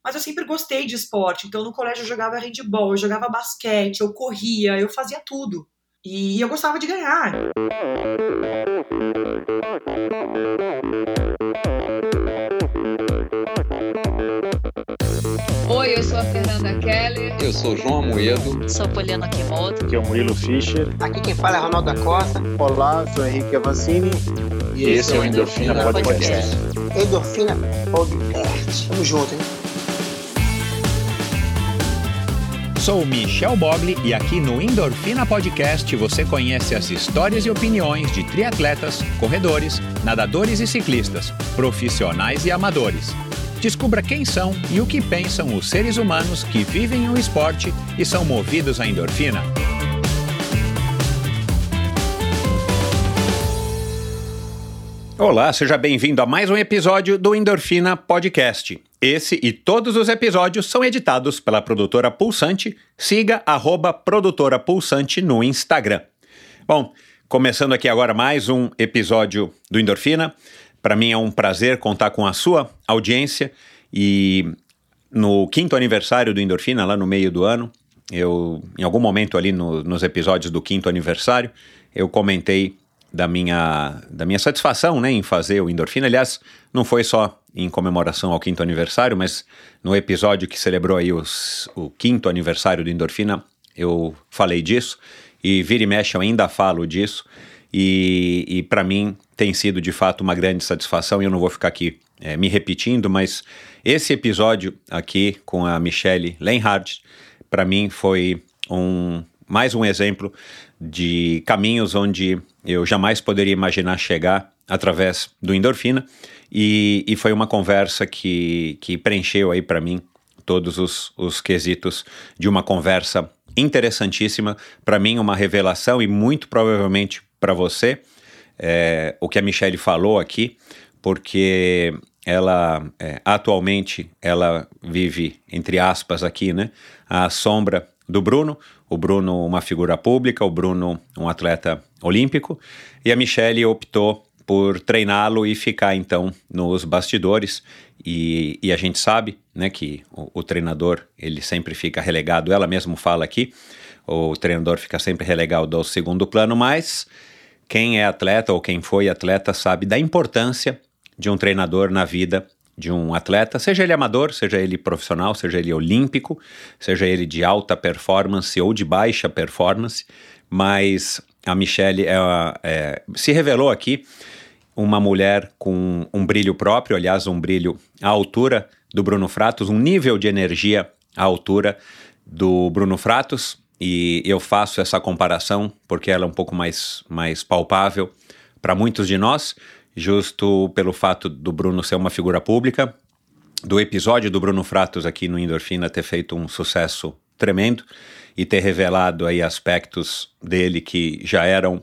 mas eu sempre gostei de esporte. Então no colégio eu jogava handball, eu jogava basquete, eu corria, eu fazia tudo. E eu gostava de ganhar. Oi, eu sou a Fernanda Keller. Eu sou o João Amoedo. Sou Poliana Kimoto. Aqui é o Murilo Fischer. Aqui quem fala é Ronaldo da Costa. Olá, sou Henrique Avancini. E esse é o Endorfina Podcast. Endorfina Podcast. Tamo junto, hein? Sou Michel Bogli e aqui no Endorfina Podcast você conhece as histórias e opiniões de triatletas, corredores, nadadores e ciclistas, profissionais e amadores. Descubra quem são e o que pensam os seres humanos que vivem o esporte e são movidos à endorfina. Olá, seja bem-vindo a mais um episódio do Endorfina Podcast. Esse e todos os episódios são editados pela produtora Pulsante. Siga @produtora Pulsante no Instagram. Bom, começando aqui agora mais um episódio do Endorfina. Para mim é um prazer contar com a sua audiência e no 5º aniversário do Endorfina, lá no meio do ano, em algum momento ali nos episódios do 5º aniversário, eu comentei da minha satisfação, né, em fazer o Endorfina. Aliás, não foi só em comemoração ao 5º aniversário, mas no episódio que celebrou aí o 5º aniversário do Endorfina, eu falei disso e vira e mexe eu ainda falo disso e para mim tem sido de fato uma grande satisfação e eu não vou ficar aqui me repetindo, mas esse episódio aqui com a Michelle Lenhardt, para mim foi mais um exemplo de caminhos onde eu jamais poderia imaginar chegar através do Endorfina e foi uma conversa que preencheu aí para mim todos os quesitos de uma conversa interessantíssima, para mim uma revelação e muito provavelmente para você, o que a Michelle falou aqui, porque ela atualmente ela vive, entre aspas aqui, né, à sombra do Bruno, o Bruno uma figura pública, o Bruno um atleta olímpico, e a Michelle optou por treiná-lo e ficar então nos bastidores, e a gente sabe, né, que o treinador ele sempre fica relegado, ela mesma fala aqui, o treinador fica sempre relegado ao segundo plano, mas quem é atleta ou quem foi atleta sabe da importância de um treinador na vida de um atleta, seja ele amador, seja ele profissional, seja ele olímpico, seja ele de alta performance ou de baixa performance, mas a Michelle se revelou aqui uma mulher com um brilho próprio, aliás, um brilho à altura do Bruno Fratos, um nível de energia à altura do Bruno Fratos, e eu faço essa comparação porque ela é um pouco mais palpável para muitos de nós, justo pelo fato do Bruno ser uma figura pública, do episódio do Bruno Fratos aqui no Endorfina ter feito um sucesso tremendo e ter revelado aí aspectos dele que já eram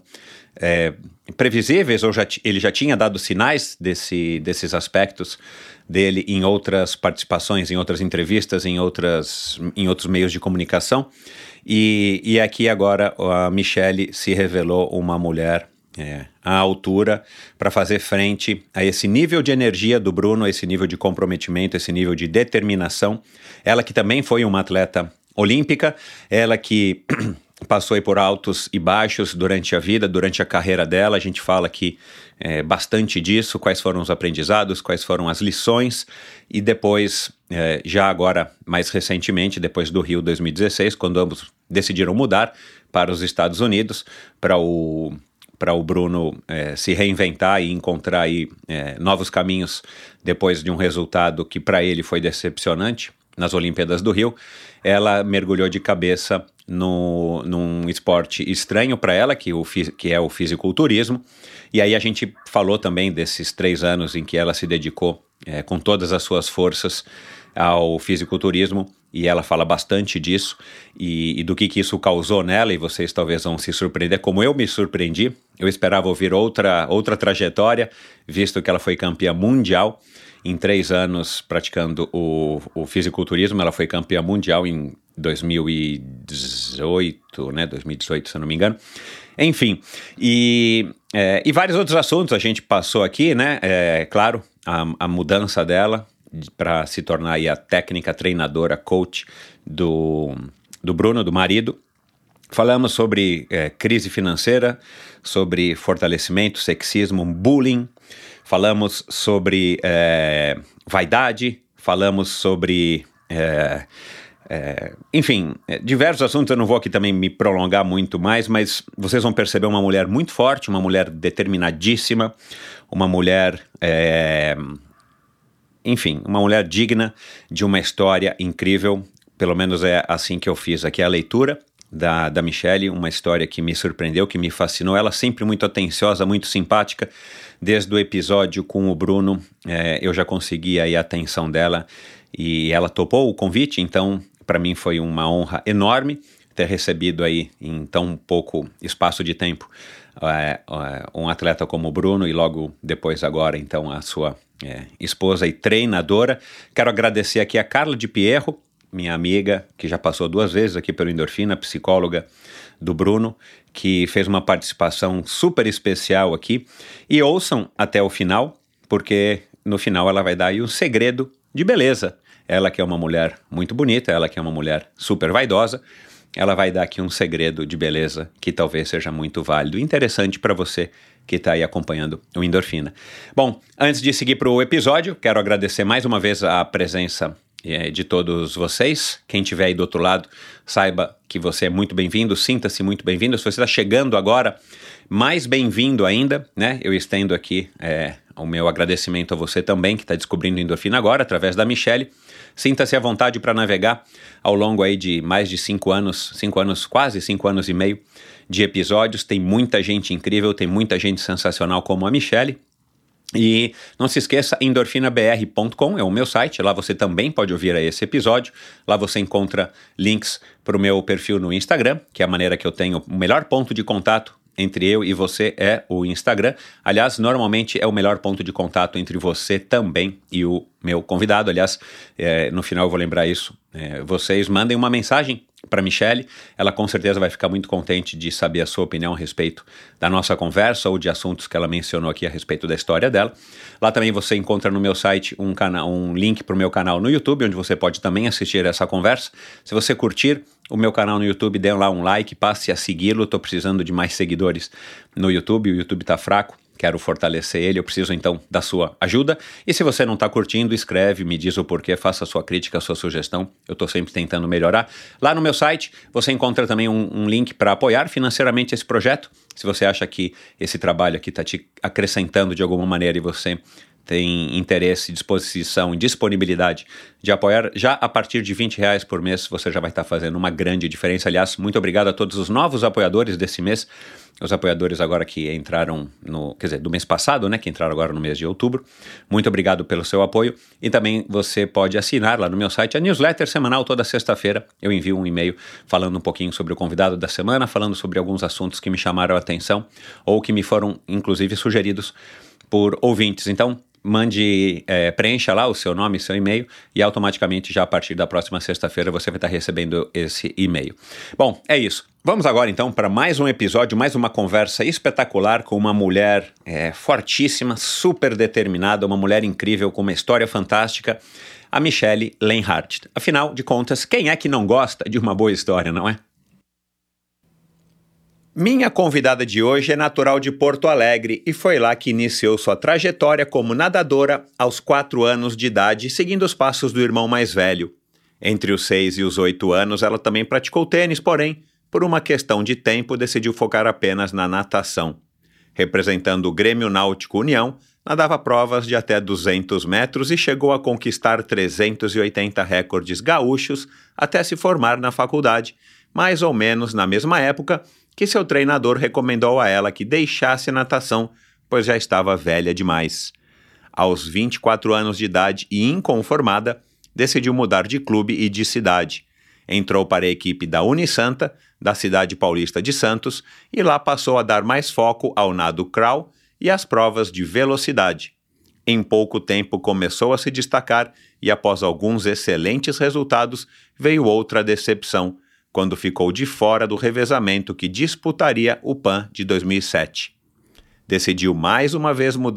previsíveis, ou ele já tinha dado sinais desses aspectos dele em outras participações, em outras entrevistas, em outros meios de comunicação, e aqui agora a Michelle se revelou uma mulher à altura para fazer frente a esse nível de energia do Bruno, a esse nível de comprometimento, esse nível de determinação. Ela que também foi uma atleta olímpica, ela que passou aí por altos e baixos durante a vida, durante a carreira dela. A gente fala aqui bastante disso, quais foram os aprendizados, quais foram as lições, e depois, já agora mais recentemente, depois do Rio 2016, quando ambos decidiram mudar para os Estados Unidos, para o Bruno se reinventar e encontrar aí, novos caminhos depois de um resultado que para ele foi decepcionante nas Olimpíadas do Rio, ela mergulhou de cabeça num esporte estranho para ela, que é o fisiculturismo, e aí a gente falou também desses 3 anos em que ela se dedicou com todas as suas forças ao fisiculturismo, e ela fala bastante disso e do que isso causou nela, e vocês talvez vão se surpreender como eu me surpreendi. Eu esperava ouvir outra trajetória, visto que ela foi campeã mundial em 3 anos praticando o fisiculturismo. Ela foi campeã mundial em 2018, né, 2018 se eu não me engano. Enfim, e vários outros assuntos a gente passou aqui, né, claro, a mudança dela para se tornar aí a técnica, treinadora, coach do Bruno, do marido. Falamos sobre crise financeira, sobre fortalecimento, sexismo, bullying. Falamos sobre vaidade, falamos sobre... enfim, diversos assuntos. Eu não vou aqui também me prolongar muito mais, mas vocês vão perceber uma mulher muito forte, uma mulher determinadíssima, uma mulher, enfim, uma mulher digna de uma história incrível. Pelo menos é assim que eu fiz aqui a leitura da Michelle, uma história que me surpreendeu, que me fascinou. Ela sempre muito atenciosa, muito simpática. Desde o episódio com o Bruno, eu já consegui aí a atenção dela e ela topou o convite, então para mim foi uma honra enorme ter recebido aí em tão pouco espaço de tempo um atleta como o Bruno e logo depois agora então a sua esposa e treinadora. Quero agradecer aqui a Carla de Pierro, minha amiga, que já passou 2 vezes aqui pelo Endorfina, psicóloga do Bruno, que fez uma participação super especial aqui. E ouçam até o final, porque no final ela vai dar aí um segredo de beleza. Ela que é uma mulher muito bonita, ela que é uma mulher super vaidosa, ela vai dar aqui um segredo de beleza que talvez seja muito válido e interessante para você que está aí acompanhando o Endorfina. Bom, antes de seguir para o episódio, quero agradecer mais uma vez a presença de todos vocês. Quem estiver aí do outro lado, saiba que você é muito bem-vindo, sinta-se muito bem-vindo. Se você está chegando agora, mais bem-vindo ainda, né? Eu estendo aqui o meu agradecimento a você também, que está descobrindo Endorfina agora, através da Michelle. Sinta-se à vontade para navegar ao longo aí de mais de 5 anos, quase 5 anos e meio de episódios. Tem muita gente incrível, tem muita gente sensacional como a Michelle. E não se esqueça, endorfinabr.com é o meu site, lá você também pode ouvir esse episódio, lá você encontra links para o meu perfil no Instagram, que é a maneira que eu tenho, o melhor ponto de contato entre eu e você é o Instagram. Aliás, normalmente é o melhor ponto de contato entre você também e o meu convidado. Aliás, no final eu vou lembrar isso. Vocês mandem uma mensagem para Michelle, ela com certeza vai ficar muito contente de saber a sua opinião a respeito da nossa conversa ou de assuntos que ela mencionou aqui a respeito da história dela. Lá também você encontra no meu site um link para o meu canal no YouTube, onde você pode também assistir essa conversa. Se você curtir o meu canal no YouTube, dê lá um like, passe a segui-lo. Estou precisando de mais seguidores no YouTube, o YouTube está fraco. Quero fortalecer ele, eu preciso então da sua ajuda. E se você não está curtindo, escreve, me diz o porquê, faça a sua crítica, a sua sugestão. Eu estou sempre tentando melhorar. Lá no meu site você encontra também um link para apoiar financeiramente esse projeto. Se você acha que esse trabalho aqui está te acrescentando de alguma maneira e você tem interesse, disposição e disponibilidade de apoiar, já a partir de R$20 por mês você já vai estar fazendo uma grande diferença. Aliás, muito obrigado a todos os novos apoiadores desse mês. Os apoiadores agora que entraram do mês passado, né, que entraram agora no mês de outubro. Muito obrigado pelo seu apoio. E também você pode assinar lá no meu site a newsletter semanal. Toda sexta-feira eu envio um e-mail falando um pouquinho sobre o convidado da semana, falando sobre alguns assuntos que me chamaram a atenção ou que me foram, inclusive, sugeridos por ouvintes. Então, preencha lá o seu nome e seu e-mail e automaticamente já a partir da próxima sexta-feira você vai estar recebendo esse e-mail. Bom, é isso. Vamos agora então para mais um episódio, mais uma conversa espetacular com uma mulher fortíssima, super determinada, uma mulher incrível com uma história fantástica, a Michelle Lenhardt. Afinal de contas, quem é que não gosta de uma boa história, não é? Minha convidada de hoje é natural de Porto Alegre e foi lá que iniciou sua trajetória como nadadora aos 4 anos de idade, seguindo os passos do irmão mais velho. Entre os 6 e os 8 anos, ela também praticou tênis, porém, por uma questão de tempo, decidiu focar apenas na natação. Representando o Grêmio Náutico União, nadava provas de até 200 metros e chegou a conquistar 380 recordes gaúchos até se formar na faculdade, mais ou menos na mesma época que seu treinador recomendou a ela que deixasse a natação, pois já estava velha demais. Aos 24 anos de idade e inconformada, decidiu mudar de clube e de cidade. Entrou para a equipe da Unisanta, da cidade paulista de Santos, e lá passou a dar mais foco ao nado crawl e às provas de velocidade. Em pouco tempo começou a se destacar e após alguns excelentes resultados, veio outra decepção, quando ficou de fora do revezamento que disputaria o PAN de 2007. Decidiu mais uma vez mudar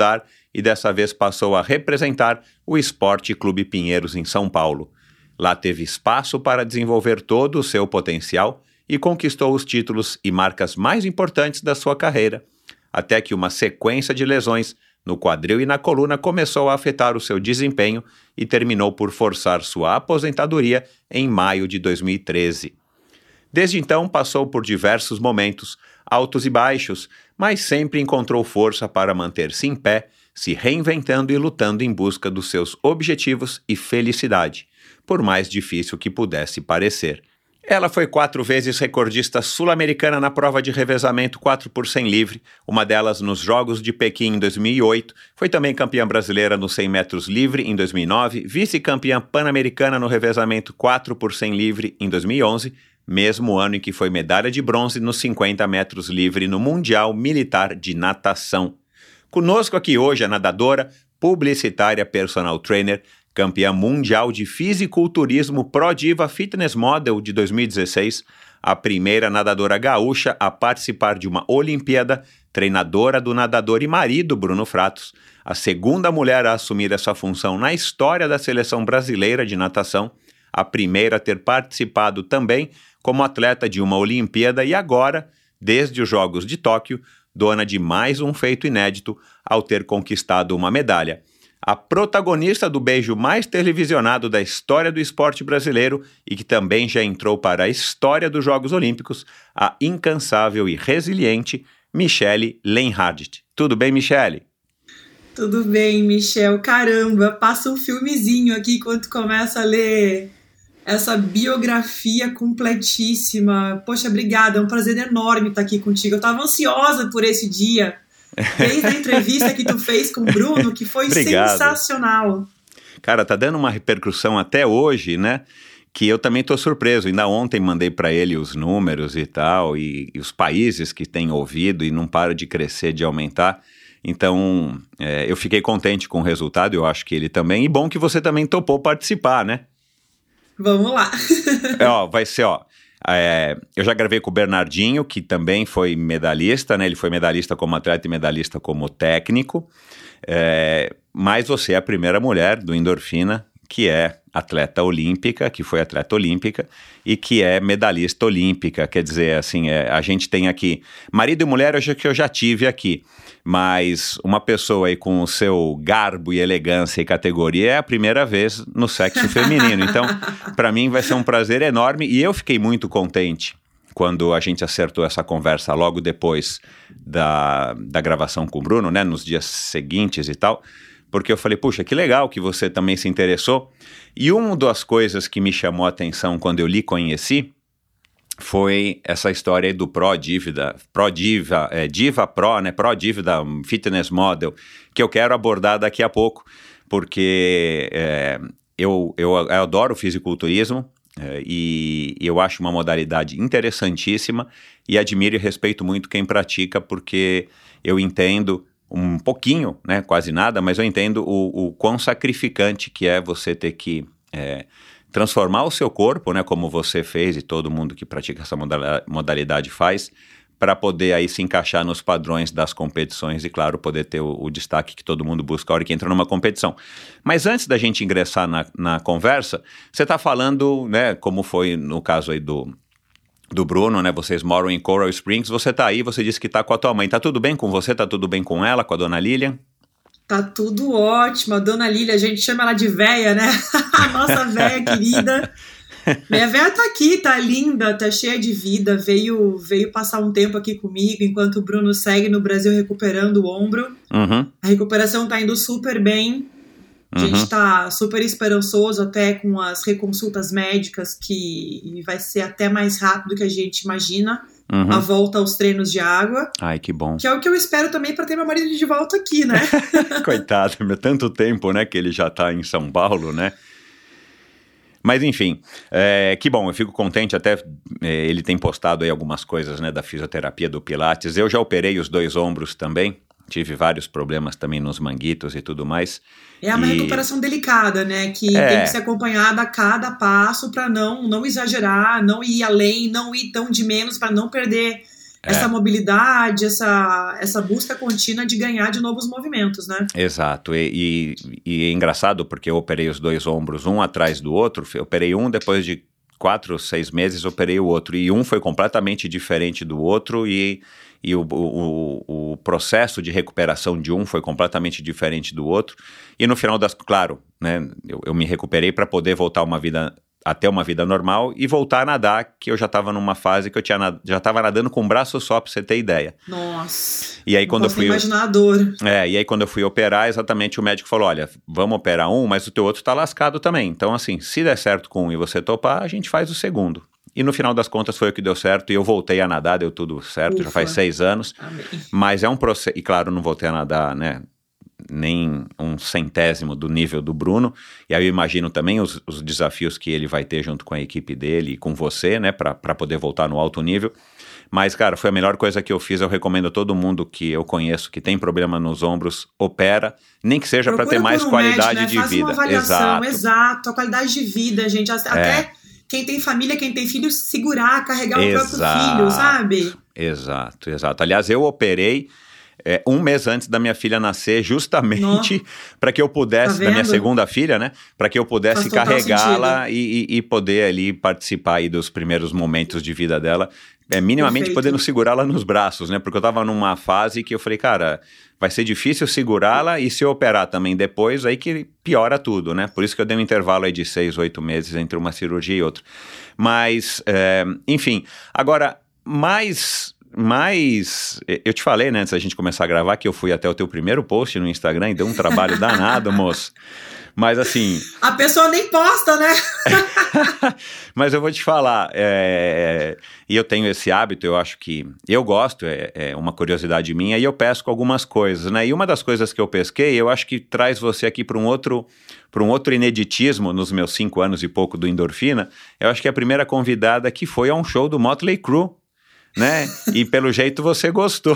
e dessa vez passou a representar o Esporte Clube Pinheiros em São Paulo. Lá teve espaço para desenvolver todo o seu potencial e conquistou os títulos e marcas mais importantes da sua carreira, até que uma sequência de lesões no quadril e na coluna começou a afetar o seu desempenho e terminou por forçar sua aposentadoria em maio de 2013. Desde então passou por diversos momentos, altos e baixos, mas sempre encontrou força para manter-se em pé, se reinventando e lutando em busca dos seus objetivos e felicidade, por mais difícil que pudesse parecer. Ela foi 4 vezes recordista sul-americana na prova de revezamento 4x100 livre, uma delas nos Jogos de Pequim em 2008, foi também campeã brasileira no 100 metros livre em 2009, vice-campeã pan-americana no revezamento 4x100 livre em 2011, mesmo ano em que foi medalha de bronze nos 50 metros livre no Mundial Militar de Natação. Conosco aqui hoje a nadadora, publicitária, personal trainer, campeã mundial de fisiculturismo Prodiva Fitness Model de 2016, a primeira nadadora gaúcha a participar de uma Olimpíada, treinadora do nadador e marido Bruno Fratos, a segunda mulher a assumir essa função na história da seleção brasileira de natação, a primeira a ter participado também como atleta de uma Olimpíada e agora, desde os Jogos de Tóquio, dona de mais um feito inédito ao ter conquistado uma medalha. A protagonista do beijo mais televisionado da história do esporte brasileiro e que também já entrou para a história dos Jogos Olímpicos, a incansável e resiliente Michele Leonhardt. Tudo bem, Michele? Tudo bem, Michel. Caramba, passa um filmezinho aqui enquanto começa a ler essa biografia completíssima. Poxa, obrigada, é um prazer enorme estar aqui contigo. Eu estava ansiosa por esse dia. Desde a entrevista que tu fez com o Bruno, que foi sensacional. Cara, tá dando uma repercussão até hoje, né? Que eu também tô surpreso. Ainda ontem mandei para ele os números e tal, e os países que têm ouvido e não para de crescer, de aumentar. Então, eu fiquei contente com o resultado, eu acho que ele também. E bom que você também topou participar, né? Vamos lá. Vai ser, eu já gravei com o Bernardinho, que também foi medalhista, né? Ele foi medalhista como atleta e medalhista como técnico. Mas você é a primeira mulher do Endorfina que é atleta olímpica, que foi atleta olímpica e que é medalhista olímpica. Quer dizer, assim, a gente tem aqui marido e mulher, que eu já tive aqui, mas uma pessoa aí com o seu garbo e elegância e categoria é a primeira vez no sexo feminino. Então, para mim vai ser um prazer enorme e eu fiquei muito contente quando a gente acertou essa conversa logo depois da gravação com o Bruno, né, nos dias seguintes e tal, porque eu falei, puxa, que legal que você também se interessou. E uma das coisas que me chamou a atenção quando eu lhe conheci foi essa história aí do Prodiva Fitness Model, que eu quero abordar daqui a pouco, porque eu adoro o fisiculturismo e eu acho uma modalidade interessantíssima e admiro e respeito muito quem pratica, porque eu entendo um pouquinho, né, quase nada, mas eu entendo o quão sacrificante que é você ter que transformar o seu corpo, né, como você fez e todo mundo que pratica essa modalidade faz, para poder aí se encaixar nos padrões das competições e, claro, poder ter o destaque que todo mundo busca a hora que entra numa competição. Mas antes da gente ingressar na conversa, você está falando, né, como foi no caso aí do Bruno, né, vocês moram em Coral Springs, você tá aí, você disse que tá com a tua mãe, tá tudo bem com você, tá tudo bem com ela, com a dona Lilian? Tá tudo ótimo, a dona Lilian, a gente chama ela de véia, né, a nossa véia querida. Minha véia tá aqui, tá linda, tá cheia de vida, veio passar um tempo aqui comigo, enquanto o Bruno segue no Brasil recuperando o ombro. Uhum. A recuperação tá indo super bem. A gente tá super esperançoso até com as reconsultas médicas, que vai ser até mais rápido do que a gente imagina, a volta aos treinos de água. Ai, que bom. Que é o que eu espero também para ter meu marido de volta aqui, né? Coitado, tanto tempo, né, que ele já tá em São Paulo, né? Mas enfim, que bom, eu fico contente, até ele tem postado aí algumas coisas, né, da fisioterapia, do Pilates. Eu já operei os 2 ombros também. Tive vários problemas também nos manguitos e tudo mais. É uma recuperação delicada, né? Que tem que ser acompanhada a cada passo para não exagerar, não ir além, não ir tão de menos para não perder essa mobilidade, essa busca contínua de ganhar de novos movimentos, né? Exato, e é engraçado porque eu operei os dois ombros um atrás do outro, eu operei um, depois de 4 ou 6 meses operei o outro, e um foi completamente diferente do outro, e o processo de recuperação de um foi completamente diferente do outro, e no final claro, né, eu me recuperei para poder voltar até uma vida normal e voltar a nadar, que eu já estava numa fase que eu já estava nadando com o braço só, pra você ter ideia. Nossa, e aí, quando eu fui imaginar a dor. E aí quando eu fui operar, exatamente o médico falou, olha, vamos operar um, mas o teu outro tá lascado também, então assim, se der certo com um e você topar, a gente faz o segundo. E no final das contas foi o que deu certo, e eu voltei a nadar, deu tudo certo. Ufa. Já faz 6 anos. Amém. Mas é um processo, e claro, não voltei a nadar, né, nem 1/100º do nível do Bruno, e aí eu imagino também os desafios que ele vai ter junto com a equipe dele e com você, né, para poder voltar no alto nível. Mas, cara, foi a melhor coisa que eu fiz. Eu recomendo a todo mundo que eu conheço que tem problema nos ombros, opera, nem que seja para ter mais qualidade de vida. Faz uma avaliação, exato, a qualidade de vida, gente, até quem tem família, quem tem filho, segurar, carregar o próprio filho, sabe? Exato. Aliás, eu operei 1 mês antes da minha filha nascer, justamente para que eu pudesse, da minha segunda filha, né? Para que eu pudesse carregá-la e poder ali participar aí dos primeiros momentos de vida dela, minimamente podendo segurá-la nos braços, né? Porque eu tava numa fase que eu falei, cara, vai ser difícil segurá-la, e se eu operar também depois, aí que piora tudo, né? Por isso que eu dei um intervalo aí de 6, 8 meses entre uma cirurgia e outra. Mas, enfim, agora, eu te falei, né, antes da gente começar a gravar, que eu fui até o teu primeiro post no Instagram e deu um trabalho danado, moço. Mas assim... A pessoa nem posta, né? Mas eu vou te falar, e eu tenho esse hábito, eu acho que eu gosto, é uma curiosidade minha, e eu pesco algumas coisas, né? E uma das coisas que eu pesquei, eu acho que traz você aqui para um outro ineditismo nos meus 5 anos e pouco do Endorfina. Eu acho que a primeira convidada que foi a um show do Motley Crue, né? E pelo jeito você gostou.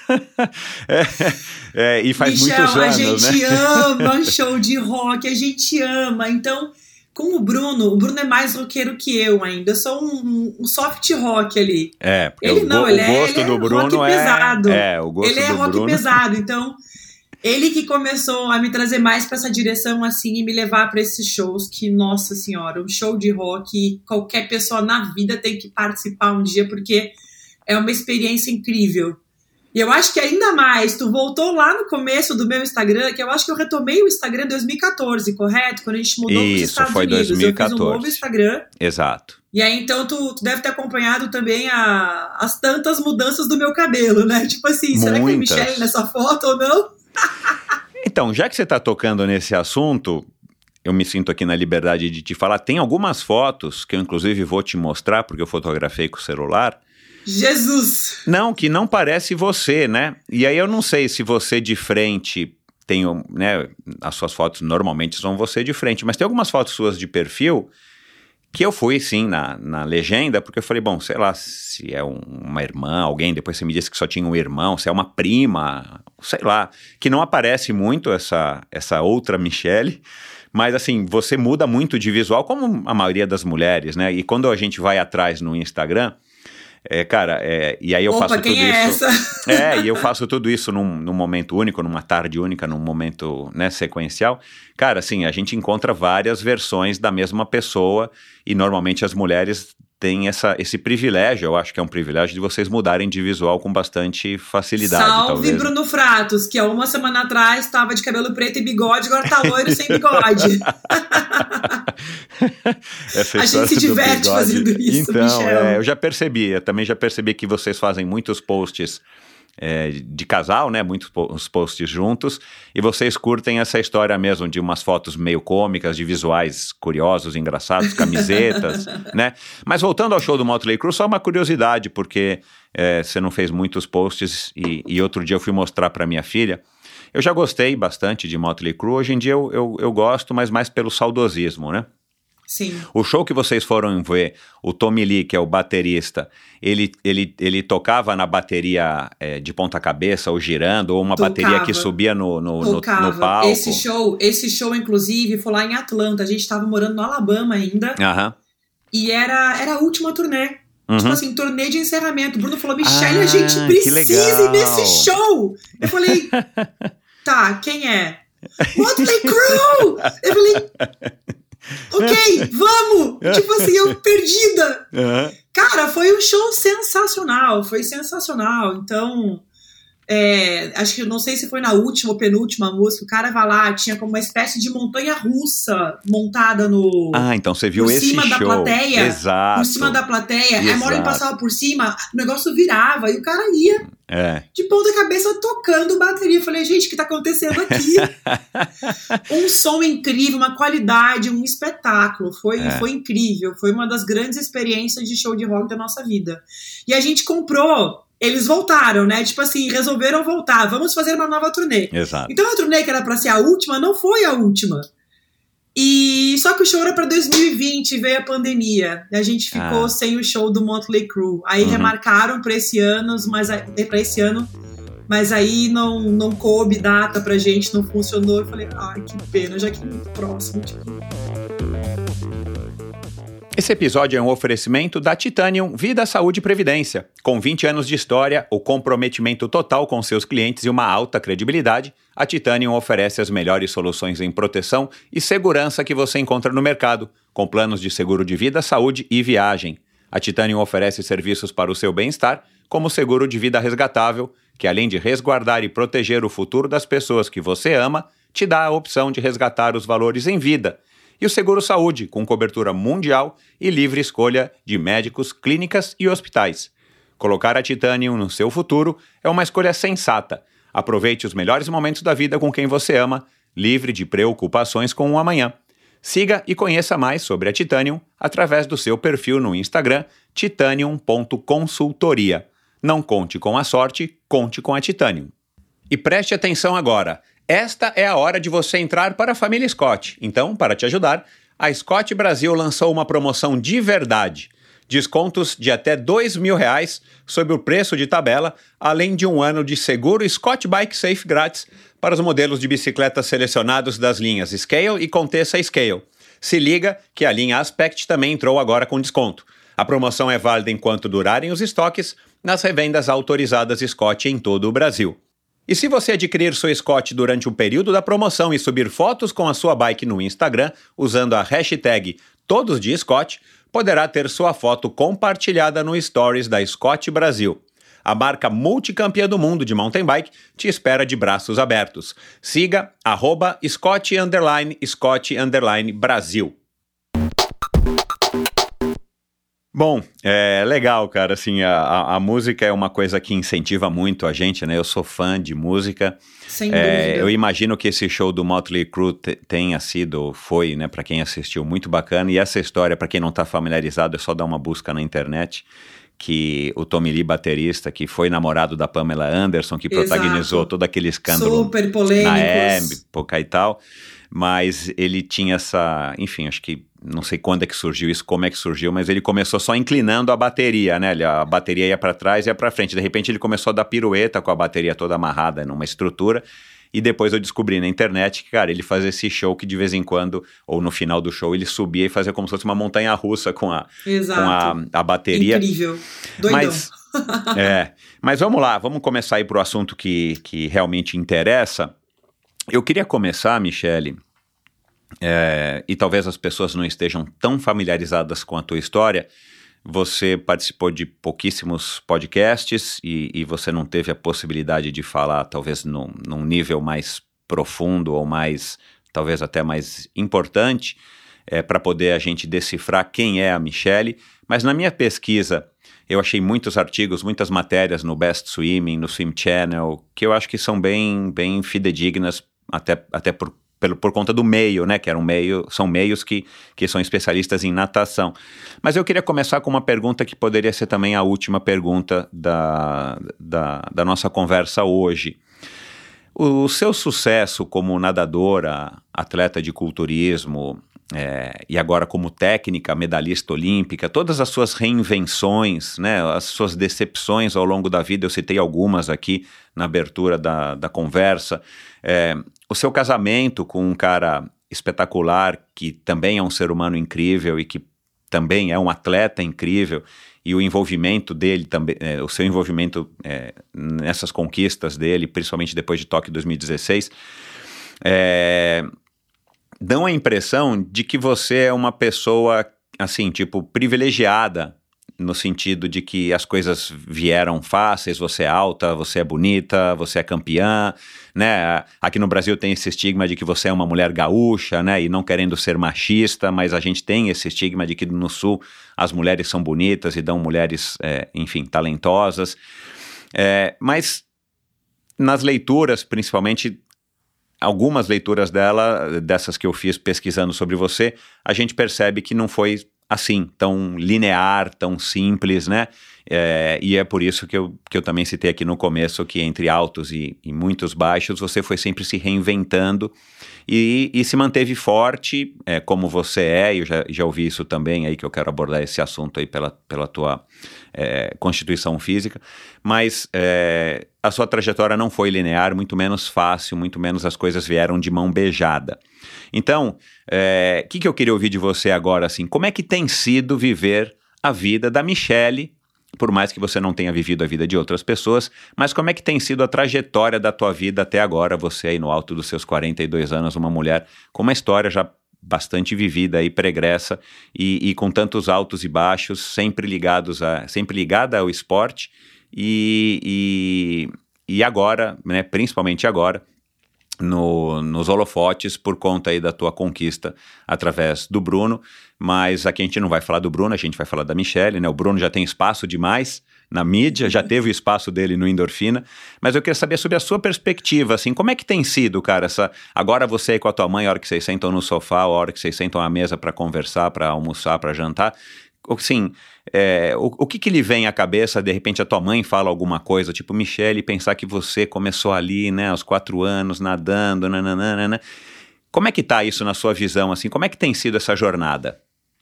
E faz Michel, muitos anos, a gente ama show de rock, a gente ama. Então, com o Bruno é mais roqueiro que eu ainda. Eu sou um soft rock ali. Porque ele o gosto do Bruno rock pesado. O gosto ele é do rock Bruno... pesado, então ele que começou a me trazer mais pra essa direção assim e me levar pra esses shows que, nossa senhora, um show de rock, qualquer pessoa na vida tem que participar um dia, porque é uma experiência incrível. E eu acho que ainda mais, tu voltou lá no começo do meu Instagram, que eu acho que eu retomei o Instagram em 2014, correto? Quando a gente mudou para os Estados foi Unidos. 2014. Eu fiz um novo Instagram. Exato. E aí, então, tu deve ter acompanhado também as tantas mudanças do meu cabelo, né? Tipo assim, será que é Michelle nessa foto ou não? Então, já que você está tocando nesse assunto, eu me sinto aqui na liberdade de te falar. Tem algumas fotos que eu, inclusive, vou te mostrar, porque eu fotografei com o celular. Jesus! Não, que não parece você, né? E aí eu não sei se você de frente tem, né? As suas fotos normalmente são você de frente, mas tem algumas fotos suas de perfil que eu fui, sim, na legenda, porque eu falei, bom, sei lá, se é uma irmã, alguém, depois você me disse que só tinha um irmão, se é uma prima, sei lá, que não aparece muito essa outra Michelle. Mas assim, você muda muito de visual, como a maioria das mulheres, né? E quando a gente vai atrás no Instagram... e aí eu faço tudo quem é isso. Essa? E eu faço tudo isso num momento único, numa tarde única, num momento, né, sequencial. Cara, assim, a gente encontra várias versões da mesma pessoa, e normalmente as mulheres têm esse privilégio. Eu acho que é um privilégio de vocês mudarem de visual com bastante facilidade. Salve, talvez. Bruno Fratos, que há uma semana atrás estava de cabelo preto e bigode, agora tá loiro sem bigode. A gente se diverte fazendo isso, então, Michel. Eu já percebi, eu também já percebi que vocês fazem muitos posts de casal, né, muitos posts juntos, e vocês curtem essa história mesmo de umas fotos meio cômicas, de visuais curiosos, engraçados, camisetas, né? Mas voltando ao show do Motley Crue, só uma curiosidade, porque você não fez muitos posts, e outro dia eu fui mostrar para minha filha. Eu já gostei bastante de Motley Crue, hoje em dia eu gosto, mas mais pelo saudosismo, né? Sim. O show que vocês foram ver, o Tommy Lee, que é o baterista, ele tocava na bateria de ponta cabeça, ou girando, ou uma bateria que subia no palco? Esse show, inclusive, foi lá em Atlanta. A gente estava morando no Alabama ainda. Aham. E era a última turnê. Tipo assim, turnê de encerramento. O Bruno falou, Michele, a gente precisa ir nesse show. Eu falei, tá, quem é? Motley Crue! Eu falei, ok, vamos! Tipo assim, eu perdida. Cara, foi um show sensacional, foi sensacional. Então, acho que não sei se foi na última ou penúltima música, o cara vai lá, tinha como uma espécie de montanha-russa montada no... então você viu esse show. Por cima da plateia. Exato. Por cima da plateia. Exato. Aí a hora ele passava por cima, o negócio virava e o cara ia de ponta cabeça tocando bateria. Eu falei, gente, o que tá acontecendo aqui? Um som incrível, uma qualidade, um espetáculo. Foi incrível. Foi uma das grandes experiências de show de rock da nossa vida. E a gente comprou... Eles voltaram, né? Tipo assim, resolveram voltar. Vamos fazer uma nova turnê. Exato. Então a turnê que era pra ser a última, não foi a última. E só que o show era pra 2020, veio a pandemia. E a gente ficou sem o show do Motley Crue. Aí remarcaram pra esse ano, mas aí não coube data pra gente, não funcionou. Eu falei, ai, que pena, já que muito próximo. Tipo... Esse episódio é um oferecimento da Titanium Vida, Saúde e Previdência. Com 20 anos de história, o comprometimento total com seus clientes e uma alta credibilidade, a Titanium oferece as melhores soluções em proteção e segurança que você encontra no mercado, com planos de seguro de vida, saúde e viagem. A Titanium oferece serviços para o seu bem-estar, como o seguro de vida resgatável, que além de resguardar e proteger o futuro das pessoas que você ama, te dá a opção de resgatar os valores em vida. E o Seguro Saúde, com cobertura mundial e livre escolha de médicos, clínicas e hospitais. Colocar a Titanium no seu futuro é uma escolha sensata. Aproveite os melhores momentos da vida com quem você ama, livre de preocupações com o amanhã. Siga e conheça mais sobre a Titanium através do seu perfil no Instagram, titanium.consultoria. Não conte com a sorte, conte com a Titanium. E preste atenção agora. Esta é a hora de você entrar para a família Scott. Então, para te ajudar, a Scott Brasil lançou uma promoção de verdade. Descontos de até R$2.000 sobre o preço de tabela, além de um ano de seguro Scott Bike Safe grátis para os modelos de bicicletas selecionados das linhas Scale e Contessa Scale. Se liga que a linha Aspect também entrou agora com desconto. A promoção é válida enquanto durarem os estoques nas revendas autorizadas Scott em todo o Brasil. E se você adquirir sua Scott durante o período da promoção e subir fotos com a sua bike no Instagram, usando a hashtag TodosDeScott, poderá ter sua foto compartilhada no Stories da Scott Brasil. A marca multicampeã do mundo de mountain bike te espera de braços abertos. Siga @Scott_Brasil. Bom, é legal, cara, assim, a música é uma coisa que incentiva muito a gente, né? Eu sou fã de música. Sem dúvida. Eu imagino que esse show do Motley Crue foi, né, pra quem assistiu, muito bacana. E essa história, pra quem não tá familiarizado, é só dar uma busca na internet, que o Tommy Lee, baterista, que foi namorado da Pamela Anderson, que protagonizou todo aquele escândalo super polêmicos na época e tal. Mas ele tinha essa, enfim, acho que não sei quando é que surgiu isso, como é que surgiu, mas ele começou só inclinando a bateria, né? A bateria ia para trás e ia para frente. De repente ele começou a dar pirueta com a bateria toda amarrada numa estrutura. E depois eu descobri na internet que, cara, ele fazia esse show que de vez em quando, ou no final do show, ele subia e fazia como se fosse uma montanha-russa com a bateria. Incrível. Doidão. Mas vamos lá, vamos começar aí pro assunto que realmente interessa. Eu queria começar, Michele, e talvez as pessoas não estejam tão familiarizadas com a tua história. Você participou de pouquíssimos podcasts e você não teve a possibilidade de falar, talvez num nível mais profundo ou mais, talvez até mais importante, para poder a gente decifrar quem é a Michele. Mas na minha pesquisa, eu achei muitos artigos, muitas matérias no Best Swimming, no Swim Channel, que eu acho que são bem fidedignas, até por conta do meio, né, são meios que são especialistas em natação. Mas eu queria começar com uma pergunta que poderia ser também a última pergunta da nossa conversa hoje. O seu sucesso como nadadora, atleta de culturismo, e agora como técnica, medalhista olímpica, todas as suas reinvenções, né, as suas decepções ao longo da vida, eu citei algumas aqui na abertura da conversa, o seu casamento com um cara espetacular, que também é um ser humano incrível e que também é um atleta incrível, e o envolvimento dele também, o seu envolvimento nessas conquistas dele, principalmente depois de Tóquio 2016, dão a impressão de que você é uma pessoa, assim, tipo, privilegiada, no sentido de que as coisas vieram fáceis, você é alta, você é bonita, você é campeã, né? Aqui no Brasil tem esse estigma de que você é uma mulher gaúcha, né? E não querendo ser machista, mas a gente tem esse estigma de que no Sul as mulheres são bonitas e dão mulheres, enfim, talentosas. Mas nas leituras, principalmente algumas leituras dessas que eu fiz pesquisando sobre você, a gente percebe que não foi assim, tão linear, tão simples, né? E é por isso que eu também citei aqui no começo que entre altos e muitos baixos, você foi sempre se reinventando e se manteve forte, como você é, e eu já ouvi isso também, aí que eu quero abordar esse assunto aí pela tua constituição física, mas a sua trajetória não foi linear, muito menos fácil, muito menos as coisas vieram de mão beijada. Então, o que eu queria ouvir de você agora, assim, como é que tem sido viver a vida da Michele, por mais que você não tenha vivido a vida de outras pessoas, mas como é que tem sido a trajetória da tua vida até agora, você aí no alto dos seus 42 anos, uma mulher com uma história já bastante vivida e pregressa e com tantos altos e baixos, sempre ligada ao esporte e agora, né, principalmente agora, nos holofotes por conta aí da tua conquista através do Bruno, mas aqui a gente não vai falar do Bruno, a gente vai falar da Michele, né? O Bruno já tem espaço demais na mídia, já teve o espaço dele no Endorfina, mas eu queria saber sobre a sua perspectiva, assim, como é que tem sido, cara, agora você aí com a tua mãe, a hora que vocês sentam no sofá, a hora que vocês sentam à mesa para conversar, para almoçar, para jantar, assim, o que lhe vem à cabeça, de repente a tua mãe fala alguma coisa, tipo, Michele, pensar que você começou ali, né, aos 4 anos, nadando, nananana. Como é que tá isso na sua visão, assim, como é que tem sido essa jornada?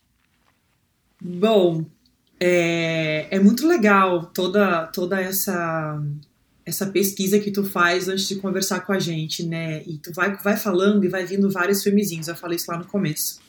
Bom, é muito legal toda essa pesquisa que tu faz antes de conversar com a gente, né, e tu vai falando e vai vindo vários filmezinhos, eu falei isso lá no começo.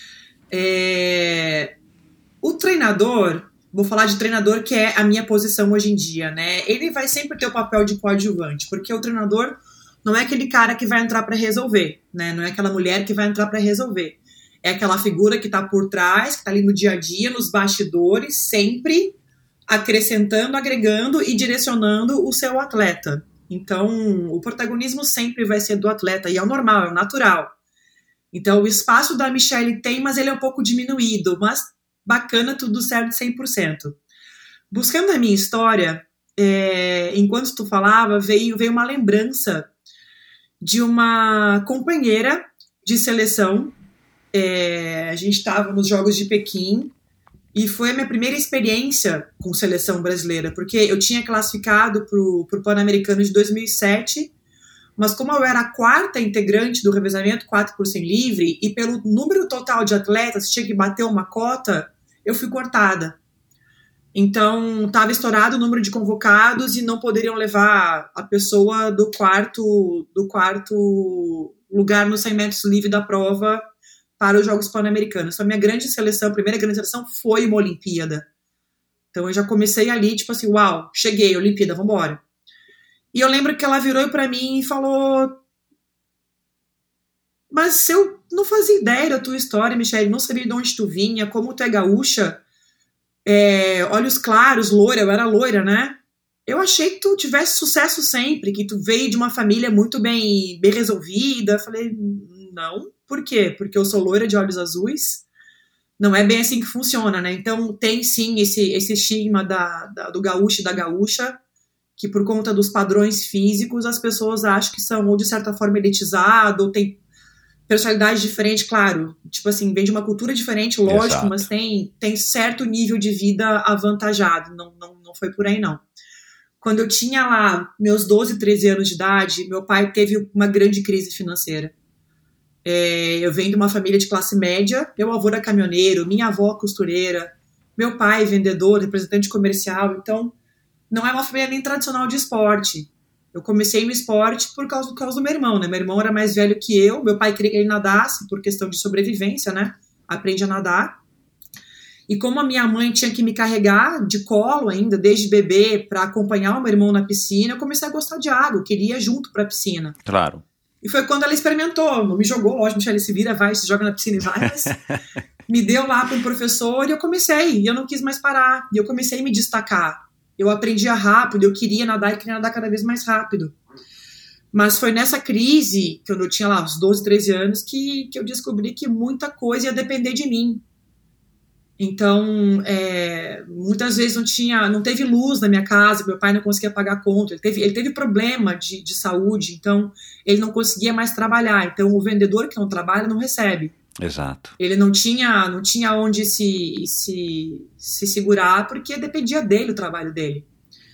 O treinador, vou falar de treinador que é a minha posição hoje em dia, né? Ele vai sempre ter o papel de coadjuvante, porque o treinador não é aquele cara que vai entrar para resolver, né? Não é aquela mulher que vai entrar para resolver. É aquela figura que tá por trás, que tá ali no dia a dia, nos bastidores, sempre acrescentando, agregando e direcionando o seu atleta. Então, o protagonismo sempre vai ser do atleta, e é o normal, é o natural. Então, o espaço da Michele tem, mas ele é um pouco diminuído, mas bacana, tudo certo 100%. Buscando a minha história, enquanto tu falava, veio uma lembrança de uma companheira de seleção. A gente estava nos Jogos de Pequim e foi a minha primeira experiência com seleção brasileira, porque eu tinha classificado para o Pan-Americano de 2007, mas como eu era a 4ª integrante do revezamento 4 por 100 livre, e pelo número total de atletas tinha que bater uma cota, eu fui cortada. Então, estava estourado o número de convocados e não poderiam levar a pessoa do quarto lugar no 100 metros livre da prova para os Jogos Pan-Americanos. Então, a minha primeira grande seleção foi uma Olimpíada. Então, eu já comecei ali, tipo assim, uau, cheguei, Olimpíada, vambora. E eu lembro que ela virou para mim e falou: mas eu não fazia ideia da tua história, Michele, não sabia de onde tu vinha, como tu é gaúcha, olhos claros, loira, eu era loira, né? Eu achei que tu tivesse sucesso sempre, que tu veio de uma família muito bem resolvida. Eu falei, não, por quê? Porque eu sou loira de olhos azuis? Não é bem assim que funciona, né? Então tem sim esse estigma do gaúcho e da gaúcha, que por conta dos padrões físicos as pessoas acham que são ou de certa forma elitizado, ou tem personalidade diferente, claro, tipo assim, vem de uma cultura diferente, lógico, exato, mas tem certo nível de vida avantajado, não foi por aí não. Quando eu tinha lá meus 12, 13 anos de idade, meu pai teve uma grande crise financeira. Eu venho de uma família de classe média, meu avô era caminhoneiro, minha avó costureira, meu pai vendedor, representante comercial, então não é uma família nem tradicional de esporte. Eu comecei no esporte por causa do meu irmão, né? Meu irmão era mais velho que eu, meu pai queria que ele nadasse por questão de sobrevivência, né? Aprende a nadar. E como a minha mãe tinha que me carregar de colo ainda, desde bebê, para acompanhar o meu irmão na piscina, eu comecei a gostar de água, eu queria ir junto para a piscina. Claro. E foi quando ela experimentou, não me jogou, lógico, Michele, se vira, vai, se joga na piscina e vai, mas me deu lá para um professor e eu comecei, e eu não quis mais parar, e eu comecei a me destacar. Eu aprendia rápido, eu queria nadar cada vez mais rápido. Mas foi nessa crise, quando eu tinha lá uns 12, 13 anos, que eu descobri que muita coisa ia depender de mim. Então, muitas vezes não teve luz na minha casa, meu pai não conseguia pagar a conta, ele teve problema de saúde, então ele não conseguia mais trabalhar. Então, o vendedor que não trabalha não recebe. Exato. Ele não tinha onde se segurar, porque dependia dele, o trabalho dele.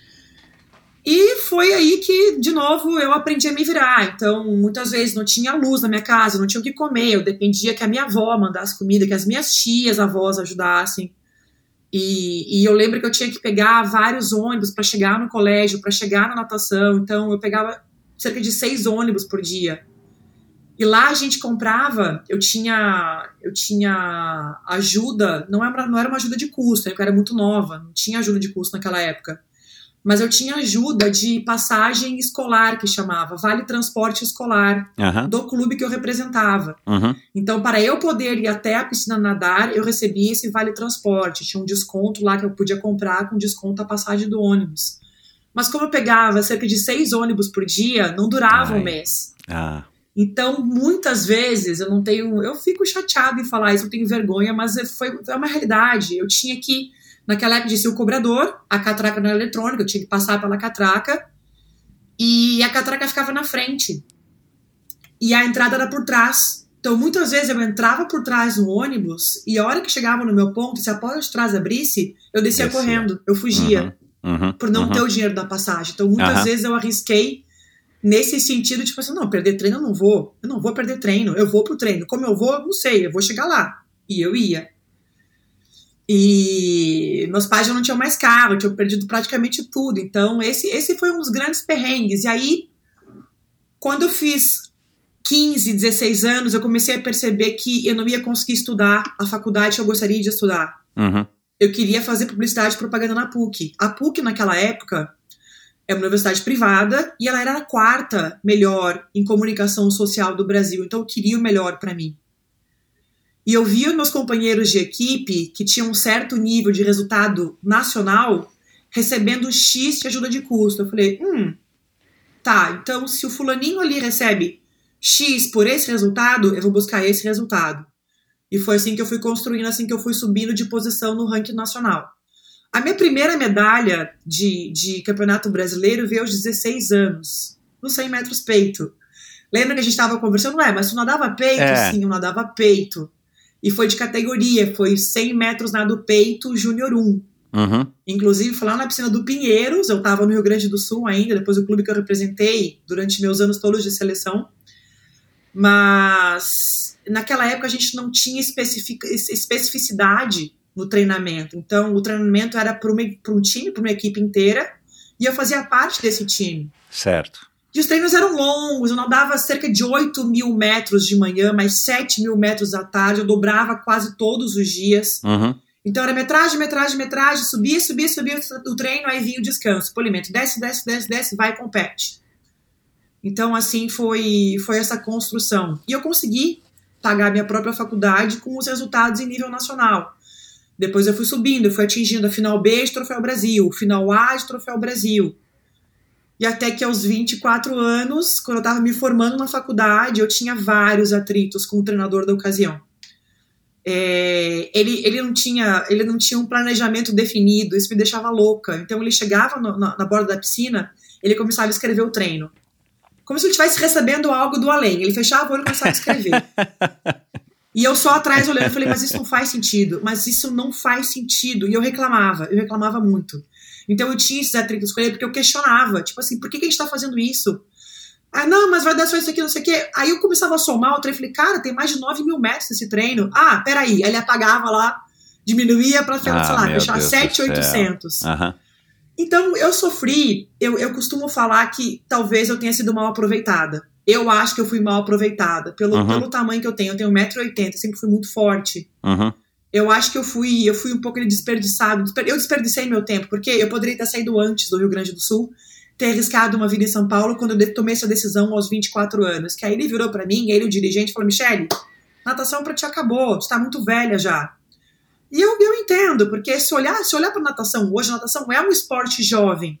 E foi aí que, de novo, eu aprendi a me virar. Então, muitas vezes não tinha luz na minha casa, não tinha o que comer, eu dependia que a minha avó mandasse comida, que as minhas tias avós ajudassem. E eu lembro que eu tinha que pegar vários ônibus para chegar no colégio, para chegar na natação. Então, eu pegava cerca de 6 ônibus por dia. E lá a gente comprava, eu tinha ajuda, não era uma ajuda de custo, eu era muito nova, não tinha ajuda de custo naquela época. Mas eu tinha ajuda de passagem escolar, que chamava, Vale Transporte Escolar, do clube que eu representava. Então, para eu poder ir até a piscina nadar, eu recebia esse Vale Transporte. Tinha um desconto lá que eu podia comprar com desconto a passagem do ônibus. Mas como eu pegava cerca de 6 ônibus por dia, não durava um mês. Então, muitas vezes, eu fico chateada em falar isso, eu tenho vergonha, mas foi uma realidade. Eu tinha que... Naquela época disse o cobrador, a catraca não era eletrônica, eu tinha que passar pela catraca, e a catraca ficava na frente. E a entrada era por trás. Então, muitas vezes eu entrava por trás do ônibus, e a hora que chegava no meu ponto, se a porta de trás abrisse, eu descia correndo, eu fugia, por não ter o dinheiro da passagem. Então, muitas vezes eu arrisquei nesse sentido, tipo assim, não, perder treino eu não vou perder treino, eu vou pro treino. Como eu vou, não sei, eu vou chegar lá. E eu ia. E meus pais já não tinham mais carro, eu tinha perdido praticamente tudo. Então, esse foi um dos grandes perrengues. E aí, quando eu fiz 15, 16 anos, eu comecei a perceber que eu não ia conseguir estudar a faculdade que eu gostaria de estudar. Eu queria fazer publicidade e propaganda na PUC. A PUC, naquela época, é uma universidade privada e ela era a 4ª melhor em comunicação social do Brasil. Então, eu queria o melhor para mim. E eu via meus companheiros de equipe, que tinham um certo nível de resultado nacional, recebendo X de ajuda de custo. Eu falei, tá, então se o fulaninho ali recebe X por esse resultado, eu vou buscar esse resultado. E foi assim que eu fui construindo, assim que eu fui subindo de posição no ranking nacional. A minha primeira medalha de campeonato brasileiro veio aos 16 anos, no 100 metros peito. Lembra que a gente estava conversando? Mas tu nadava peito? Sim, eu nadava peito. E foi de categoria, foi 100 metros nado peito Júnior 1. Inclusive, foi lá na piscina do Pinheiros, eu estava no Rio Grande do Sul ainda, depois do clube que eu representei durante meus anos todos de seleção. Mas naquela época a gente não tinha especificidade no treinamento. Então, o treinamento era para um time, para uma equipe inteira, e eu fazia parte desse time. Certo. E os treinos eram longos, eu nadava cerca de 8.000 metros de manhã, mais 7.000 metros à tarde, eu dobrava quase todos os dias. Então era metragem, subia o treino, aí vinha o descanso, polimento, desce, vai e compete. Então assim foi essa construção. E eu consegui pagar minha própria faculdade com os resultados em nível nacional. Depois eu fui subindo, eu fui atingindo a final B de Troféu Brasil, final A de Troféu Brasil. E até que aos 24 anos, quando eu estava me formando na faculdade, eu tinha vários atritos com o treinador da ocasião. Ele não tinha um planejamento definido, isso me deixava louca. Então ele chegava na borda da piscina, ele começava a escrever o treino. Como se ele estivesse recebendo algo do além. Ele fechava o olho e começava a escrever. E eu só atrás olhando, eu falei, mas isso não faz sentido. E eu reclamava muito. Então eu tinha esses atritos com ele porque eu questionava, tipo assim, por que a gente tá fazendo isso? Não, mas vai dar só isso aqui, não sei o quê. Aí eu começava a somar o treino, falei, cara, tem mais de 9.000 metros nesse treino. Peraí. Aí ele apagava lá, diminuía pra, fechar 7.800. Então eu sofri, eu costumo falar que talvez eu tenha sido mal aproveitada. Eu acho que eu fui mal aproveitada pelo tamanho que eu tenho. Eu tenho 1,80 m, sempre fui muito forte. Eu acho que eu fui um pouco desperdiçado. Eu desperdicei meu tempo, porque eu poderia ter saído antes do Rio Grande do Sul, ter arriscado uma vida em São Paulo quando eu tomei essa decisão aos 24 anos. Que aí ele virou pra mim, aí o dirigente falou, Michele, natação pra ti acabou, tu tá muito velha já. E eu entendo, porque se olhar pra natação hoje, a natação é um esporte jovem.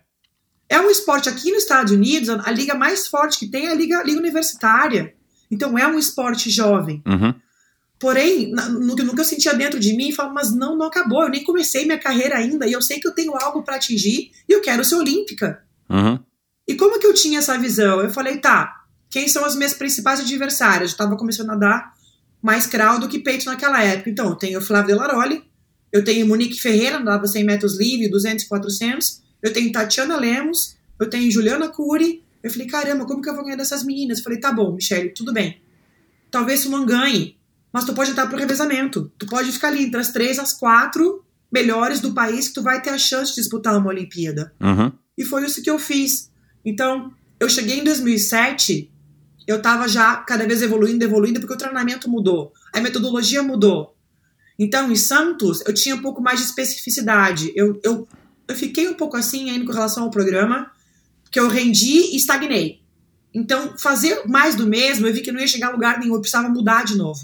É um esporte aqui nos Estados Unidos, a liga mais forte que tem é a liga universitária. Então é um esporte jovem. Uhum. Porém, no que eu sentia dentro de mim, eu falava, mas não acabou, eu nem comecei minha carreira ainda, e eu sei que eu tenho algo pra atingir, e eu quero ser olímpica. Uhum. E como que eu tinha essa visão? Eu falei, tá, quem são as minhas principais adversárias? Eu tava começando a nadar mais crawl do que peito naquela época. Então, eu tenho o Flávio Delaroli, eu tenho Monique Ferreira, nadava 100 metros livre, 200 e 400, eu tenho Tatiana Lemos, eu tenho Juliana Cury. Eu falei, caramba, como que eu vou ganhar dessas meninas? Eu falei, tá bom, Michele, tudo bem. Talvez tu não ganhe, mas tu pode entrar pro revezamento. Tu pode ficar ali entre as 3 às 4 melhores do país que tu vai ter a chance de disputar uma Olimpíada. Uhum. E foi isso que eu fiz. Então, eu cheguei em 2007, eu tava já cada vez evoluindo, porque o treinamento mudou, a metodologia mudou. Então, em Santos, eu tinha um pouco mais de especificidade. Eu fiquei um pouco assim ainda com relação ao programa, que eu rendi e estagnei. Então, fazer mais do mesmo, eu vi que não ia chegar a lugar nenhum, eu precisava mudar de novo.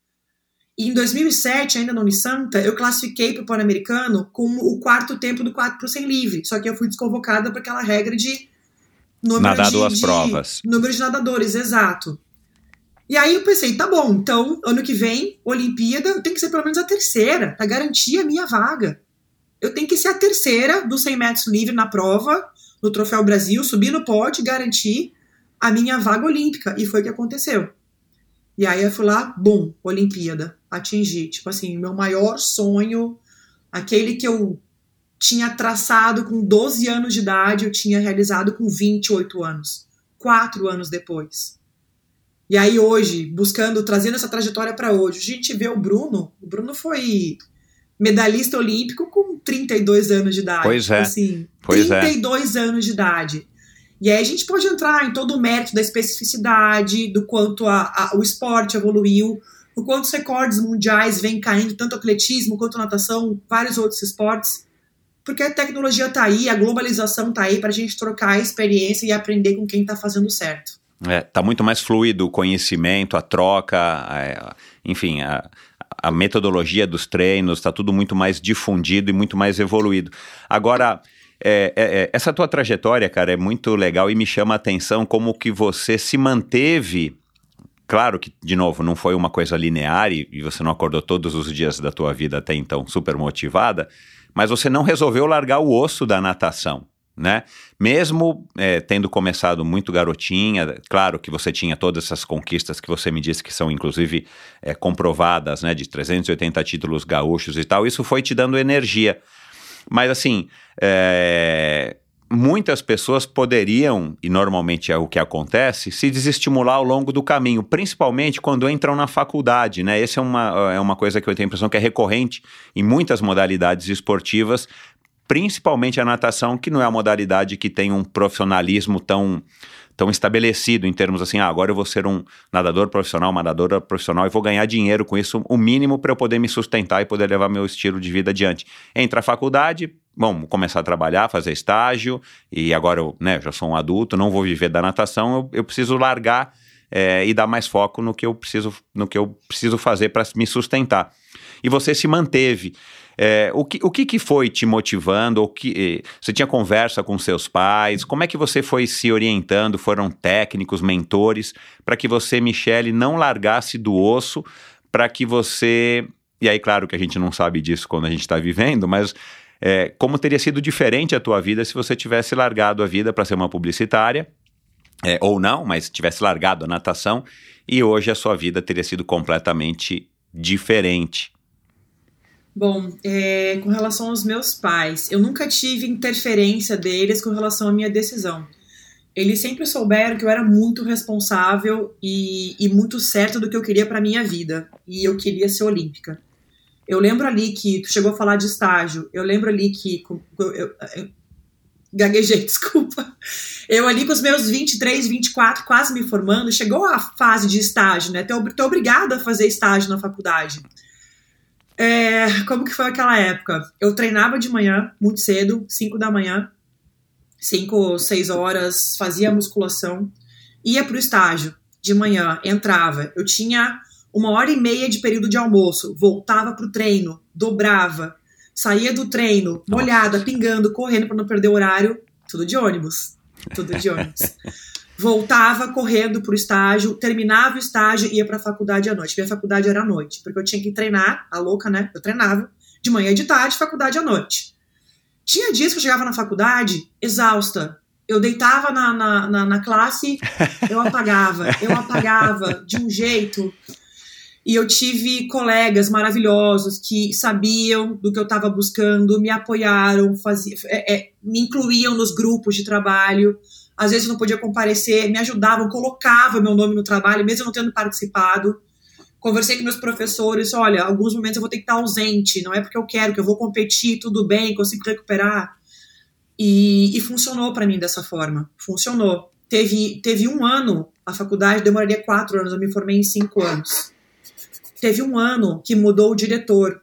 E em 2007, ainda na Unisanta, eu classifiquei para o Pan-Americano com o 4º tempo do 4 por 100 livre. Só que eu fui desconvocada por aquela regra de nadar 2 provas. Número de nadadores, exato. E aí eu pensei, tá bom, então, ano que vem, Olimpíada, eu tenho que ser pelo menos a 3ª, para garantir a minha vaga. Eu tenho que ser a 3ª dos 100 metros livre na prova, no Troféu Brasil, subir no pódio e garantir a minha vaga olímpica. E foi o que aconteceu. E aí eu fui lá, bum, Olimpíada, atingi. Tipo assim, meu maior sonho, aquele que eu tinha traçado com 12 anos de idade, eu tinha realizado com 28 anos. 4 anos depois. E aí hoje, trazendo essa trajetória para hoje, a gente vê o Bruno foi medalhista olímpico com 32 anos de idade. Pois é. Assim, 32 anos de idade. E aí a gente pode entrar em todo o mérito da especificidade, do quanto o esporte evoluiu, o quanto os recordes mundiais vêm caindo, tanto atletismo quanto natação, vários outros esportes, porque a tecnologia tá aí, a globalização tá aí pra gente trocar a experiência e aprender com quem tá fazendo certo. Tá muito mais fluido o conhecimento, a troca, enfim, a metodologia dos treinos, tá tudo muito mais difundido e muito mais evoluído. Agora, essa tua trajetória, cara, é muito legal e me chama a atenção como que você se manteve. Claro que, de novo, não foi uma coisa linear e você não acordou todos os dias da tua vida até então super motivada, mas você não resolveu largar o osso da natação, né? Mesmo tendo começado muito garotinha, claro que você tinha todas essas conquistas que você me disse que são inclusive comprovadas, né, de 380 títulos gaúchos e tal, isso foi te dando energia. Mas assim, muitas pessoas poderiam, e normalmente é o que acontece, se desestimular ao longo do caminho, principalmente quando entram na faculdade, né? Essa é uma coisa que eu tenho a impressão que é recorrente em muitas modalidades esportivas, principalmente a natação, que não é a modalidade que tem um profissionalismo tão estabelecido em termos assim, agora eu vou ser um nadador profissional, uma nadadora profissional e vou ganhar dinheiro com isso, o mínimo para eu poder me sustentar e poder levar meu estilo de vida adiante. Entra a faculdade, bom, começar a trabalhar, fazer estágio, e agora eu já sou um adulto, não vou viver da natação, eu preciso largar e dar mais foco no que eu preciso fazer para me sustentar. E você se manteve. O que foi te motivando? Você tinha conversa com seus pais? Como é que você foi se orientando? Foram técnicos, mentores, para que você, Michele, não largasse do osso, para que você... E aí, claro que a gente não sabe disso quando a gente está vivendo, mas como teria sido diferente a tua vida se você tivesse largado a vida para ser uma publicitária, ou não, mas tivesse largado a natação, e hoje a sua vida teria sido completamente diferente. Bom, com relação aos meus pais, eu nunca tive interferência deles com relação à minha decisão. Eles sempre souberam que eu era muito responsável e muito certa do que eu queria para minha vida. E eu queria ser olímpica. Eu lembro ali que, tu chegou a falar de estágio, eu lembro ali que... gaguejei, desculpa. Eu ali com os meus 23, 24, quase me formando, chegou a fase de estágio, né? Tô obrigada a fazer estágio na faculdade. Como que foi aquela época? Eu treinava de manhã, muito cedo, 5 da manhã, 5, 6 horas, fazia musculação, ia pro estágio de manhã, entrava. Eu tinha 1h30 de período de almoço, voltava pro treino, dobrava, saía do treino, molhada, pingando, correndo para não perder o horário, tudo de ônibus. Voltava correndo pro estágio, terminava o estágio e ia pra faculdade à noite. Minha faculdade era à noite, porque eu tinha que treinar, a louca, né? Eu treinava de manhã e de tarde, faculdade à noite. Tinha dias que eu chegava na faculdade exausta. Eu deitava na classe, eu apagava de um jeito. E eu tive colegas maravilhosos que sabiam do que eu estava buscando, me apoiaram, me incluíam nos grupos de trabalho. Às vezes eu não podia comparecer, me ajudavam, colocavam meu nome no trabalho, mesmo eu não tendo participado. Conversei com meus professores, olha, alguns momentos eu vou ter que estar ausente, não é porque eu quero, que eu vou competir, tudo bem, consigo recuperar. E funcionou para mim dessa forma, funcionou. Teve um ano, a faculdade demoraria 4 anos, eu me formei em 5 anos. Teve um ano que mudou o diretor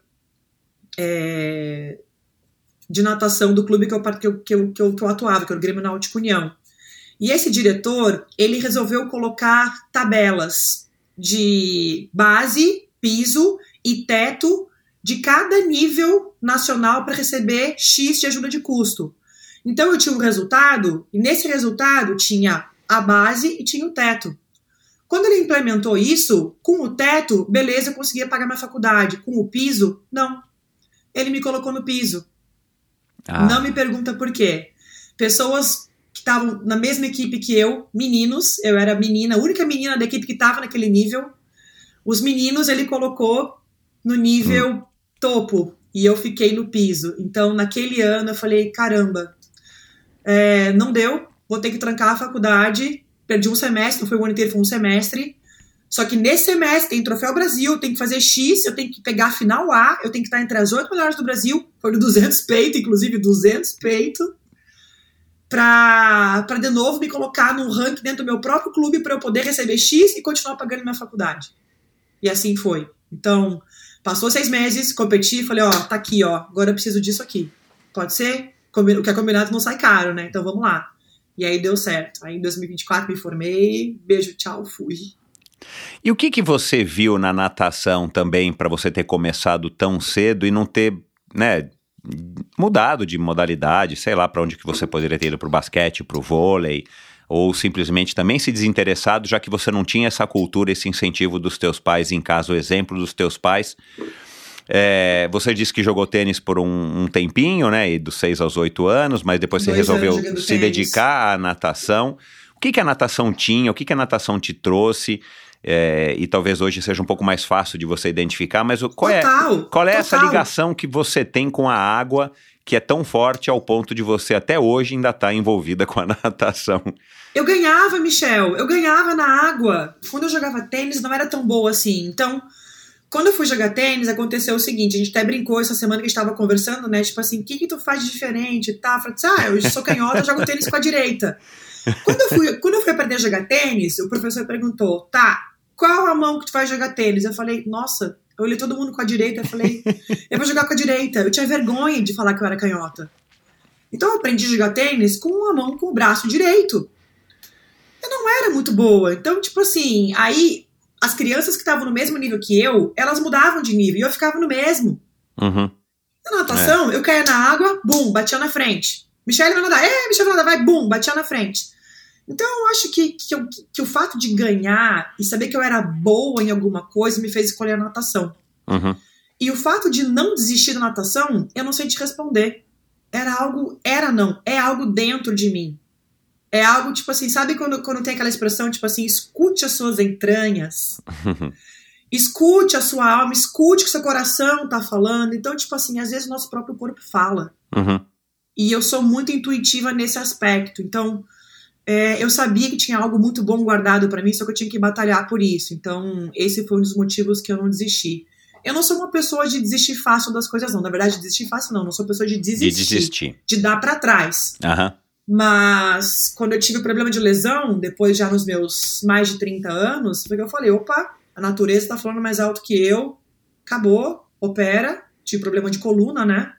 de natação do clube que eu atuava, que era o Grêmio Náutico União. E esse diretor, ele resolveu colocar tabelas de base, piso e teto de cada nível nacional para receber X de ajuda de custo. Então eu tinha um resultado, e nesse resultado tinha a base e tinha o teto. Quando ele implementou isso, com o teto, beleza, eu conseguia pagar minha faculdade. Com o piso, não. Ele me colocou no piso. Não me pergunta por quê. Pessoas que estavam na mesma equipe que eu, meninos, eu era a única menina da equipe que estava naquele nível. Os meninos ele colocou no nível topo e eu fiquei no piso. Então, naquele ano, eu falei, caramba, não deu, vou ter que trancar a faculdade, perdi um semestre, não foi o ano inteiro, foi um semestre. Só que nesse semestre tem Troféu Brasil, tem que fazer X, eu tenho que pegar a final A, eu tenho que estar entre as 8 melhores do Brasil, foi do 200 peito, inclusive 200 peito, pra de novo me colocar num ranking dentro do meu próprio clube para eu poder receber X e continuar pagando minha faculdade. E assim foi. Então, passou 6 meses, competi, falei, tá aqui, agora eu preciso disso aqui. Pode ser? O que é combinado não sai caro, né? Então vamos lá. E aí deu certo. Aí em 2024 me formei, beijo, tchau, fui. E o que você viu na natação também para você ter começado tão cedo e não ter, né, mudado de modalidade, sei lá, para onde que você poderia ter ido, pro basquete, pro vôlei, ou simplesmente também se desinteressado, já que você não tinha essa cultura, esse incentivo dos teus pais em casa, o exemplo dos teus pais. Você disse que jogou tênis por um tempinho, né, e dos 6 aos 8 anos, mas depois você resolveu se dedicar à natação. O que a natação tinha, o que a natação te trouxe? E talvez hoje seja um pouco mais fácil de você identificar, mas qual é essa ligação que você tem com a água que é tão forte ao ponto de você até hoje ainda estar envolvida com a natação? Eu ganhava, Michel, na água. Quando eu jogava tênis não era tão boa assim, então quando eu fui jogar tênis aconteceu o seguinte, a gente até brincou essa semana que a gente estava conversando, né, tipo assim, o que tu faz de diferente, tá? Eu falei, eu sou canhota, eu jogo tênis com a direita. Quando eu fui aprender a jogar tênis, o professor perguntou, qual a mão que tu vai jogar tênis? Eu falei, nossa, eu olhei todo mundo com a direita, eu falei, eu vou jogar com a direita. Eu tinha vergonha de falar que eu era canhota. Então eu aprendi a jogar tênis com a mão, com o braço direito. Eu não era muito boa. Então, tipo assim, aí as crianças que estavam no mesmo nível que eu, elas mudavam de nível e eu ficava no mesmo. Uhum. Na natação, eu caía na água, bum, batia na frente. Michele vai nadar, Michele vai nadar, vai, bum, batia na frente. Então eu acho que o fato de ganhar e saber que eu era boa em alguma coisa me fez escolher a natação. Uhum. E o fato de não desistir da natação, eu não sei te responder. É algo dentro de mim. É algo, tipo assim, sabe quando tem aquela expressão, tipo assim, escute as suas entranhas, escute a sua alma, escute o que seu coração tá falando. Então, tipo assim, às vezes o nosso próprio corpo fala. Uhum. E eu sou muito intuitiva nesse aspecto. Então, eu sabia que tinha algo muito bom guardado pra mim, só que eu tinha que batalhar por isso. Então, esse foi um dos motivos que eu não desisti. Eu não sou uma pessoa de desistir fácil das coisas, não. Na verdade, desistir fácil não sou pessoa de desistir. De dar pra trás. Uhum. Mas, quando eu tive o problema de lesão, depois já nos meus mais de 30 anos, foi que eu falei, opa, a natureza tá falando mais alto que eu, acabou, opera, tive problema de coluna, né?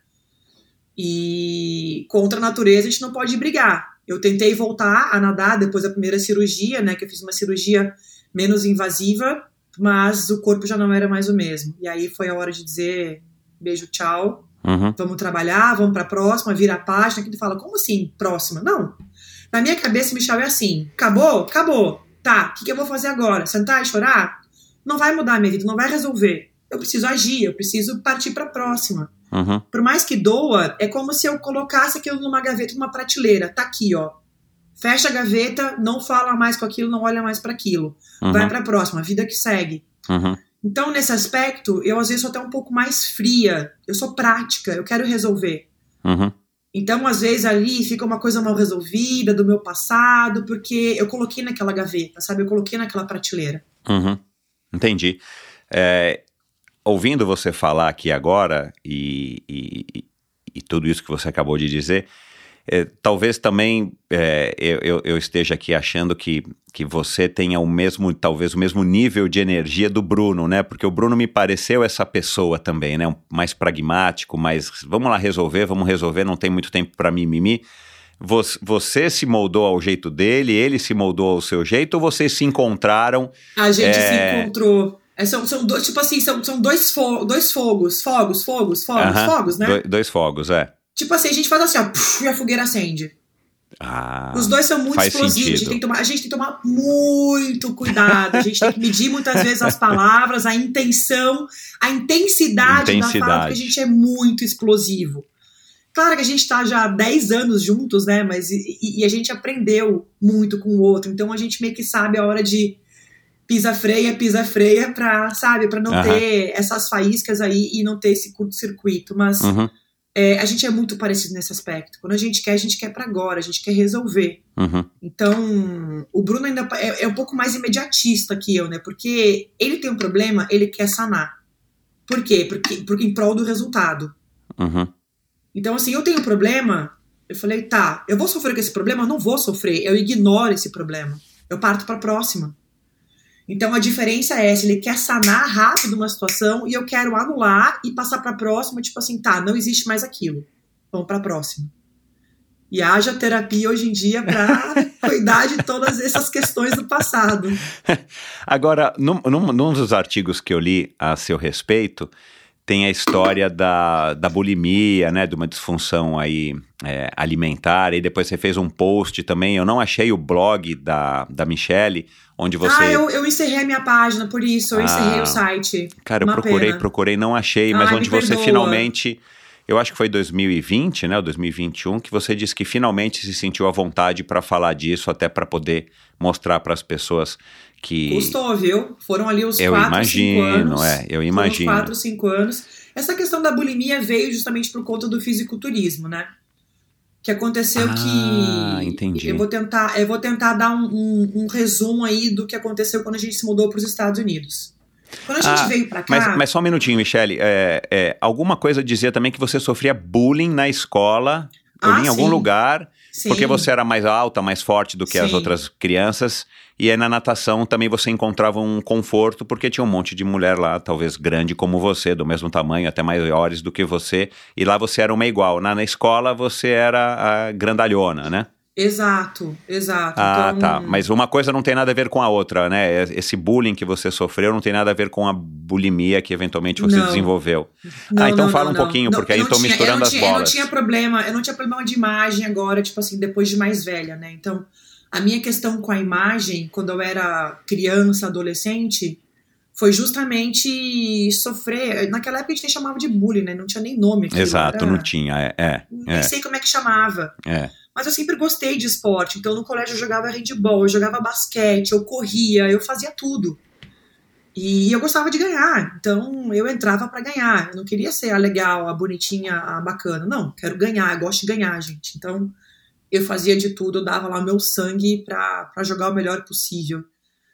E contra a natureza a gente não pode brigar. Eu tentei voltar a nadar depois da primeira cirurgia, né? Que eu fiz uma cirurgia menos invasiva, mas o corpo já não era mais o mesmo. E aí foi a hora de dizer beijo, tchau. Vamos trabalhar, vamos pra próxima, vira a página. Que ele fala, como assim, próxima? Não. Na minha cabeça, Michel, é assim, acabou? Acabou. Tá, o que eu vou fazer agora? Sentar e chorar? Não vai mudar a minha vida, não vai resolver. Eu preciso agir, eu preciso partir pra próxima. Por mais que doa, é como se eu colocasse aquilo numa gaveta, numa prateleira. Tá aqui, ó. Fecha a gaveta, não fala mais com aquilo, não olha mais para aquilo. Vai para a próxima, vida que segue. Então, nesse aspecto, eu às vezes sou até um pouco mais fria. Eu sou prática, eu quero resolver. Então, às vezes, ali fica uma coisa mal resolvida do meu passado, porque eu coloquei naquela gaveta, sabe? Eu coloquei naquela prateleira. Entendi. Ouvindo você falar aqui agora e tudo isso que você acabou de dizer, talvez também eu esteja aqui achando que você tenha talvez o mesmo nível de energia do Bruno, né? Porque o Bruno me pareceu essa pessoa também, né? Mais pragmático, mais vamos lá vamos resolver, não tem muito tempo para mimimi. Você se moldou ao jeito dele, ele se moldou ao seu jeito, ou vocês se encontraram? A gente se encontrou. São dois, tipo assim, são dois fogos, né? Dois fogos, Tipo assim, a gente faz assim, ó, e a fogueira acende. Os dois são muito explosivos, a gente tem que tomar muito cuidado, a gente tem que medir muitas vezes as palavras, a intenção, a intensidade da fala, porque a gente é muito explosivo. Claro que a gente tá já há 10 anos juntos, né, mas e a gente aprendeu muito com o outro, então a gente meio que sabe a hora de pisa freia pra, sabe, pra não ter essas faíscas aí e não ter esse curto-circuito, mas a gente é muito parecido nesse aspecto. Quando a gente quer pra agora, a gente quer resolver. Então, o Bruno ainda é um pouco mais imediatista que eu, né, porque ele tem um problema, ele quer sanar. Por quê? Porque em prol do resultado. Então, assim, eu tenho um problema, eu falei, tá, eu vou sofrer com esse problema? Eu não vou sofrer, eu ignoro esse problema. Eu parto pra próxima. Então a diferença é essa, ele quer sanar rápido uma situação e eu quero anular e passar pra próxima, tipo assim, tá, não existe mais aquilo, vamos pra próxima. E haja terapia hoje em dia pra cuidar de todas essas questões do passado. Agora, num dos artigos que eu li a seu respeito, tem a história da bulimia, né, de uma disfunção aí alimentar, e depois você fez um post também, eu não achei o blog da Michele, onde você... eu encerrei a minha página, por isso, eu encerrei o site. Cara, eu procurei, não achei, mas onde você finalmente, eu acho que foi 2020, né, ou 2021, que você disse que finalmente se sentiu à vontade para falar disso, até para poder mostrar para as pessoas que... Custou, viu? Foram ali os 4, 5 anos. Eu imagino. Foram 4, 5 anos. Essa questão da bulimia veio justamente por conta do fisiculturismo, né? Que aconteceu que... entendi. Eu vou tentar dar um resumo aí do que aconteceu quando a gente se mudou para os Estados Unidos. Quando a gente veio pra cá... Mas só um minutinho, Michele. Alguma coisa dizia também que você sofria bullying na escola. Eu li em algum lugar, porque você era mais alta, mais forte do que as outras crianças. E aí na natação também você encontrava um conforto, porque tinha um monte de mulher lá, talvez grande como você, do mesmo tamanho, até maiores do que você. E lá você era uma igual. Na escola você era a grandalhona, né? Exato. Então... tá. Mas uma coisa não tem nada a ver com a outra, né? Esse bullying que você sofreu não tem nada a ver com a bulimia que eventualmente você desenvolveu. Então fala um pouquinho, porque aí eu tô misturando as bolas. Eu não tinha problema de imagem agora, tipo assim, depois de mais velha, né? Então, a minha questão com a imagem, quando eu era criança, adolescente, foi justamente sofrer... Naquela época a gente nem chamava de bullying, né? Não tinha nem nome. Exato, não tinha, Nem sei como é que chamava. Mas eu sempre gostei de esporte. Então, no colégio eu jogava handball, eu jogava basquete, eu corria, eu fazia tudo. E eu gostava de ganhar. Então, eu entrava pra ganhar. Eu não queria ser a legal, a bonitinha, a bacana. Não, quero ganhar, eu gosto de ganhar, gente. Então, eu fazia de tudo, eu dava lá o meu sangue pra jogar o melhor possível.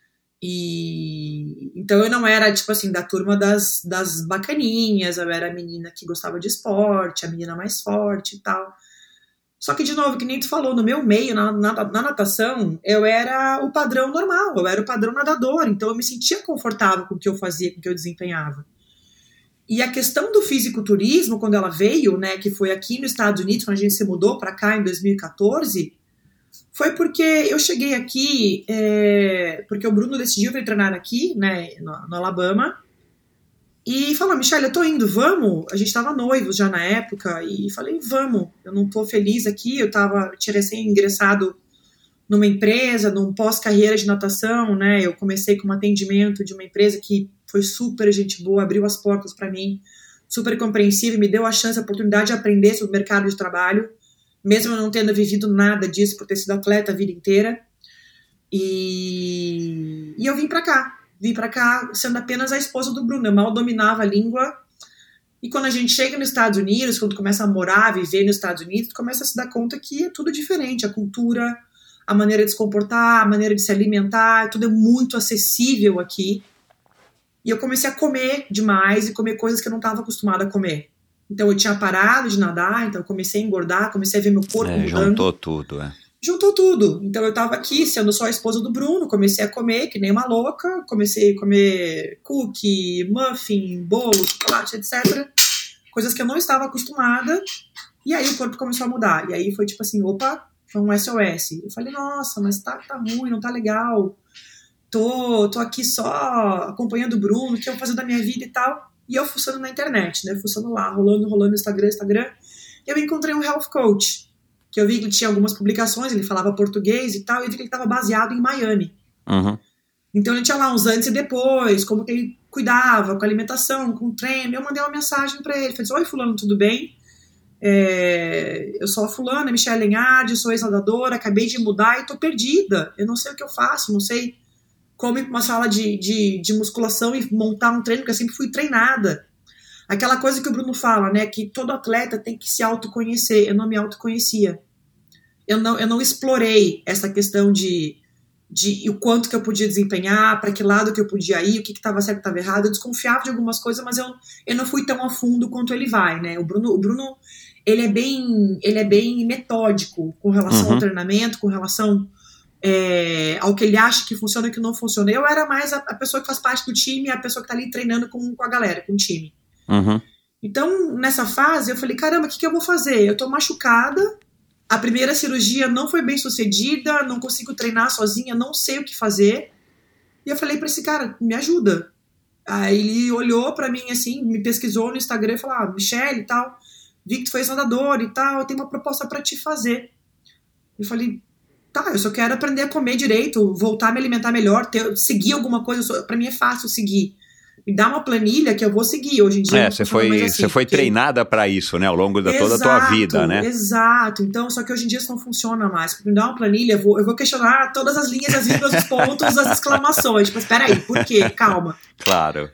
E então eu não era, tipo assim, da turma das bacaninhas, eu era a menina que gostava de esporte, a menina mais forte e tal. Só que, de novo, que nem tu falou, no meu meio, na natação, eu era o padrão normal, eu era o padrão nadador, então eu me sentia confortável com o que eu fazia, com o que eu desempenhava. E a questão do fisiculturismo, quando ela veio, né, que foi aqui nos Estados Unidos, quando a gente se mudou para cá em 2014, foi porque eu cheguei aqui, porque o Bruno decidiu vir treinar aqui, né, no Alabama, e falou, Michelle, eu tô indo, vamos? A gente tava noivos já na época, e falei, vamos, eu não tô feliz aqui, tinha recém-ingressado numa empresa, num pós-carreira de natação, né, eu comecei com um atendimento de uma empresa que foi super gente boa, abriu as portas para mim, super compreensível, me deu a chance, a oportunidade de aprender sobre o mercado de trabalho, mesmo eu não tendo vivido nada disso, por ter sido atleta a vida inteira, e eu vim pra cá sendo apenas a esposa do Bruno, eu mal dominava a língua, e quando a gente chega nos Estados Unidos, quando começa a morar, viver nos Estados Unidos, começa a se dar conta que é tudo diferente, a cultura, a maneira de se comportar, a maneira de se alimentar, tudo é muito acessível aqui. E eu comecei a comer demais e comer coisas que eu não estava acostumada a comer. Então eu tinha parado de nadar, então eu comecei a engordar, comecei a ver meu corpo mudando. Juntou tudo, Juntou tudo. Então eu estava aqui, sendo só a esposa do Bruno, comecei a comer que nem uma louca, comecei a comer cookie, muffin, bolo, chocolate, etc. Coisas que eu não estava acostumada. E aí o corpo começou a mudar. E aí foi tipo assim, opa, foi um SOS. Eu falei, nossa, mas tá ruim, não tá legal. Tô aqui só acompanhando o Bruno, o que eu vou fazer da minha vida e tal. E eu fuçando na internet, né? Fuçando lá, rolando no Instagram. E eu encontrei um health coach, que eu vi que ele tinha algumas publicações, ele falava português e tal, e eu vi que ele estava baseado em Miami. Uhum. Então ele tinha lá uns antes e depois, como que ele cuidava com a alimentação, com o treino. Eu mandei uma mensagem para ele, falei, oi fulano, tudo bem? Eu sou a fulana, Michelle Lenhardi, sou ex-nadadora, acabei de mudar e tô perdida. Eu não sei o que eu faço, não sei como ir para uma sala de musculação e montar um treino, porque eu sempre fui treinada. Aquela coisa que o Bruno fala, né, que todo atleta tem que se autoconhecer. Eu não me autoconhecia. Eu não explorei essa questão de o quanto que eu podia desempenhar, para que lado que eu podia ir, o que estava certo e estava errado. Eu desconfiava de algumas coisas, mas eu não fui tão a fundo quanto ele vai, né? O Bruno ele é bem metódico com relação ao treinamento, com relação ao que ele acha que funciona e que não funciona. Eu era mais a pessoa que faz parte do time, a pessoa que tá ali treinando com a galera, com o time. Então, nessa fase, eu falei, caramba, o que eu vou fazer? Eu tô machucada, a primeira cirurgia não foi bem sucedida, não consigo treinar sozinha, não sei o que fazer. E eu falei pra esse cara, me ajuda. Aí ele olhou pra mim assim, me pesquisou no Instagram e falou, Michelle e tal, vi que tu foi ex-nadador e tal, eu tenho uma proposta pra te fazer. Eu falei, tá, eu só quero aprender a comer direito, voltar a me alimentar melhor, seguir alguma coisa, pra mim é fácil seguir. Me dá uma planilha que eu vou seguir. Hoje em dia você foi treinada para isso, né, ao longo de toda a tua vida, né? Exato, então, só que hoje em dia isso não funciona mais. Porque me dá uma planilha, eu vou questionar todas as linhas, as vírgulas, os pontos, as exclamações. Tipo, espera aí, por quê? Calma. Claro.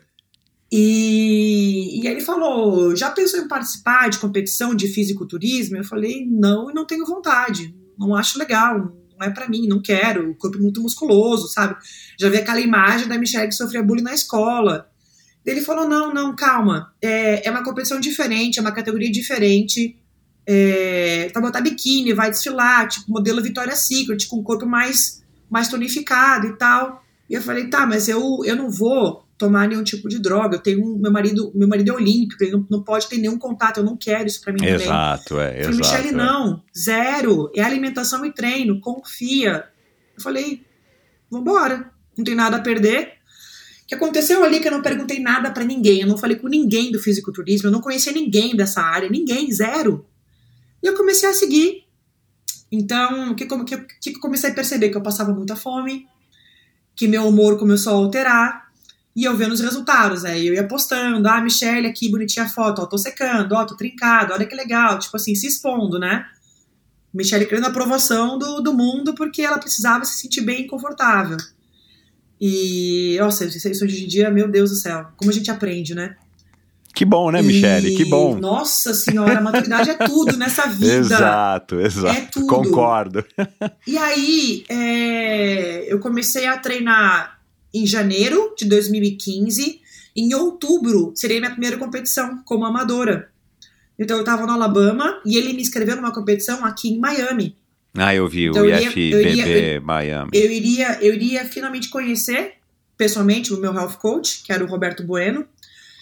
E aí ele falou, já pensou em participar de competição de fisiculturismo? Eu falei, não, e não tenho vontade, não acho legal, não é pra mim, não quero, o corpo muito musculoso, sabe? Já vi aquela imagem da Michelle que sofria bullying na escola. Ele falou, não, calma, é uma competição diferente, é uma categoria diferente, vai botar biquíni, vai desfilar, tipo modelo Victoria's Secret, com o corpo mais tonificado e tal. E eu falei, tá, mas eu não vou tomar nenhum tipo de droga, eu tenho meu marido é olímpico, ele não pode ter nenhum contato, eu não quero isso pra mim também. Exato. Eu falei, Michelle, não, zero, é alimentação e treino, confia. Eu falei, vambora, não tem nada a perder. O que aconteceu ali que eu não perguntei nada pra ninguém, eu não falei com ninguém do fisiculturismo, eu não conhecia ninguém dessa área, ninguém, zero. E eu comecei a seguir. Então, o que eu comecei a perceber? Que eu passava muita fome, que meu humor começou a alterar, e eu vendo os resultados, né? Eu ia postando, Michelle, aqui, bonitinha a foto, tô secando, tô trincado, olha que legal, tipo assim, se expondo, né? Michelle querendo a aprovação do mundo, porque ela precisava se sentir bem e confortável. E, nossa, isso hoje em dia, meu Deus do céu, como a gente aprende, né? Que bom, né, Michelle? Que bom. Nossa senhora, a maturidade é tudo nessa vida. Exato. É tudo. Concordo. E aí, eu comecei a treinar em janeiro de 2015. Em outubro, seria minha primeira competição como amadora. Então, eu tava no Alabama e ele me inscreveu numa competição aqui em Miami. Eu vi então, o IFBB Miami. Eu iria finalmente conhecer, pessoalmente, o meu health coach, que era o Roberto Bueno.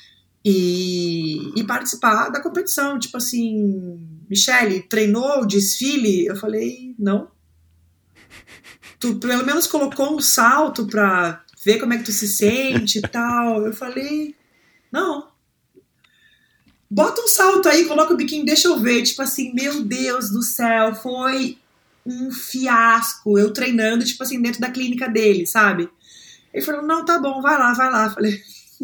e participar da competição. Tipo assim, Michele, treinou desfile? Eu falei, não. Tu pelo menos colocou um salto pra ver como é que tu se sente e tal. Eu falei, não. Bota um salto aí, coloca o biquíni, deixa eu ver. Tipo assim, meu Deus do céu, foi um fiasco. Eu treinando, tipo assim, dentro da clínica dele, sabe? Ele falou, não, tá bom, vai lá. Falei...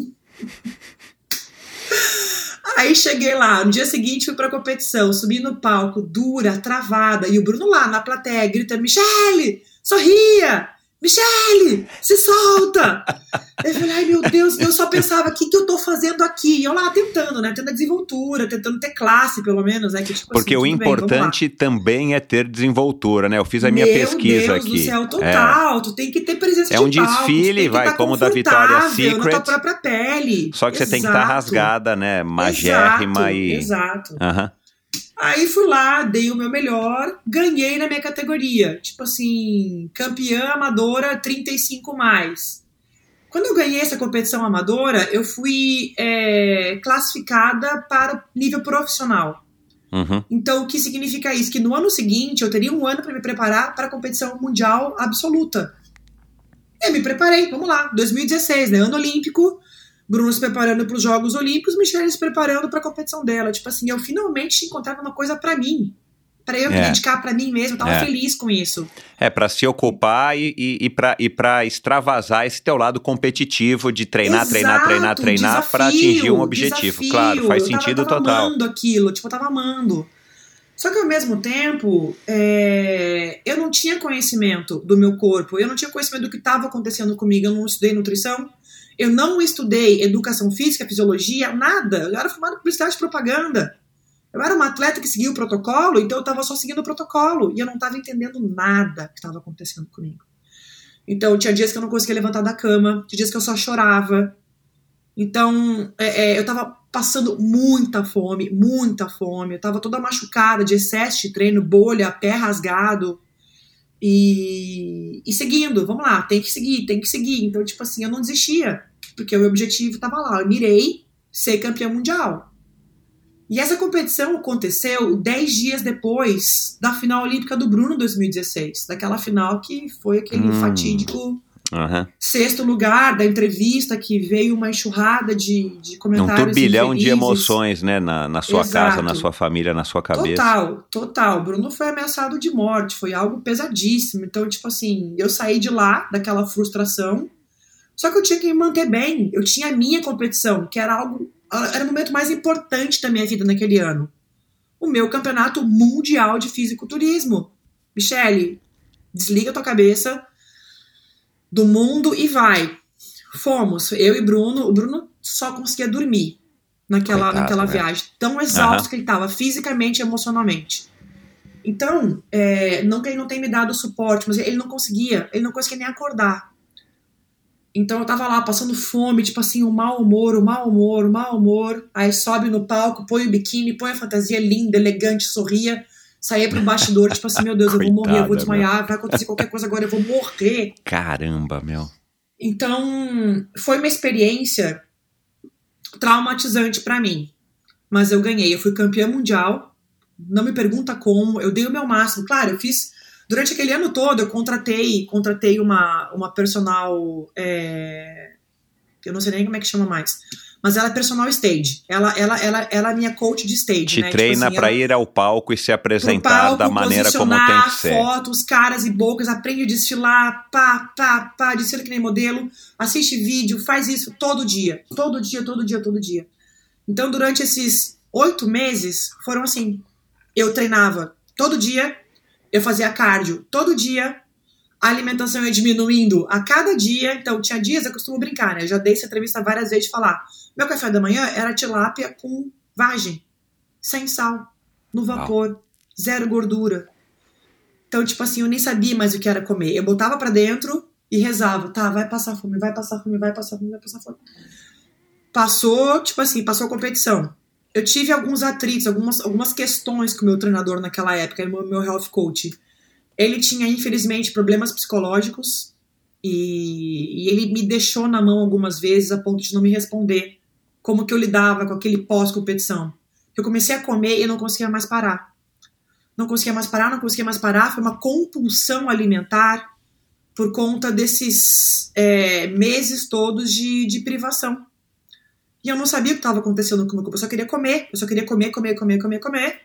Aí cheguei lá, no dia seguinte fui pra competição, subi no palco, dura, travada, e o Bruno lá na plateia gritando, Michele, sorria! Michele, se solta! Eu falei, ai meu Deus, eu só pensava, o que eu tô fazendo aqui? E eu lá tentando, né, tendo a desenvoltura, tentando ter classe pelo menos, né, que, tipo, porque assim, o importante também é ter desenvoltura, né, eu fiz a minha pesquisa aqui. Meu Deus do céu, total, tu tem que ter presença de palco. É um desfile, vai, como da Victoria's Secret, na tua própria pele. Só que você tem que estar rasgada, né, magérrima e... Exato. Aí fui lá, dei o meu melhor, ganhei na minha categoria. Tipo assim, campeã amadora 35 mais. Quando eu ganhei essa competição amadora, eu fui classificada para o nível profissional. Então, o que significa isso? Que no ano seguinte, eu teria um ano para me preparar para a competição mundial absoluta. Eu me preparei, vamos lá, 2016, né, ano olímpico, Bruno se preparando para os Jogos Olímpicos, Michele se preparando para a competição dela. Tipo assim, eu finalmente tinha encontrado uma coisa para mim. Para eu me dedicar para mim mesmo, eu tava feliz com isso. Para se ocupar e para extravasar esse teu lado competitivo de treinar para atingir um objetivo. Claro, faz sentido total. Eu tava amando aquilo, tipo, eu tava amando. Só que ao mesmo tempo, eu não tinha conhecimento do meu corpo, eu não tinha conhecimento do que estava acontecendo comigo, eu não estudei nutrição, eu não estudei educação física, fisiologia, nada. Eu era formada em publicidade e propaganda. Eu era uma atleta que seguia o protocolo, então eu estava só seguindo o protocolo. E eu não estava entendendo nada que estava acontecendo comigo. Então tinha dias que eu não conseguia levantar da cama, tinha dias que eu só chorava. Então eu estava passando muita fome. Eu estava toda machucada de excesso de treino, bolha, pé rasgado. E seguindo, vamos lá, tem que seguir. Então, tipo assim, eu não desistia, porque o meu objetivo estava lá, eu mirei ser campeã mundial. E essa competição aconteceu 10 dias depois da final olímpica do Bruno 2016, daquela final que foi aquele fatídico sexto lugar da entrevista, que veio uma enxurrada de comentários. Um turbilhão de emoções, né, na sua casa, na sua família, na sua cabeça. Total. Bruno foi ameaçado de morte, foi algo pesadíssimo. Então, tipo assim, eu saí de lá, daquela frustração, só que eu tinha que me manter bem. Eu tinha a minha competição, que era o momento mais importante da minha vida naquele ano. O meu campeonato mundial de fisiculturismo. Michele, desliga tua cabeça do mundo e vai. Fomos, eu e Bruno. O Bruno só conseguia dormir naquela viagem. Tão exausto que ele estava, fisicamente e emocionalmente. Então, não que ele não tenha me dado suporte, mas ele não conseguia nem acordar. Então eu tava lá passando fome, tipo assim, o mau humor. Aí sobe no palco, põe o biquíni, põe a fantasia linda, elegante, sorria. Saía pro bastidor, tipo assim, meu Deus, eu vou morrer, eu vou desmaiar, vai acontecer qualquer coisa agora, eu vou morrer. Caramba, meu. Então, foi uma experiência traumatizante pra mim. Mas eu ganhei, eu fui campeã mundial, não me pergunta como, eu dei o meu máximo. Claro, eu fiz, durante aquele ano todo, eu contratei uma personal, eu não sei nem como é que chama mais, mas ela é personal stage. Ela é minha coach de stage. Te né? treina, tipo assim, pra ir ao palco e se apresentar da maneira como tem que ser. Fotos, caras e bocas, aprende a desfilar, desfila que nem modelo, assiste vídeo, faz isso todo dia. Então, durante esses 8 meses, foram assim, eu treinava todo dia, eu fazia cardio todo dia, a alimentação ia diminuindo a cada dia. Então tinha dias, eu costumo brincar, né? Eu já dei essa entrevista várias vezes de falar, meu café da manhã era tilápia com vagem, sem sal, no vapor, zero gordura. Então, tipo assim, eu nem sabia mais o que era comer. Eu botava pra dentro e rezava, tá, vai passar fome. Passou, tipo assim, passou a competição. Eu tive alguns atritos, algumas questões com o meu treinador naquela época, o meu health coach. Ele tinha, infelizmente, problemas psicológicos e ele me deixou na mão algumas vezes a ponto de não me responder como que eu lidava com aquele pós-competição. Eu comecei a comer e eu não conseguia mais parar. Não conseguia mais parar. Foi uma compulsão alimentar por conta desses meses todos de privação. E eu não sabia o que estava acontecendo com o meu corpo. Eu só queria comer. Comer.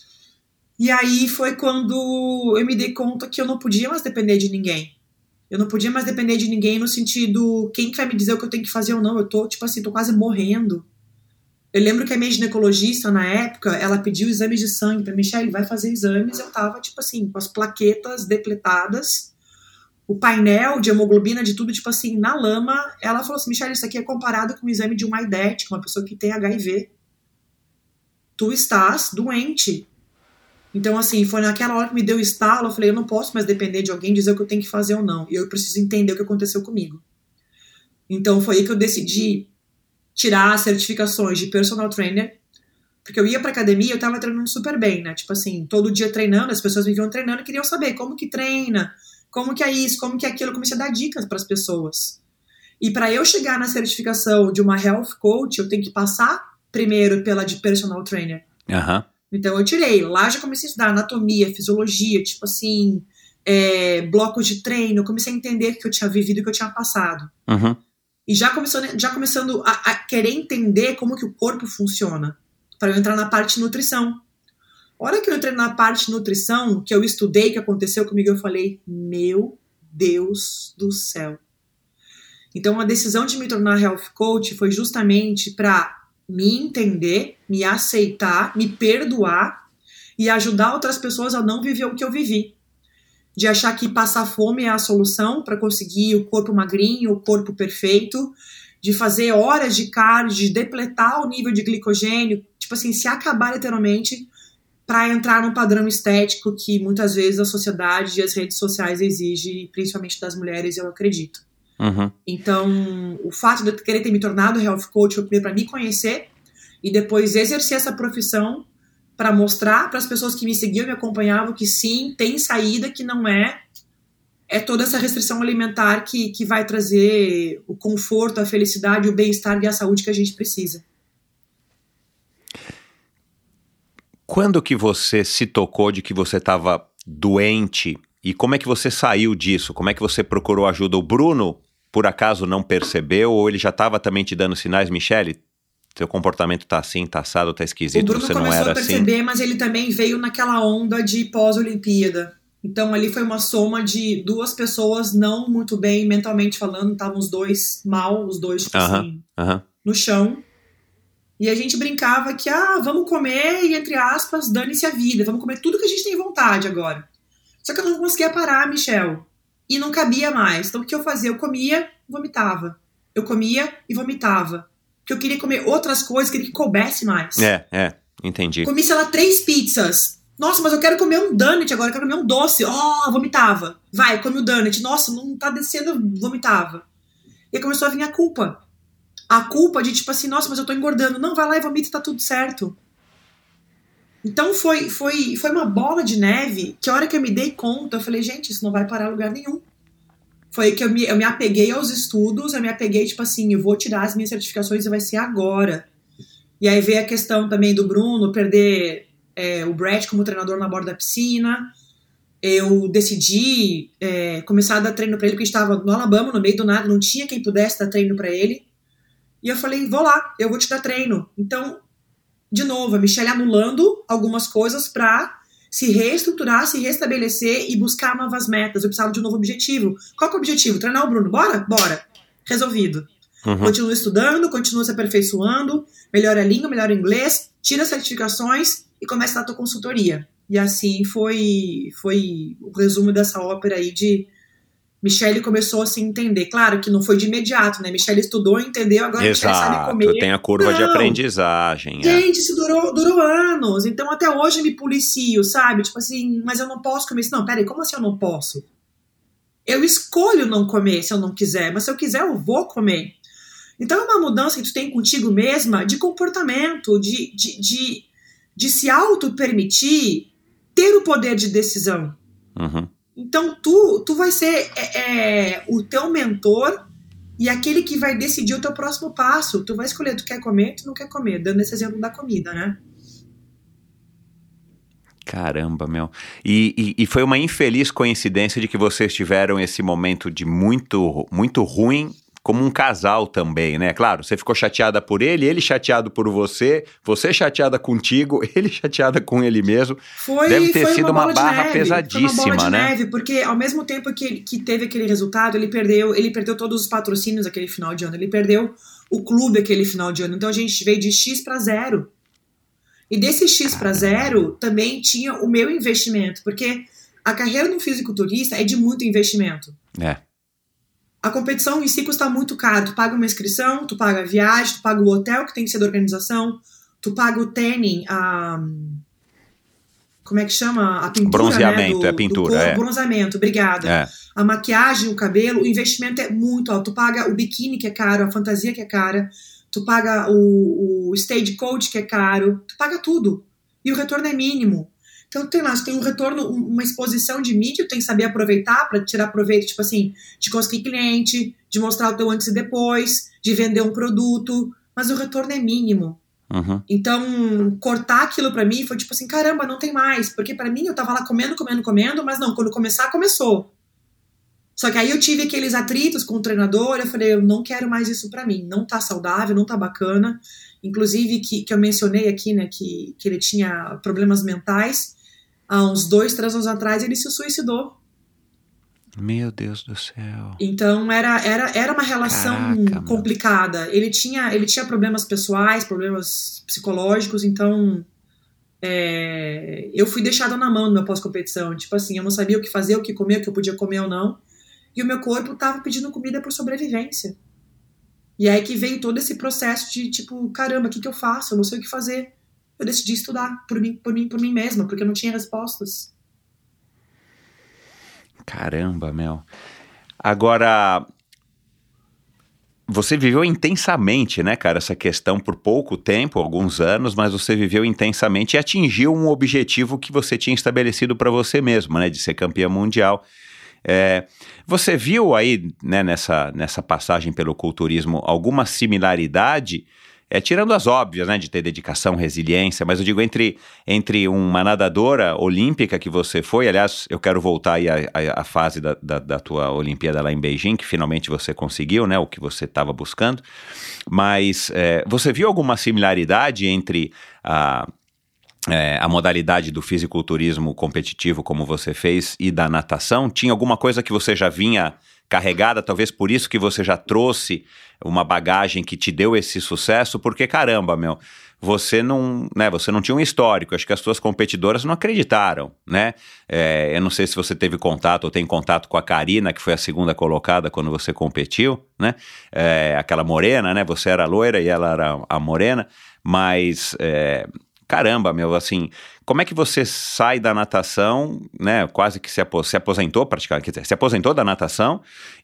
E aí foi quando eu me dei conta que eu não podia mais depender de ninguém. Eu não podia mais depender de ninguém no sentido, quem que vai me dizer o que eu tenho que fazer ou não? Eu tô quase morrendo. Eu lembro que a minha ginecologista, na época, ela pediu exames de sangue pra Michelle, vai fazer exames. Eu tava, com as plaquetas depletadas, o painel de hemoglobina, de tudo, na lama. Ela falou assim, Michelle, isso aqui é comparado com o exame de uma aidética, uma pessoa que tem HIV. Tu estás doente. Então, foi naquela hora que me deu o estalo, eu falei, eu não posso mais depender de alguém dizer o que eu tenho que fazer ou não. E eu preciso entender o que aconteceu comigo. Então, foi aí que eu decidi tirar as certificações de personal trainer, porque eu ia pra academia, eu tava treinando super bem, né? Todo dia treinando, as pessoas me viam treinando e queriam saber como que treina, como que é isso, como que é aquilo. Eu comecei a dar dicas pras pessoas. E para eu chegar na certificação de uma health coach, eu tenho que passar primeiro pela de personal trainer. Aham. Então eu tirei, lá já comecei a estudar anatomia, fisiologia, blocos de treino, eu comecei a entender o que eu tinha vivido e o que eu tinha passado. Uhum. E já começando a querer entender como que o corpo funciona, para eu entrar na parte de nutrição. A hora que eu entrei na parte de nutrição, que eu estudei o que aconteceu comigo, eu falei, meu Deus do céu. Então a decisão de me tornar health coach foi justamente para me entender, me aceitar, me perdoar e ajudar outras pessoas a não viver o que eu vivi. De achar que passar fome é a solução para conseguir o corpo magrinho, o corpo perfeito, de fazer horas de cardio, de depletar o nível de glicogênio, se acabar literalmente para entrar num padrão estético que muitas vezes a sociedade e as redes sociais exigem, principalmente das mulheres, eu acredito. Uhum. Então, o fato de eu querer ter me tornado health coach foi primeiro para me conhecer e depois exercer essa profissão para mostrar para as pessoas que me seguiam e me acompanhavam que sim, tem saída, que não é toda essa restrição alimentar que vai trazer o conforto, a felicidade, o bem-estar e a saúde que a gente precisa. Quando que você se tocou de que você estava doente e como é que você saiu disso? Como é que você procurou ajuda? O Bruno, por acaso, não percebeu ou ele já estava também te dando sinais? Michelle, teu comportamento tá assim, tá assado, tá esquisito, você não era assim? O Bruno começou a perceber, mas ele também veio naquela onda de pós-Olimpíada. Então ali foi uma soma de duas pessoas não muito bem mentalmente falando, estavam os dois mal, os dois no chão. E a gente brincava que, vamos comer e, entre aspas, dane-se a vida, vamos comer tudo que a gente tem vontade agora. Só que eu não conseguia parar, Michel. E não cabia mais. Então o que eu fazia? Eu comia, vomitava. Eu comia e vomitava. Porque eu queria comer outras coisas, queria que coubesse mais. Entendi. Comi, 3 pizzas. Nossa, mas eu quero comer um donut agora, eu quero comer um doce. Vomitava. Vai, come o donut. Nossa, não tá descendo, vomitava. E aí começou a vir a culpa. A culpa de nossa, mas eu tô engordando. Não, vai lá e vomita, tá tudo certo. Então foi uma bola de neve que a hora que eu me dei conta, eu falei, gente, isso não vai parar em lugar nenhum. Foi que eu me apeguei aos estudos, eu me apeguei, eu vou tirar as minhas certificações e vai ser agora. E aí veio a questão também do Bruno perder o Brett como treinador na borda da piscina. Eu decidi começar a dar treino pra ele, porque a gente estava no Alabama, no meio do nada, não tinha quem pudesse dar treino pra ele. E eu falei, vou lá, eu vou te dar treino. Então, de novo, a Michelle anulando algumas coisas pra se reestruturar, se restabelecer e buscar novas metas. Eu precisava de um novo objetivo. Qual que é o objetivo? Treinar o Bruno. Bora? Bora. Resolvido. Uhum. Continuo estudando, continuo se aperfeiçoando, melhora a língua, melhora o inglês, tira as certificações e começa a dar tua consultoria. E assim foi o resumo dessa ópera aí de Michelle começou a se entender. Claro que não foi de imediato, né? Michelle estudou, entendeu, agora Michelle sabe comer. Tem a curva de aprendizagem. Gente, isso durou anos. Então até hoje eu me policio, sabe? Mas eu não posso comer isso. Não, peraí, como assim eu não posso? Eu escolho não comer se eu não quiser, mas se eu quiser eu vou comer. Então é uma mudança que tu tem contigo mesma de comportamento, de se auto-permitir ter o poder de decisão. Uhum. Então tu vai ser o teu mentor E aquele que vai decidir o teu próximo passo. Tu vai escolher, tu quer comer, tu não quer comer. Dando esse exemplo da comida, né? Caramba, meu. E foi uma infeliz coincidência de que vocês tiveram esse momento de muito, muito ruim como um casal também, né? Claro, você ficou chateada por ele chateado por você chateada contigo, ele chateada com ele mesmo. Deve ter sido uma barra pesadíssima, foi uma bola de né? neve, porque ao mesmo tempo que teve aquele resultado, ele perdeu todos os patrocínios aquele final de ano, ele perdeu o clube aquele final de ano, então a gente veio de X para 0. E desse X para 0 também tinha o meu investimento, porque a carreira de um fisiculturista é de muito investimento. É. A competição em si custa muito caro. Tu paga uma inscrição, tu paga a viagem, tu paga o hotel que tem que ser da organização, tu paga o tanning, como é que chama? A pintura, bronzeamento, né? é pintura, do corpo, bronzeamento, obrigada. É. A maquiagem, o cabelo, o investimento é muito alto. Tu paga o biquíni que é caro, a fantasia que é cara, tu paga o stage coach que é caro, tu paga tudo. E o retorno é mínimo. Então tem um retorno, uma exposição de mídia, tu tem que saber aproveitar para tirar proveito, tipo assim, de conseguir cliente, de mostrar o teu antes e depois, de vender um produto, mas o retorno é mínimo. Uhum. Então, cortar aquilo pra mim foi tipo assim, caramba, não tem mais, porque pra mim eu tava lá comendo, mas não, quando começar, começou. Só que aí eu tive aqueles atritos com o treinador, eu falei, eu não quero mais isso pra mim, não tá saudável, não tá bacana. Inclusive, que eu mencionei aqui, né, que ele tinha problemas mentais. Há uns 2, 3 anos atrás, ele se suicidou. Meu Deus do céu. Então, era uma relação complicada. Ele tinha problemas pessoais, problemas psicológicos, então eu fui deixada na mão no meu pós-competição. Tipo assim, eu não sabia o que fazer, o que comer, o que eu podia comer ou não. E o meu corpo estava pedindo comida por sobrevivência. E aí que veio todo esse processo de tipo, caramba, o que eu faço? Eu não sei o que fazer. Eu decidi estudar por mim mesma, porque eu não tinha respostas. Caramba, Mel. Agora, você viveu intensamente, né, cara, essa questão por pouco tempo, alguns anos, mas você viveu intensamente e atingiu um objetivo que você tinha estabelecido para você mesmo, né, de ser campeã mundial. Você viu aí, né, nessa passagem pelo culturismo alguma similaridade, tirando as óbvias, né, de ter dedicação, resiliência, mas eu digo entre uma nadadora olímpica que você foi, aliás, eu quero voltar aí à fase da tua Olimpíada lá em Beijing, que finalmente você conseguiu, né, o que você estava buscando, mas você viu alguma similaridade entre a modalidade do fisiculturismo competitivo, como você fez, e da natação? Tinha alguma coisa que você já vinha carregada, talvez por isso que você já trouxe uma bagagem que te deu esse sucesso? Porque, caramba, meu, você não tinha um histórico, acho que as suas competidoras não acreditaram, né? Eu não sei se você teve contato ou tem contato com a Karina, que foi a segunda colocada quando você competiu, né? Aquela morena, né? Você era loira e ela era a morena, mas... Caramba, meu, assim, como é que você sai da natação, né, quase que se aposentou praticamente, quer dizer, se aposentou da natação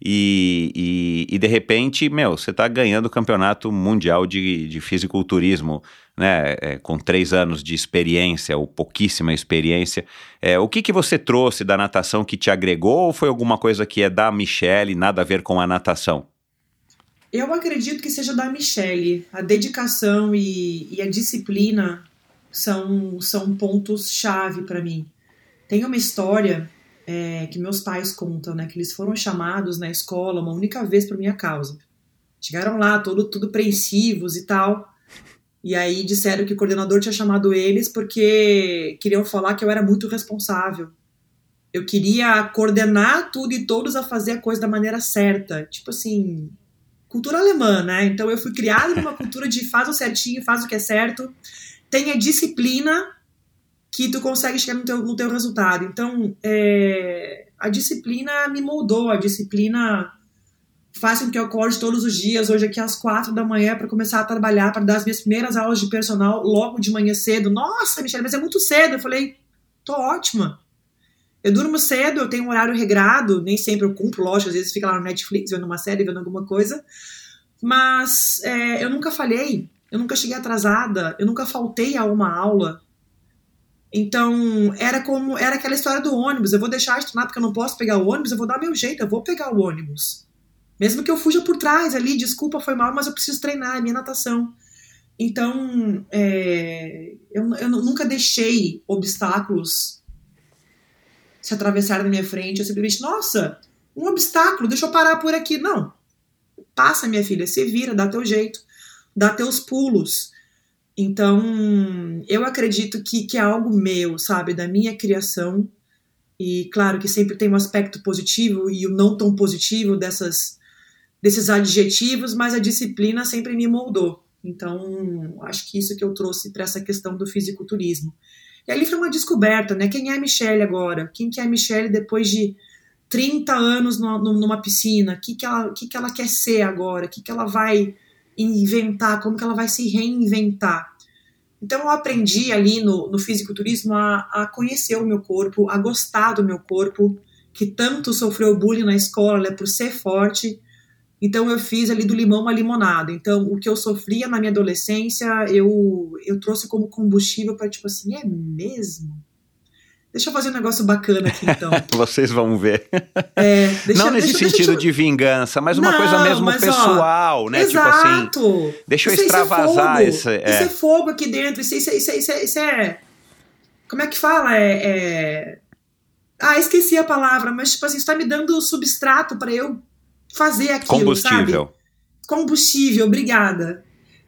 e de repente, meu, você tá ganhando o campeonato mundial de fisiculturismo, né, com 3 anos de experiência, ou pouquíssima experiência. O que você trouxe da natação que te agregou, ou foi alguma coisa que é da Michele, nada a ver com a natação? Eu acredito que seja da Michele. A dedicação e a disciplina são pontos-chave para mim. Tem uma história que meus pais contam, né, que eles foram chamados na escola uma única vez por minha causa. Chegaram lá, tudo apreensivos e tal, e aí disseram que o coordenador tinha chamado eles porque queriam falar que eu era muito responsável. Eu queria coordenar tudo e todos a fazer a coisa da maneira certa. Tipo assim, cultura alemã, né? Então eu fui criada numa cultura de faz o certinho, faz o que é certo, tenha disciplina que tu consegue chegar no teu resultado. Então, a disciplina me moldou, a disciplina faz com que eu acorde todos os dias, hoje aqui às 4 da manhã, para começar a trabalhar, para dar as minhas primeiras aulas de personal logo de manhã cedo. Nossa, Michele, mas é muito cedo. Eu falei, tô ótima. Eu durmo cedo, eu tenho um horário regrado, nem sempre eu cumpro, lógico, às vezes fica lá no Netflix vendo uma série, vendo alguma coisa, mas eu nunca falhei. Eu nunca cheguei atrasada, eu nunca faltei a uma aula. Então, era aquela história do ônibus. Eu vou deixar de treinar porque eu não posso pegar o ônibus, eu vou dar meu jeito, eu vou pegar o ônibus. Mesmo que eu fuja por trás ali, desculpa, foi mal, mas eu preciso treinar, é minha natação. Então, eu nunca deixei obstáculos se atravessarem na minha frente. Eu simplesmente, nossa, um obstáculo, deixa eu parar por aqui. Não, passa, minha filha, se vira, dá teu jeito, dá teus pulos. Então, eu acredito que é algo meu, sabe, da minha criação. E claro que sempre tem um aspecto positivo e o não tão positivo desses adjetivos, mas a disciplina sempre me moldou. Então, acho que isso que eu trouxe para essa questão do fisiculturismo. E ali foi uma descoberta, né? Quem é a Michelle agora? Quem que é a Michelle depois de 30 anos numa piscina? O que ela quer ser agora? O que ela vai inventar? Como que ela vai se reinventar? Então, eu aprendi ali no fisiculturismo a conhecer o meu corpo, a gostar do meu corpo, que tanto sofreu bullying na escola, né, por ser forte. Então eu fiz ali do limão uma limonada. Então o que eu sofria na minha adolescência, eu trouxe como combustível para tipo assim, é mesmo? Deixa eu fazer um negócio bacana aqui então. Vocês vão ver. Não nesse sentido de vingança, mas uma coisa mesmo pessoal, né? Exato. Tipo assim, deixa eu extravasar isso é fogo aqui dentro, isso é... Como é que fala? Esqueci a palavra, mas tipo assim, isso tá me dando substrato para eu fazer aquilo, combustível. Sabe? Combustível, obrigada.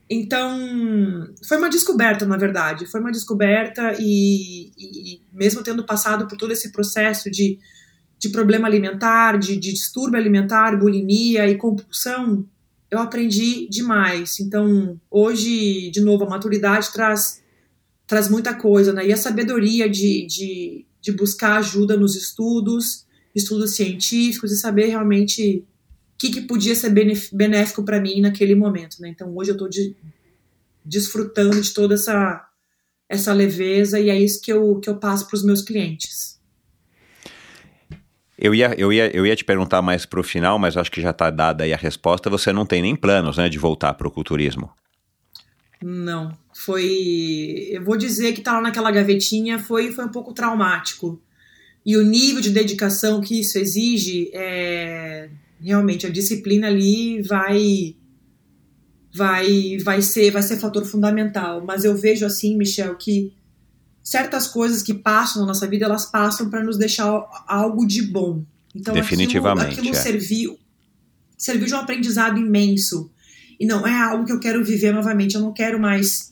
Então, foi uma descoberta, na verdade. Foi uma descoberta e mesmo tendo passado por todo esse processo de problema alimentar, de distúrbio alimentar, bulimia e compulsão, eu aprendi demais. Então, hoje, de novo, a maturidade traz muita coisa, né? E a sabedoria de buscar ajuda nos estudos científicos e saber realmente o que podia ser benéfico para mim naquele momento, né? Então hoje eu estou desfrutando de toda essa leveza e é isso que eu passo para os meus clientes. Eu ia te perguntar mais para o final, mas acho que já está dada aí a resposta. Você não tem nem planos, né, de voltar para o culturismo? Não, eu vou dizer que tá lá naquela gavetinha, foi um pouco traumático. E o nível de dedicação que isso exige, realmente a disciplina ali vai ser fator fundamental. Mas eu vejo assim, Michel, que certas coisas que passam na nossa vida, elas passam para nos deixar algo de bom. Então definitivamente, aquilo serviu de um aprendizado imenso. E não é algo que eu quero viver novamente. Eu não quero mais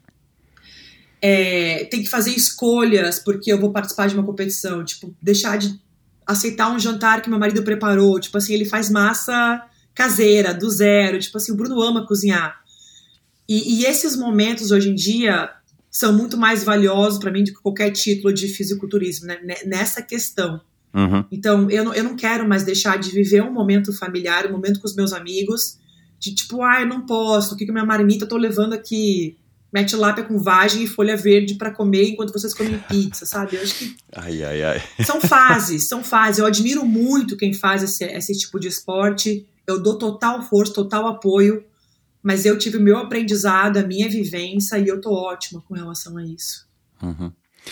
ter que fazer escolhas porque eu vou participar de uma competição. Tipo, deixar de aceitar um jantar que meu marido preparou. Tipo assim, ele faz massa caseira, do zero. Tipo assim, o Bruno ama cozinhar. E esses momentos, hoje em dia, são muito mais valiosos para mim do que qualquer título de fisiculturismo, né? Nessa questão. Uhum. Então, eu não quero mais deixar de viver um momento familiar, um momento com os meus amigos, de tipo, eu não posso, o que minha marmita eu tô levando aqui? Mete-lápia com vagem e folha verde pra comer enquanto vocês comem pizza, sabe? Eu acho que são fases. Eu admiro muito quem faz esse tipo de esporte. Eu dou total força, total apoio, mas eu tive o meu aprendizado, a minha vivência e eu tô ótima com relação a isso. Uhum.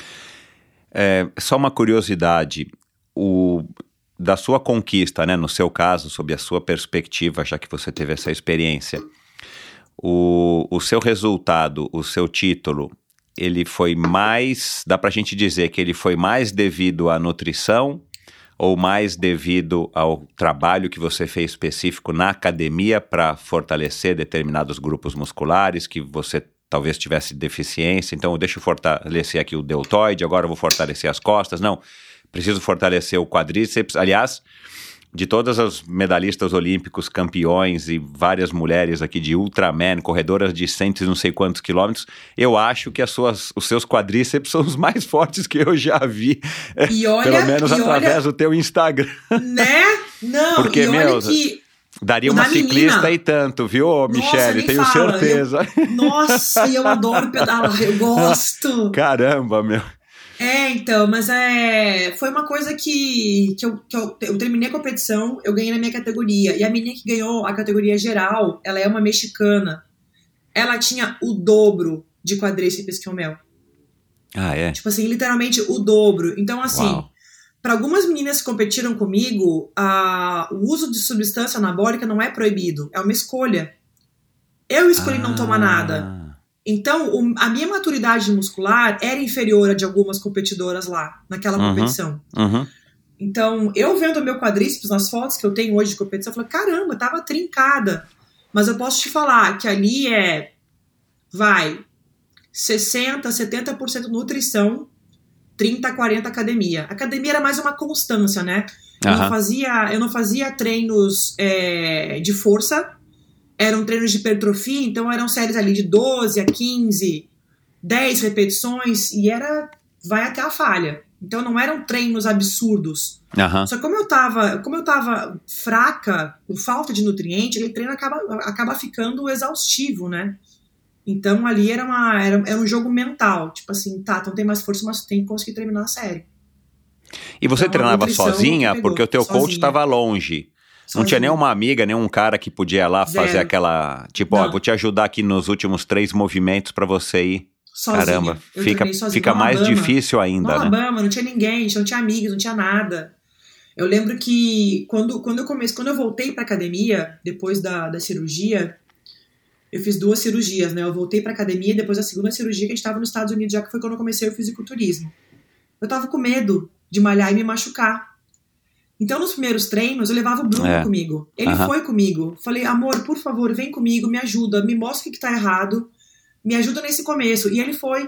Só uma curiosidade, da sua conquista, né, no seu caso, sob a sua perspectiva, já que você teve essa experiência, o seu resultado, o seu título, ele foi mais, dá pra gente dizer que ele foi mais devido à nutrição ou mais devido ao trabalho que você fez específico na academia para fortalecer determinados grupos musculares que você talvez tivesse deficiência? Então, deixa eu fortalecer aqui o deltoide, agora eu vou fortalecer as costas. Não, preciso fortalecer o quadríceps. Aliás, de todas as medalhistas olímpicos, campeões e várias mulheres aqui de Ultraman, corredoras de cento e não sei quantos quilômetros, eu acho que os seus quadríceps são os mais fortes que eu já vi. Pelo menos através do teu Instagram. Né? Não, porque, daria uma ciclista e tanto, viu, Michelle? Tenho certeza. Nossa, eu adoro pedalar, eu gosto. Caramba, meu. Então, mas foi uma coisa que eu terminei a competição, eu ganhei na minha categoria, e a menina que ganhou a categoria geral, ela é uma mexicana, ela tinha o dobro de quadríceps que o meu. Tipo assim, literalmente o dobro. Então, assim, para algumas meninas que competiram comigo, o uso de substância anabólica não é proibido, é uma escolha. Eu escolhi não tomar nada. Então, a minha maturidade muscular era inferior à de algumas competidoras lá, naquela competição. Então, eu vendo o meu quadríceps nas fotos que eu tenho hoje de competição, eu falei, caramba, tava trincada. Mas eu posso te falar que ali 60%, 70% nutrição, 30%, 40% academia. A academia era mais uma constância, né? Eu não fazia treinos de força, eram treinos de hipertrofia, então eram séries ali de 12 a 15, 10 repetições, e vai até a falha. Então não eram treinos absurdos. Só que como eu tava fraca, com falta de nutriente, aquele treino acaba ficando exaustivo, né? Então ali era um jogo mental. Tipo assim, tá, não tem mais força, mas tem que conseguir terminar a série. E você então, treinava sozinha? Porque o teu coach estava longe. Não tinha nenhuma amiga, nenhum cara que podia ir lá fazer aquela... Tipo, vou te ajudar aqui nos últimos 3 movimentos pra você ir. Sozinha. Caramba, fica mais difícil ainda, né? Alabama, não tinha ninguém, não tinha amigos, não tinha nada. Eu lembro que quando eu voltei pra academia, depois da cirurgia, eu fiz 2 cirurgias, né? Eu voltei pra academia e depois da segunda cirurgia que a gente tava nos Estados Unidos, já que foi quando eu comecei o fisiculturismo. Eu tava com medo de malhar e me machucar. Então, nos primeiros treinos, eu levava o Bruno comigo. Ele foi comigo. Falei, amor, por favor, vem comigo, me ajuda, me mostra o que tá errado, me ajuda nesse começo. E ele foi.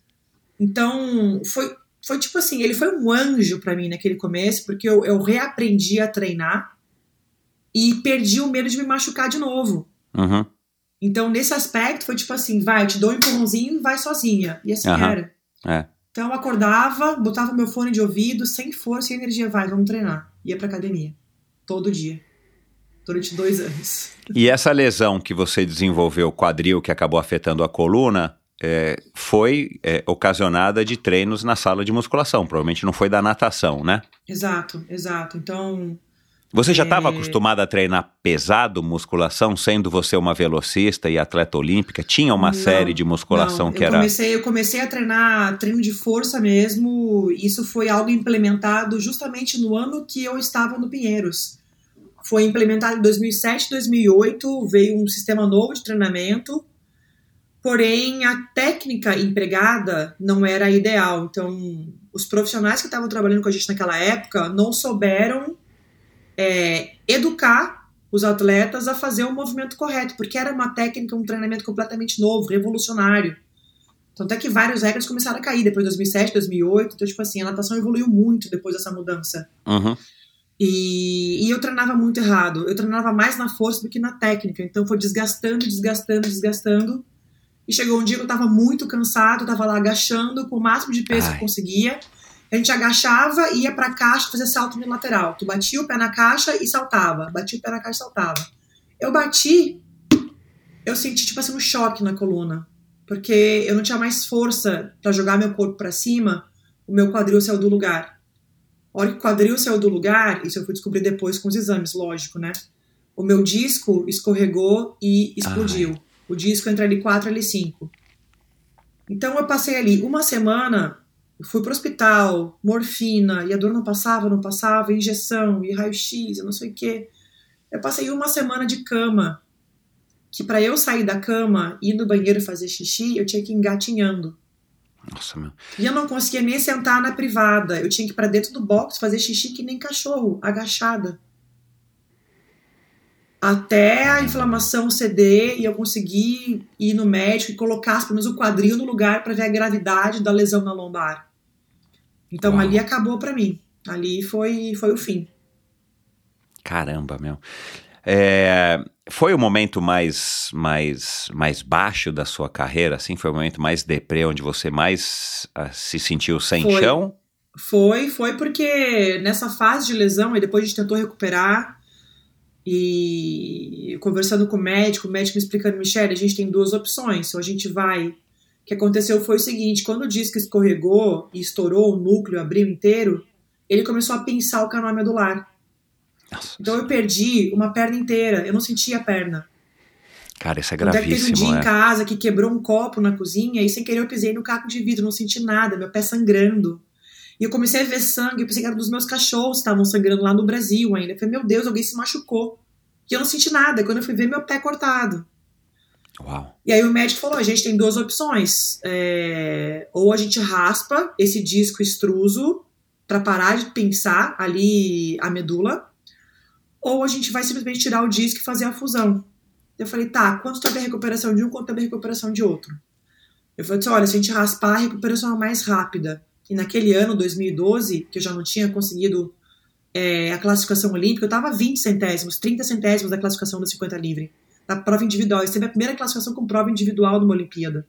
Então, foi tipo assim, ele foi um anjo pra mim naquele começo, porque eu reaprendi a treinar e perdi o medo de me machucar de novo. Então, nesse aspecto, foi tipo assim, vai, eu te dou um empurrãozinho e vai sozinha. E assim era. Então, eu acordava, botava meu fone de ouvido, sem força e energia, vai, vamos treinar. Ia pra academia. Todo dia. Durante 2 anos. E essa lesão que você desenvolveu, o quadril, que acabou afetando a coluna, foi ocasionada de treinos na sala de musculação. Provavelmente não foi da natação, né? Exato. Então... Você já estava acostumada a treinar pesado musculação, sendo você uma velocista e atleta olímpica? Tinha uma série de musculação que era... Eu comecei a treinar treino de força mesmo. Isso foi algo implementado justamente no ano que eu estava no Pinheiros. Foi implementado em 2007, 2008, veio um sistema novo de treinamento, porém a técnica empregada não era a ideal. Então, os profissionais que estavam trabalhando com a gente naquela época não souberam educar os atletas a fazer o movimento correto, porque era uma técnica, um treinamento completamente novo, revolucionário. Tanto é que vários recordes começaram a cair depois de 2007, 2008, então tipo assim, a natação evoluiu muito depois dessa mudança. E eu treinava muito errado, eu treinava mais na força do que na técnica, então foi desgastando, e chegou um dia que eu tava muito cansado, eu tava lá agachando com o máximo de peso que eu conseguia. A gente agachava, ia pra caixa, fazia salto unilateral. Tu batia o pé na caixa e saltava. Batia o pé na caixa e saltava. Eu bati, eu senti tipo assim um choque na coluna. Porque eu não tinha mais força pra jogar meu corpo pra cima, o meu quadril saiu do lugar. A hora que o quadril saiu do lugar, isso eu fui descobrir depois com os exames, lógico, né? O meu disco escorregou e explodiu. O disco entre L4 e L5. Então eu passei ali uma semana... Fui pro hospital, morfina, e a dor não passava, injeção, e raio-x, eu não sei o quê. Eu passei uma semana de cama, que pra eu sair da cama, ir no banheiro fazer xixi, eu tinha que ir engatinhando. Nossa, meu. E eu não conseguia nem sentar na privada, eu tinha que ir pra dentro do box fazer xixi que nem cachorro, agachada. Até a inflamação ceder e eu conseguir ir no médico e colocar pelo menos o quadril no lugar pra ver a gravidade da lesão na lombar. Então ali acabou pra mim. Ali foi o fim. Caramba, meu. Foi o momento mais baixo da sua carreira, assim? Foi o momento mais deprê, onde você mais se sentiu sem chão? Foi porque nessa fase de lesão, e depois a gente tentou recuperar, e conversando com o médico me explicando, Michele, a gente tem 2 opções, ou a gente vai... O que aconteceu foi o seguinte, quando o disco escorregou e estourou o núcleo, abriu inteiro, ele começou a pinçar o canal medular. Nossa. Então eu perdi uma perna inteira, eu não sentia a perna. Cara, isso é gravíssimo, teve um dia em casa que quebrou um copo na cozinha e sem querer eu pisei no caco de vidro, não senti nada, meu pé sangrando. E eu comecei a ver sangue, eu pensei que era dos meus cachorros que estavam sangrando lá no Brasil ainda. Eu falei, meu Deus, alguém se machucou. E eu não senti nada. Quando eu fui ver, meu pé cortado. Uau. E aí o médico falou, a gente tem 2 opções. Ou a gente raspa esse disco extruso para parar de pensar ali a medula, ou a gente vai simplesmente tirar o disco e fazer a fusão. Eu falei, tá, quanto tempo é a recuperação de um, quanto tempo é a recuperação de outro? Eu falei assim, olha, se a gente raspar, a recuperação é mais rápida. E naquele ano, 2012, que eu já não tinha conseguido a classificação olímpica, eu estava 20 centésimos, 30 centésimos da classificação do 50 livre, da prova individual. Eu tive a primeira classificação com prova individual numa Olimpíada.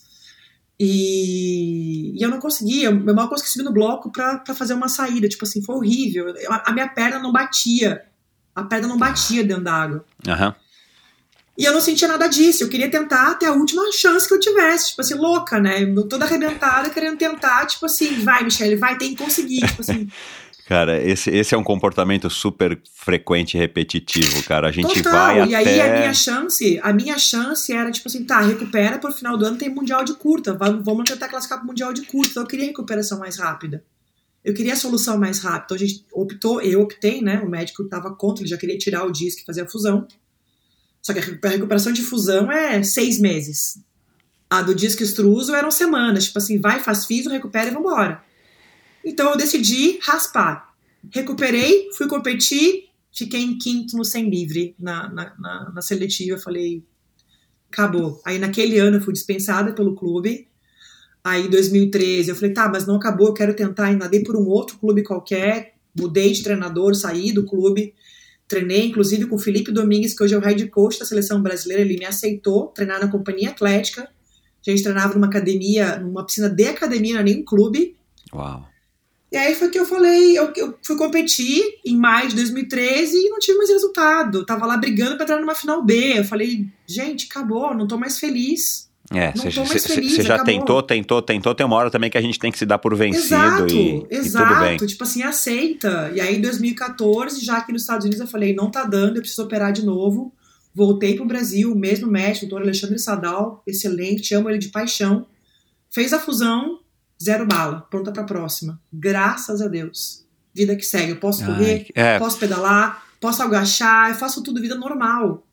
E eu não conseguia, eu mal consegui subir no bloco pra fazer uma saída, tipo assim, foi horrível. A minha perna não batia, dentro da água. Uhum. E eu não sentia nada disso, eu queria tentar até a última chance que eu tivesse, tipo assim, louca, né? Eu toda arrebentada, querendo tentar, tipo assim, vai, Michele, vai, tem que conseguir, tipo assim. Cara, esse é um comportamento super frequente e repetitivo, cara. A gente Total. vai e até... aí a minha chance era, tipo assim, tá, recupera, pro final do ano tem mundial de curta, vamos tentar classificar pro mundial de curta. Então eu queria recuperação mais rápida. Eu queria a solução mais rápida. Então a gente eu optei, né, o médico tava contra, ele já queria tirar o disco e fazer a fusão. Só que a recuperação de fusão é 6 meses. A do disco extruso eram semanas, tipo assim, vai, faz fisio, recupera e vambora. Então eu decidi raspar. Recuperei, fui competir, fiquei em 5º no 100 livre na seletiva. Falei, acabou. Aí naquele ano eu fui dispensada pelo clube. Aí em 2013 eu falei, tá, mas não acabou, eu quero tentar. E nadei por um outro clube qualquer. Mudei de treinador, saí do clube. Treinei inclusive com o Felipe Domingues, que hoje é o head coach da seleção brasileira. Ele me aceitou treinar na companhia atlética. A gente treinava numa academia, numa piscina de academia, não era nem um clube. Uau. E aí foi que eu falei, eu fui competir em maio de 2013 e não tive mais resultado. Eu tava lá brigando pra entrar numa final B. Eu falei, gente, acabou, não tô mais feliz. Você já acabou. tentou, tem uma hora também que a gente tem que se dar por vencido. Exato, tudo bem. Tipo assim, aceita. E aí em 2014, já aqui nos Estados Unidos, eu falei, não tá dando, eu preciso operar de novo. Voltei pro Brasil, o mesmo médico, o doutor Alexandre Sadal, excelente, amo ele de paixão. Fez a fusão, 0 bala, pronta pra próxima. Graças a Deus. Vida que segue. Eu posso correr, posso pedalar, posso agachar, eu faço tudo vida normal.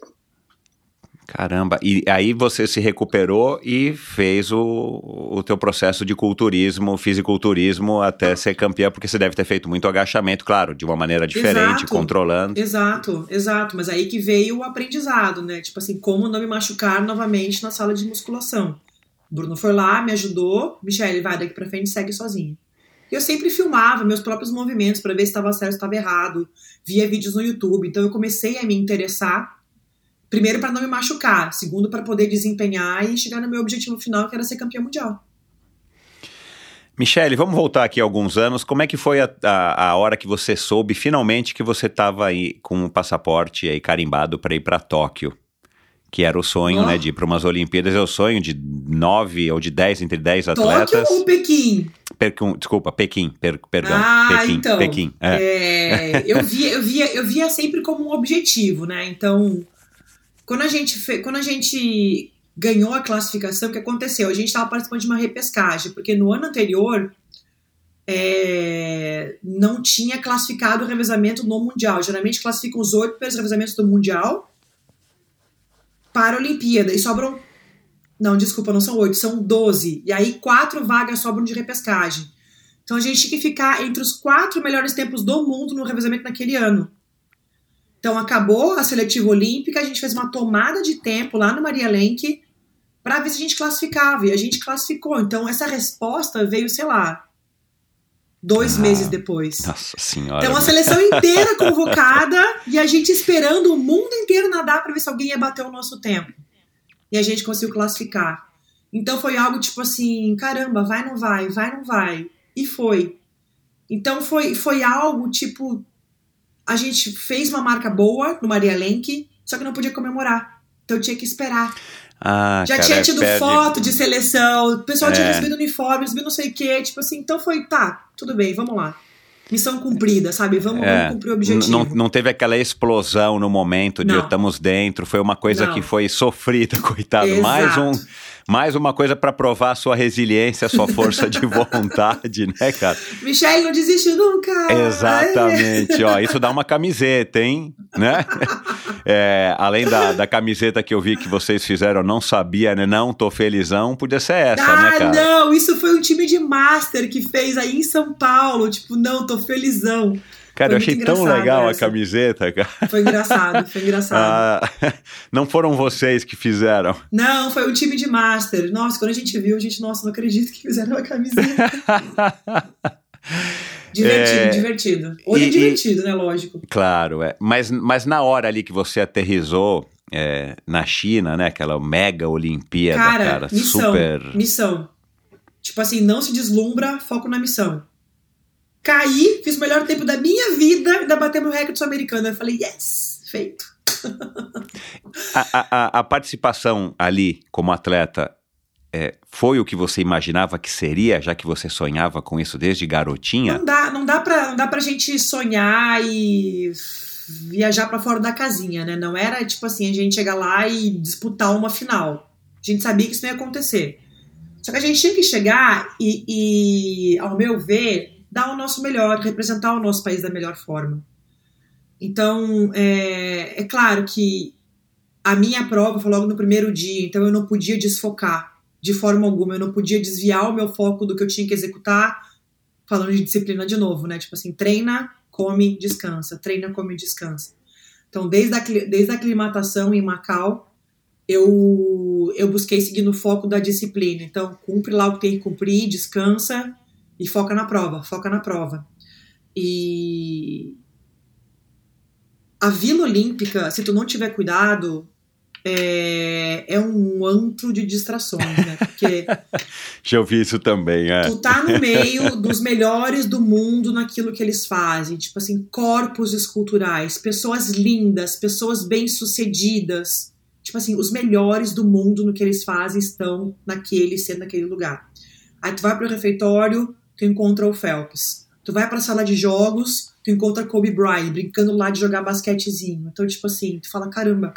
Caramba, e aí você se recuperou e fez o teu processo de culturismo, fisiculturismo até ser campeã, porque você deve ter feito muito agachamento, claro, de uma maneira diferente, controlando. Exato, mas aí que veio o aprendizado, né? Tipo assim, como não me machucar novamente na sala de musculação. O Bruno foi lá, me ajudou, Michele, vai daqui pra frente, segue sozinha. Eu sempre filmava meus próprios movimentos pra ver se estava certo, se estava errado, via vídeos no YouTube, então eu comecei a me interessar. Primeiro, para não me machucar. Segundo, para poder desempenhar e chegar no meu objetivo final, que era ser campeã mundial. Michele, vamos voltar aqui alguns anos. Como é que foi a hora que você soube finalmente que você estava aí com o passaporte aí carimbado para ir para Tóquio? Que era o sonho, né, de ir para umas Olimpíadas. É o sonho de 9 ou de 10, entre 10 atletas. Tóquio ou Pequim? Desculpa, Pequim, perdão. Pequim. Eu via sempre como um objetivo, né? Então, quando a gente ganhou a classificação, o que aconteceu? A gente estava participando de uma repescagem, porque no ano anterior não tinha classificado o revezamento no Mundial. Geralmente classificam os 8 primeiros revezamentos do Mundial para a Olimpíada. E sobram... Não, desculpa, não são 8, são 12. E aí 4 vagas sobram de repescagem. Então a gente tinha que ficar entre os 4 melhores tempos do mundo no revezamento naquele ano. Então acabou a seletiva olímpica, a gente fez uma tomada de tempo lá no Maria Lenk para ver se a gente classificava. E a gente classificou. Então essa resposta veio, sei lá, 2 meses depois. Nossa senhora. Então a seleção inteira convocada e a gente esperando o mundo inteiro nadar para ver se alguém ia bater o nosso tempo. E a gente conseguiu classificar. Então foi algo tipo assim, caramba, vai, não vai. E foi. Então foi algo tipo... A gente fez uma marca boa no Maria Lenk, só que não podia comemorar. Então eu tinha que esperar. Já tinha tido foto de seleção, o pessoal tinha recebido uniforme, recebido não sei o quê. Tipo assim, então foi, tá, tudo bem, vamos lá. Missão cumprida, sabe? Vamos cumprir o objetivo. Não teve aquela explosão no momento de estamos dentro. Foi uma coisa que foi sofrida, coitado. Exato. Mais uma coisa para provar a sua resiliência, a sua força de vontade, né, cara? Michele, não desiste nunca! Exatamente, ó, isso dá uma camiseta, hein? Né? Além da camiseta que eu vi que vocês fizeram, não sabia, né? Não tô felizão, podia ser essa, né, cara? Não, isso foi um time de Master que fez aí em São Paulo, tipo, não, tô felizão. Cara, eu achei tão legal a camiseta, cara. Foi engraçado. Não foram vocês que fizeram? Não, foi um time de Master. Nossa, quando a gente viu, nossa, não acredito que fizeram a camiseta. Divertido. Hoje é divertido, né, lógico. Claro, mas na hora ali que você aterrissou na China, né, aquela mega Olimpíada, cara, missão. Tipo assim, não se deslumbra, foco na missão. Caí, fiz o melhor tempo da minha vida, ainda batemos o recorde sul-americano. Eu falei, yes, feito. A participação ali como atleta foi o que você imaginava que seria, já que você sonhava com isso desde garotinha? Não dá pra gente sonhar e viajar pra fora da casinha, né? Não era tipo assim, a gente chegar lá e disputar uma final. A gente sabia que isso não ia acontecer. Só que a gente tinha que chegar e ao meu ver, dar o nosso melhor, representar o nosso país da melhor forma. Então, é claro que a minha prova foi logo no primeiro dia, então eu não podia desfocar de forma alguma, eu não podia desviar o meu foco do que eu tinha que executar, falando de disciplina de novo, né? Tipo assim, treina, come, descansa, treina, come, descansa. Então, desde a aclimatação em Macau, eu busquei seguir no foco da disciplina. Então, cumpre lá o que tem que cumprir, descansa, e foca na prova. E a Vila Olímpica, se tu não tiver cuidado, é um antro de distrações, né? Porque já ouvi isso também, tu tá no meio dos melhores do mundo naquilo que eles fazem. Tipo assim, corpos esculturais, pessoas lindas, pessoas bem-sucedidas. Tipo assim, os melhores do mundo no que eles fazem estão sendo naquele lugar. Aí tu vai pro refeitório, tu encontra o Phelps. Tu vai pra sala de jogos, tu encontra Kobe Bryant, brincando lá de jogar basquetezinho. Então, tipo assim, tu fala caramba.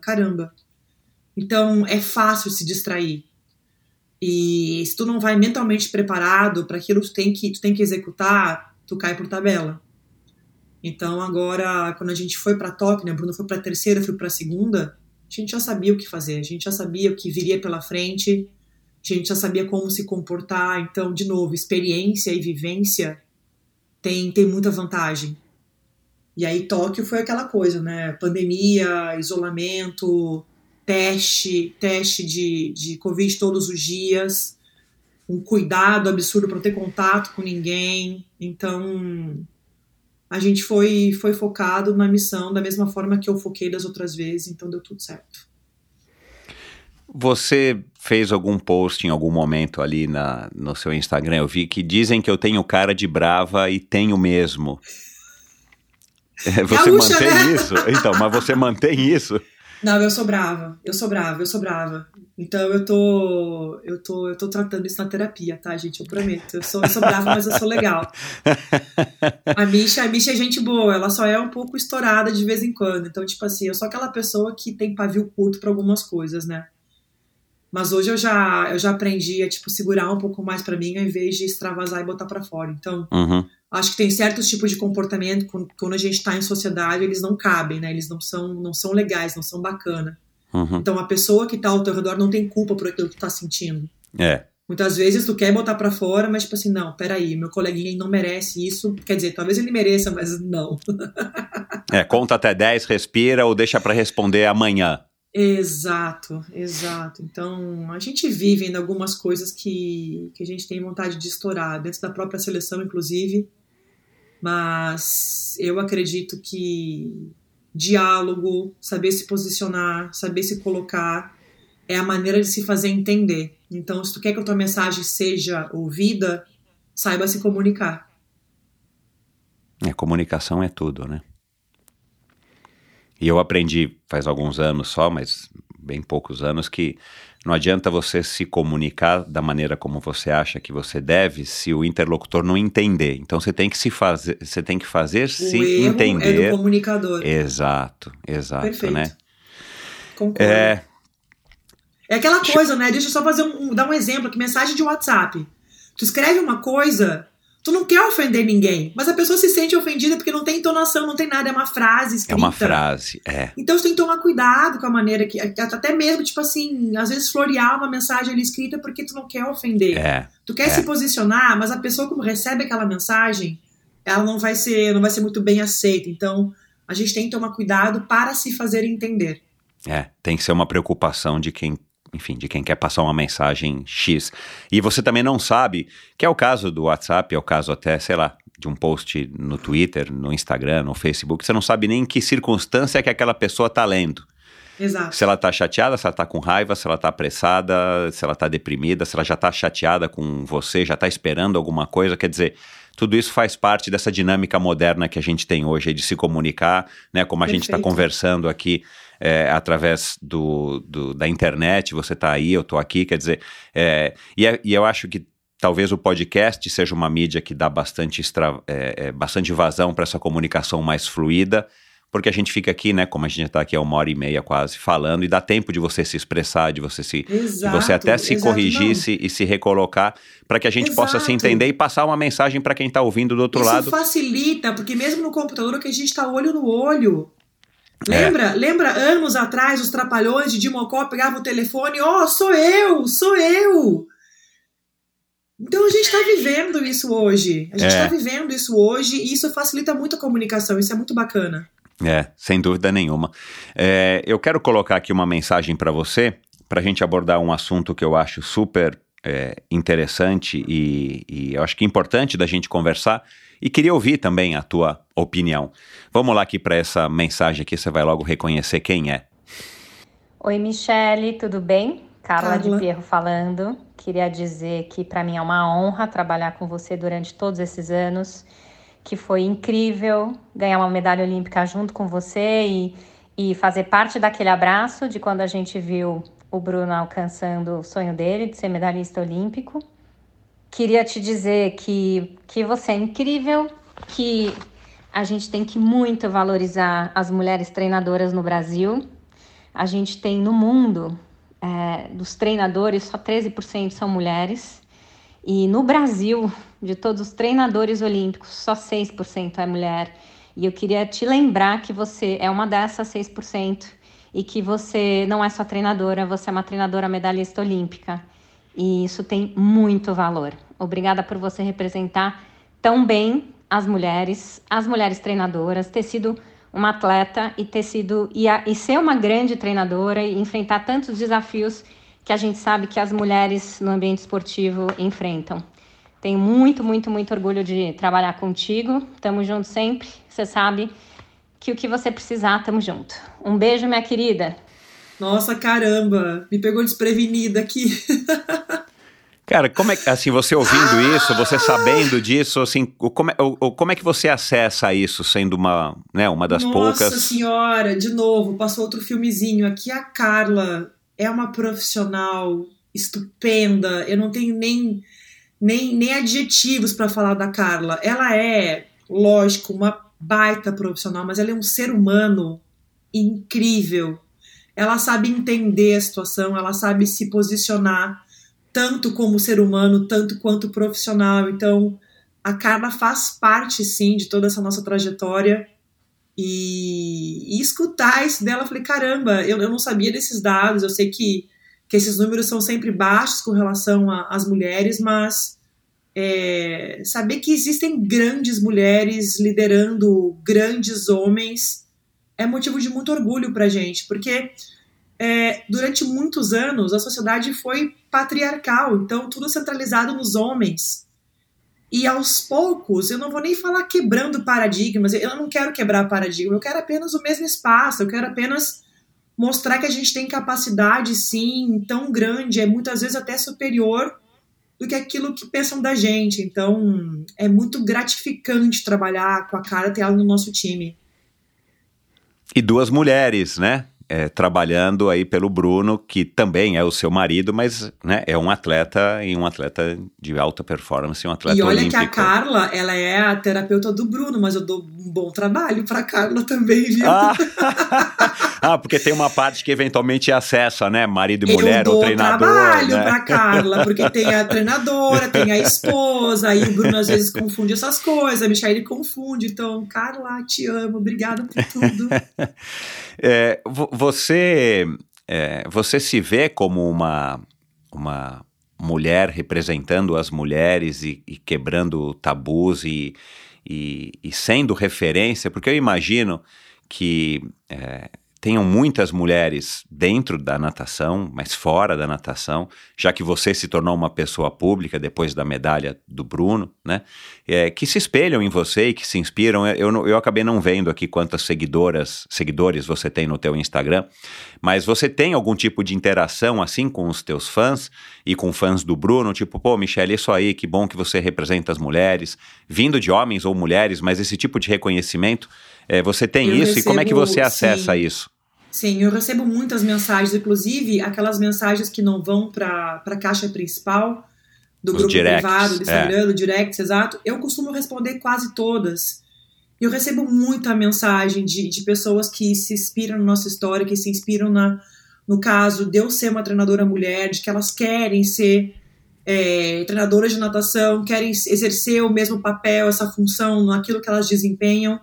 Então, é fácil se distrair. E se tu não vai mentalmente preparado para aquilo que tu tem que executar, tu cai por tabela. Então, agora, quando a gente foi pra Tóquio, né, o Bruno foi pra terceira, eu fui pra segunda, a gente já sabia o que fazer, a gente já sabia o que viria pela frente, a gente já sabia como se comportar. Então, de novo, experiência e vivência tem muita vantagem. E aí Tóquio foi aquela coisa, né? Pandemia, isolamento, teste de Covid todos os dias, um cuidado absurdo para não ter contato com ninguém. Então, a gente foi focado na missão da mesma forma que eu foquei das outras vezes, então deu tudo certo. Você fez algum post em algum momento ali no seu Instagram? Eu vi que dizem que eu tenho cara de brava e tenho mesmo. Você Gaúcha, mantém né? isso? Então, mas você mantém isso? Não, eu sou brava. Então eu tô tratando isso na terapia, tá, gente? Eu prometo. Eu sou brava, mas eu sou legal. A Misha é gente boa, ela só é um pouco estourada de vez em quando. Então, tipo assim, eu sou aquela pessoa que tem pavio curto pra algumas coisas, né? Mas hoje eu já aprendi a, tipo, segurar um pouco mais pra mim, ao invés de extravasar e botar pra fora. Então, acho que tem certos tipos de comportamento, quando a gente tá em sociedade, eles não cabem, né? Eles não são legais, não são bacana. Então, a pessoa que tá ao teu redor não tem culpa por aquilo que tu tá sentindo. Muitas vezes tu quer botar pra fora, mas tipo assim, não, peraí, meu coleguinha não merece isso. Quer dizer, talvez ele mereça, mas não. Conta até 10, respira ou deixa pra responder amanhã. Exato. Então, a gente vive em algumas coisas que a gente tem vontade de estourar, dentro da própria seleção, inclusive, mas eu acredito que diálogo, saber se posicionar, saber se colocar, é a maneira de se fazer entender. Então, se tu quer que a tua mensagem seja ouvida, saiba se comunicar. Comunicação é tudo, né? E eu aprendi faz alguns anos só, mas bem poucos anos, que não adianta você se comunicar da maneira como você acha que você deve se o interlocutor não entender. Então você tem que fazer se entender. É do comunicador. Exato, Perfeito. né? Concordo. É aquela coisa, né? Deixa eu só dar um exemplo aqui, mensagem de WhatsApp. Tu escreve uma coisa, tu não quer ofender ninguém, mas a pessoa se sente ofendida porque não tem entonação, não tem nada, é uma frase escrita. É uma frase, Então você tem que tomar cuidado com a maneira que, até mesmo, tipo assim, às vezes florear uma mensagem ali escrita porque tu não quer ofender. Tu quer se posicionar, mas a pessoa como recebe aquela mensagem, ela não vai ser muito bem aceita. Então a gente tem que tomar cuidado para se fazer entender. Tem que ser uma preocupação de quem quer passar uma mensagem X. E você também não sabe, que é o caso do WhatsApp, é o caso até, sei lá, de um post no Twitter, no Instagram, no Facebook, você não sabe nem em que circunstância que aquela pessoa está lendo. Exato. Se ela está chateada, se ela está com raiva, se ela está apressada, se ela está deprimida, se ela já está chateada com você, já está esperando alguma coisa, quer dizer, tudo isso faz parte dessa dinâmica moderna que a gente tem hoje, de se comunicar, né, como a gente está conversando aqui, através da internet, você está aí, eu estou aqui, quer dizer, e eu acho que talvez o podcast seja uma mídia que dá bastante vazão para essa comunicação mais fluida, porque a gente fica aqui, né, como a gente está aqui há 1h30 quase, falando, e dá tempo de você se expressar, de você até se corrigir e se recolocar, para que a gente possa se entender e passar uma mensagem para quem está ouvindo do outro lado. Isso facilita, porque mesmo no computador que a gente está olho no olho. Lembra anos atrás, os trapalhões de Dimocó pegavam o telefone, sou eu! Então a gente está vivendo isso hoje. E isso facilita muito a comunicação, isso é muito bacana. Sem dúvida nenhuma. Eu quero colocar aqui uma mensagem para você, para a gente abordar um assunto que eu acho super interessante e eu acho que é importante da gente conversar, e queria ouvir também a tua opinião. Vamos lá aqui para essa mensagem aqui, você vai logo reconhecer quem é. Oi, Michele, tudo bem? Carla de Pierro falando. Queria dizer que para mim é uma honra trabalhar com você durante todos esses anos, que foi incrível ganhar uma medalha olímpica junto com você e fazer parte daquele abraço de quando a gente viu o Bruno alcançando o sonho dele de ser medalhista olímpico. Queria te dizer que você é incrível, que a gente tem que muito valorizar as mulheres treinadoras no Brasil. A gente tem no mundo, dos treinadores, só 13% são mulheres. E no Brasil, de todos os treinadores olímpicos, só 6% é mulher. E eu queria te lembrar que você é uma dessas 6% e que você não é só treinadora, você é uma treinadora medalhista olímpica. E isso tem muito valor. Obrigada por você representar tão bem as mulheres treinadoras, ter sido uma atleta e ser uma grande treinadora e enfrentar tantos desafios que a gente sabe que as mulheres no ambiente esportivo enfrentam. Tenho muito, muito, muito orgulho de trabalhar contigo. Tamo junto sempre. Você sabe que o que você precisar, tamo junto. Um beijo, minha querida. Nossa, caramba, me pegou desprevenida aqui. Cara, como é que, assim, você ouvindo isso, você sabendo disso, assim, como é que você acessa isso, sendo uma das poucas... Nossa senhora, de novo, passou outro filmezinho aqui. A Carla é uma profissional estupenda, eu não tenho nem adjetivos para falar da Carla. Ela é, lógico, uma baita profissional, mas ela é um ser humano incrível. Ela sabe entender a situação, ela sabe se posicionar tanto como ser humano, tanto quanto profissional. Então, a Carla faz parte, sim, de toda essa nossa trajetória. E escutar isso dela, eu falei, caramba, eu não sabia desses dados, eu sei que esses números são sempre baixos com relação às mulheres, mas saber que existem grandes mulheres liderando grandes homens é motivo de muito orgulho pra gente, porque durante muitos anos a sociedade foi patriarcal, então tudo centralizado nos homens. E aos poucos, eu não vou nem falar quebrando paradigmas, eu não quero quebrar paradigma, eu quero apenas o mesmo espaço, eu quero apenas mostrar que a gente tem capacidade, sim, tão grande, muitas vezes até superior do que aquilo que pensam da gente. Então, é muito gratificante trabalhar com a Carla, ter ela no nosso time. E duas mulheres, né? Trabalhando aí pelo Bruno, que também é o seu marido, mas, né, é um atleta e um atleta de alta performance, um atleta olímpico. E olha que a Carla, ela é a terapeuta do Bruno, mas eu dou um bom trabalho pra Carla também, viu? Porque tem uma parte que eventualmente acessa, né? Marido e mulher, ou treinador. Eu dou trabalho né? pra Carla, porque tem a treinadora, tem a esposa, aí o Bruno às vezes confunde essas coisas, a Michelle confunde. Então, Carla, te amo, obrigada por tudo. Você se vê como uma mulher representando as mulheres e quebrando tabus e sendo referência, porque eu imagino que tenham muitas mulheres dentro da natação, mas fora da natação, já que você se tornou uma pessoa pública depois da medalha do Bruno, né? Que se espelham em você e que se inspiram. Eu acabei não vendo aqui quantas seguidores você tem no teu Instagram, mas você tem algum tipo de interação assim com os teus fãs e com fãs do Bruno? Tipo, pô, Michelle, isso aí, que bom que você representa as mulheres, vindo de homens ou mulheres, mas esse tipo de reconhecimento, você tem isso? E como é que você acessa isso? Sim, eu recebo muitas mensagens, inclusive aquelas mensagens que não vão para a caixa principal do grupo privado, do Instagram, do direct, exato. Eu costumo responder quase todas. Eu recebo muita mensagem de pessoas que se inspiram na nossa história, que se inspiram no caso de eu ser uma treinadora mulher, de que elas querem ser treinadoras de natação, querem exercer o mesmo papel, essa função, naquilo que elas desempenham.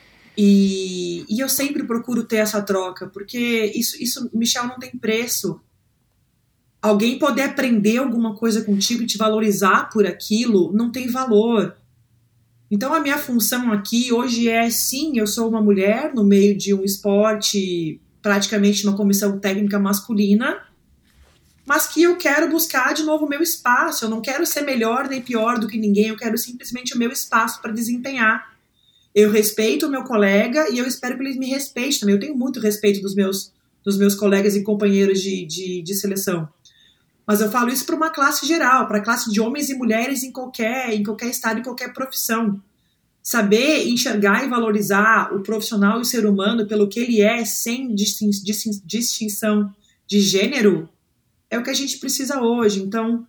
E eu sempre procuro ter essa troca, porque isso, Michel, não tem preço. Alguém poder aprender alguma coisa contigo e te valorizar por aquilo não tem valor. Então a minha função aqui hoje sim, eu sou uma mulher no meio de um esporte, praticamente uma comissão técnica masculina, mas que eu quero buscar de novo o meu espaço. Eu não quero ser melhor nem pior do que ninguém, eu quero simplesmente o meu espaço para desempenhar. Eu respeito o meu colega e eu espero que ele me respeite também. Eu tenho muito respeito dos meus colegas e companheiros de seleção. Mas eu falo isso para uma classe geral, para a classe de homens e mulheres em qualquer estado, em qualquer profissão. Saber enxergar e valorizar o profissional e o ser humano pelo que ele é, sem distinção de gênero, é o que a gente precisa hoje. Então,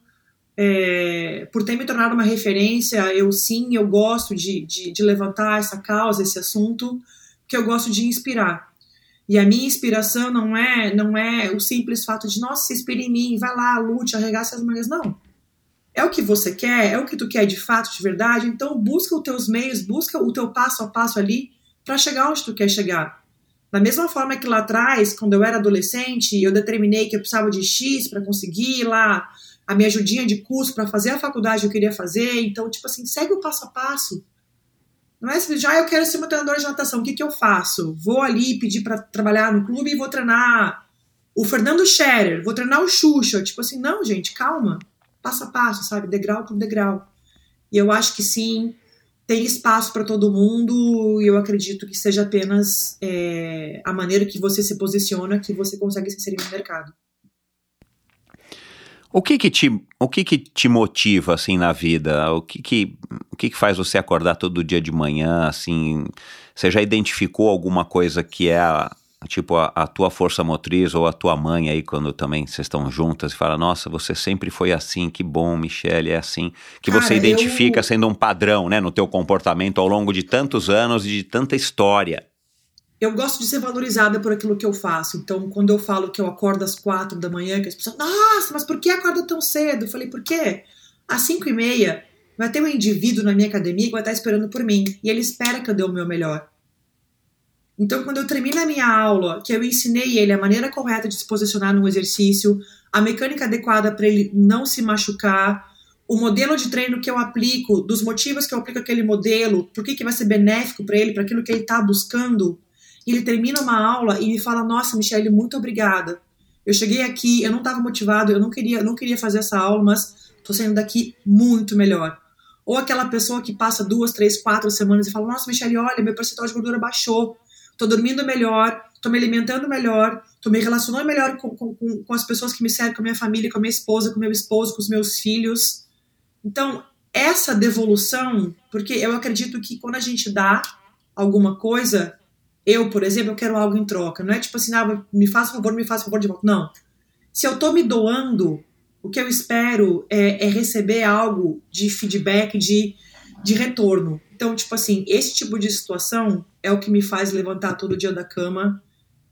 por ter me tornado uma referência, eu gosto de levantar essa causa, esse assunto, porque eu gosto de inspirar. E a minha inspiração não é o simples fato de, nossa, se inspira em mim, vai lá, lute, arregaça as mangas. Não. É o que você quer, é o que tu quer de fato, de verdade, então busca os teus meios, busca o teu passo a passo ali para chegar onde tu quer chegar. Da mesma forma que lá atrás, quando eu era adolescente, eu determinei que eu precisava de X para conseguir lá a minha ajudinha de curso para fazer a faculdade que eu queria fazer. Então, tipo assim, segue o passo a passo. Não é assim, eu quero ser uma treinadora de natação, o que eu faço? Vou ali pedir para trabalhar no clube e vou treinar o Fernando Scherer, vou treinar o Xuxa. Tipo assim, não, gente, calma. Passo a passo, sabe? Degrau por degrau. E eu acho que sim, tem espaço para todo mundo e eu acredito que seja apenas a maneira que você se posiciona que você consegue se inserir no mercado. O que te motiva, assim, na vida? O que faz você acordar todo dia de manhã, assim? Você já identificou alguma coisa que é a tua força motriz ou a tua mãe aí, quando também vocês estão juntas e fala, nossa, você sempre foi assim, que bom, Michelle, é assim. Que cara, você identifica sendo um padrão, né, no teu comportamento ao longo de tantos anos e de tanta história. Eu gosto de ser valorizada por aquilo que eu faço. Então, quando eu falo que eu acordo às 4 da manhã, que as pessoas, nossa, mas por que acorda tão cedo? Eu falei, por quê? Às 5:30 vai ter um indivíduo na minha academia que vai estar esperando por mim. E ele espera que eu dê o meu melhor. Então, quando eu termino a minha aula, que eu ensinei ele a maneira correta de se posicionar no exercício, a mecânica adequada para ele não se machucar, o modelo de treino que eu aplico, dos motivos que eu aplico aquele modelo, por que vai ser benéfico para ele, para aquilo que ele está buscando, e ele termina uma aula e me fala, nossa, Michelle, muito obrigada. Eu cheguei aqui, eu não estava motivado, eu não queria fazer essa aula, mas estou saindo daqui muito melhor. Ou aquela pessoa que passa 2, 3, 4 semanas e fala, nossa, Michelle, olha, meu percentual de gordura baixou, estou dormindo melhor, estou me alimentando melhor, estou me relacionando melhor com as pessoas que me cercam, com a minha família, com a minha esposa, com o meu esposo, com os meus filhos. Então, essa devolução, porque eu acredito que quando a gente dá alguma coisa, eu, por exemplo, eu quero algo em troca. Não é tipo assim, me faça favor de volta. Não. Se eu estou me doando, o que eu espero é receber algo de feedback, de retorno. Então, tipo assim, esse tipo de situação é o que me faz levantar todo dia da cama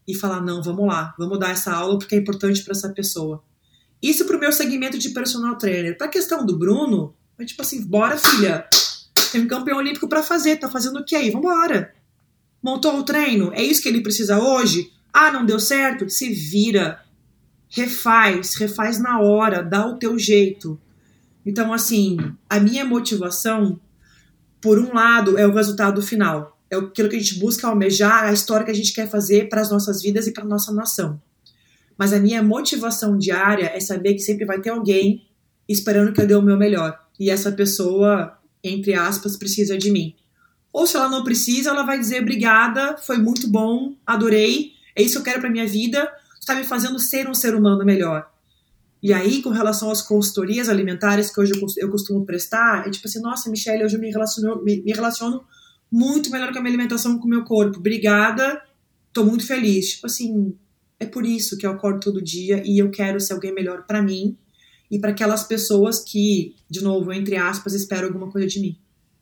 e falar, não, vamos lá, vamos dar essa aula porque é importante para essa pessoa. Isso pro meu segmento de personal trainer. Pra questão do Bruno, é tipo assim, bora filha, tem um campeão olímpico pra fazer, tá fazendo o que aí? Vambora. Montou o treino? É isso que ele precisa hoje? Ah, não deu certo? Se vira. Refaz na hora, dá o teu jeito. Então, assim, a minha motivação, por um lado, é o resultado final. É aquilo que a gente busca almejar, a história que a gente quer fazer para as nossas vidas e para a nossa nação. Mas a minha motivação diária é saber que sempre vai ter alguém esperando que eu dê o meu melhor. E essa pessoa, entre aspas, precisa de mim. Ou se ela não precisa, ela vai dizer obrigada, foi muito bom, adorei, é isso que eu quero para minha vida, está me fazendo ser um ser humano melhor. E aí, com relação às consultorias alimentares que hoje eu costumo prestar, é tipo assim, nossa, Michele, hoje eu me relaciono muito melhor com a minha alimentação, com o meu corpo. Obrigada, tô muito feliz. Tipo assim, é por isso que eu acordo todo dia e eu quero ser alguém melhor para mim e para aquelas pessoas que, de novo, entre aspas, esperam alguma coisa de mim.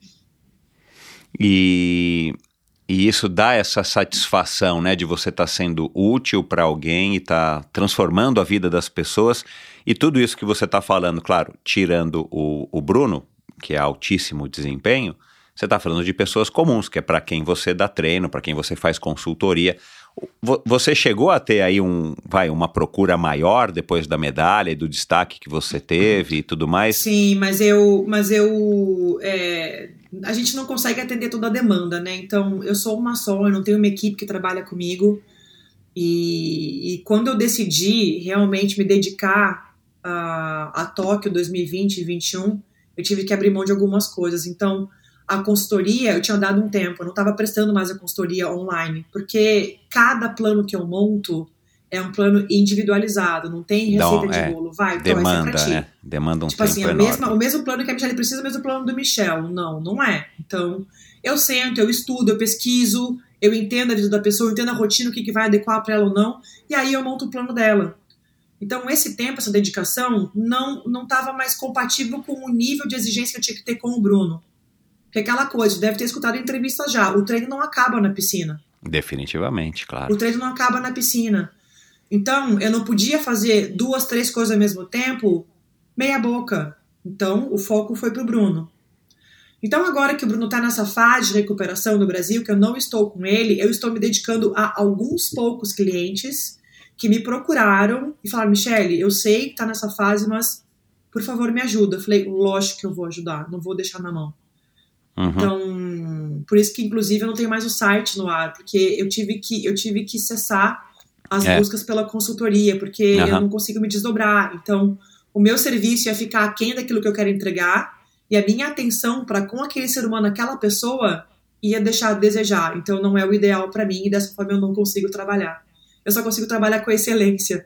E isso dá essa satisfação, né, de você estar sendo útil para alguém e estar transformando a vida das pessoas. E tudo isso que você está falando, claro, tirando o Bruno, que é altíssimo desempenho, você está falando de pessoas comuns, que é para quem você dá treino, para quem você faz consultoria. Você chegou a ter aí uma procura maior depois da medalha e do destaque que você teve e tudo mais? Sim, mas a gente não consegue atender toda a demanda, né? Então, eu sou uma só, eu não tenho uma equipe que trabalha comigo. E quando eu decidi realmente me dedicar a Tóquio 2020 e 2021, eu tive que abrir mão de algumas coisas. Então, a consultoria, eu tinha dado um tempo, eu não estava prestando mais a consultoria online, porque cada plano que eu monto é um plano individualizado, não tem receita de bolo, demanda, então esse é pra ti. Né? Demanda um tipo tempo assim, enorme. O mesmo plano que a Michele precisa, o mesmo plano do Michel. Não é. Então, eu sento, eu estudo, eu pesquiso, eu entendo a vida da pessoa, eu entendo a rotina, o que vai adequar para ela ou não, e aí eu monto o plano dela. Então, esse tempo, essa dedicação, não estava mais compatível com o nível de exigência que eu tinha que ter com o Bruno. Porque aquela coisa, deve ter escutado a entrevista já, o treino não acaba na piscina. Definitivamente, claro. O treino não acaba na piscina. Então, eu não podia fazer 2, 3 coisas ao mesmo tempo, meia boca. Então, o foco foi pro Bruno. Então, agora que o Bruno tá nessa fase de recuperação no Brasil, que eu não estou com ele, eu estou me dedicando a alguns poucos clientes que me procuraram e falaram, Michele, eu sei que tá nessa fase, mas, por favor, me ajuda. Eu falei, lógico que eu vou ajudar, não vou deixar na mão. Uhum. Então, por isso que, inclusive, eu não tenho mais o site no ar, porque eu tive que cessar as buscas pela consultoria, porque eu não consigo me desdobrar. Então, o meu serviço ia ficar aquém daquilo que eu quero entregar, e a minha atenção para com aquele ser humano, aquela pessoa, ia deixar a desejar. Então, não é o ideal para mim, e dessa forma eu não consigo trabalhar. Eu só consigo trabalhar com excelência.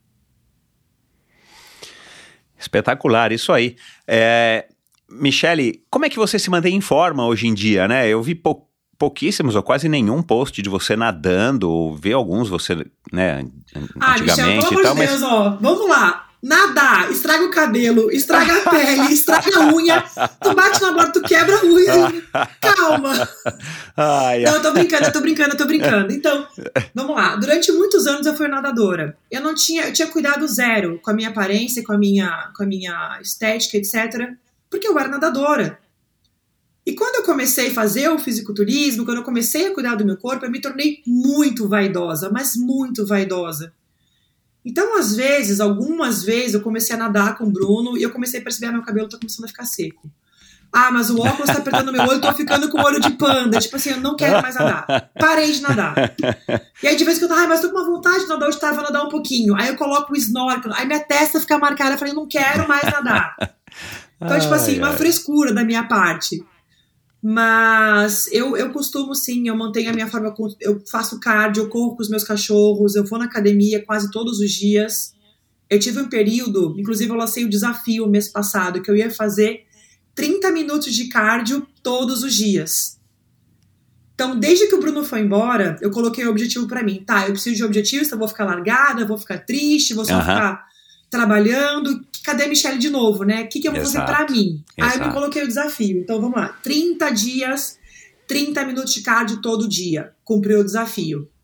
Espetacular, isso aí. Michele, como é que você se mantém em forma hoje em dia, né? Eu vi pouquíssimos ou quase nenhum post de você nadando, ou vi alguns você, né, antigamente. Michel, pelo amor de Deus, ó, vamos lá. Nadar, estraga o cabelo, estraga a pele, estraga a unha, tu bate na borda, tu quebra a unha, calma. Não, eu tô brincando. Então, vamos lá. Durante muitos anos eu fui nadadora. Eu tinha cuidado zero com a minha aparência, com a minha estética, etc., porque eu era nadadora. E quando eu comecei a fazer o fisiculturismo, quando eu comecei a cuidar do meu corpo, eu me tornei muito vaidosa, mas muito vaidosa. Então, algumas vezes, eu comecei a nadar com o Bruno e eu comecei a perceber que meu cabelo tá começando a ficar seco. Ah, mas o óculos tá apertando meu olho, eu tô ficando com o olho de panda. Tipo assim, eu não quero mais nadar. Parei de nadar. E aí, de vez em quando eu mas tô com uma vontade de nadar, hoje tava nadar um pouquinho. Aí eu coloco o snorkel, aí minha testa fica marcada, eu falei, não quero mais nadar. Então, tipo assim, uma frescura da minha parte. Mas eu costumo sim, eu mantenho a minha forma, eu faço cardio, eu corro com os meus cachorros, eu vou na academia quase todos os dias. Eu tive um período, inclusive eu lancei o desafio mês passado, que eu ia fazer 30 minutos de cardio todos os dias. Então, desde que o Bruno foi embora, eu coloquei o objetivo pra mim. Tá, eu preciso de objetivos, então eu vou ficar largada, eu vou ficar triste, vou só ficar trabalhando. Cadê a Michele de novo, né? O que eu vou fazer pra mim? Aí eu me coloquei o desafio. Então, vamos lá. 30 dias, 30 minutos de cardio todo dia. Cumpri o desafio.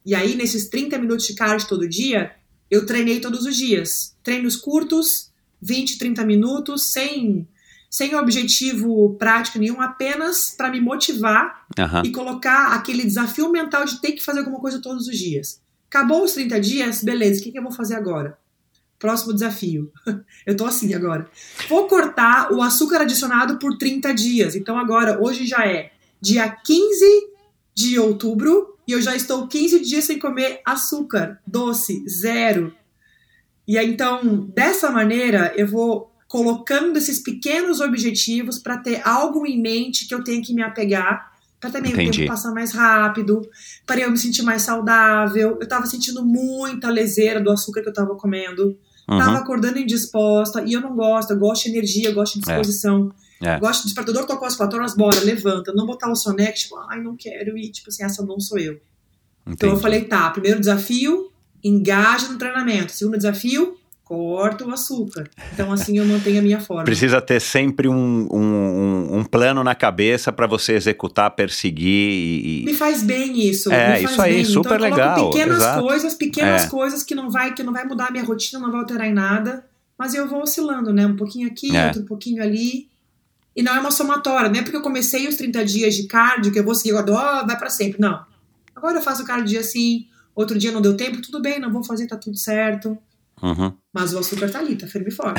E aí, nesses 30 minutos de cardio todo dia, eu treinei todos os dias. Treinos curtos, 20, 30 minutos, sem objetivo prático nenhum, apenas para me motivar e colocar aquele desafio mental de ter que fazer alguma coisa todos os dias. Acabou os 30 dias, beleza, o que eu vou fazer agora? Próximo desafio. Eu tô assim agora. Vou cortar o açúcar adicionado por 30 dias. Então agora, hoje já é dia 15 de outubro e eu já estou 15 dias sem comer açúcar, doce, zero. E aí, então, dessa maneira, eu vou colocando esses pequenos objetivos para ter algo em mente que eu tenho que me apegar, para também o tempo passar mais rápido, para eu me sentir mais saudável. Eu tava sentindo muita leseira do açúcar que eu tava comendo, tava acordando indisposta, e eu não gosto, eu gosto de energia, eu gosto de disposição, gosto de despertador, tocou as 4 horas, bora, levanta, não botar o soneca, tipo, ai, não quero ir, tipo assim, essa não sou eu. Então eu falei, tá, primeiro desafio, engaja no treinamento, segundo desafio, corta o açúcar. Então, assim, eu mantenho a minha forma. Precisa ter sempre um plano na cabeça para você executar, perseguir Me faz bem isso. Isso aí, super então, legal. Pequenas coisas que não vai mudar a minha rotina, não vai alterar em nada, mas eu vou oscilando, né? Um pouquinho aqui, outro pouquinho ali. E não é uma somatória, não é porque eu comecei os 30 dias de cardio que eu vou seguir agora, vai para sempre. Não. Agora eu faço o cardio assim, outro dia não deu tempo, tudo bem, não vou fazer, tá tudo certo. Mas o açúcar tá ali, tá firme e forte.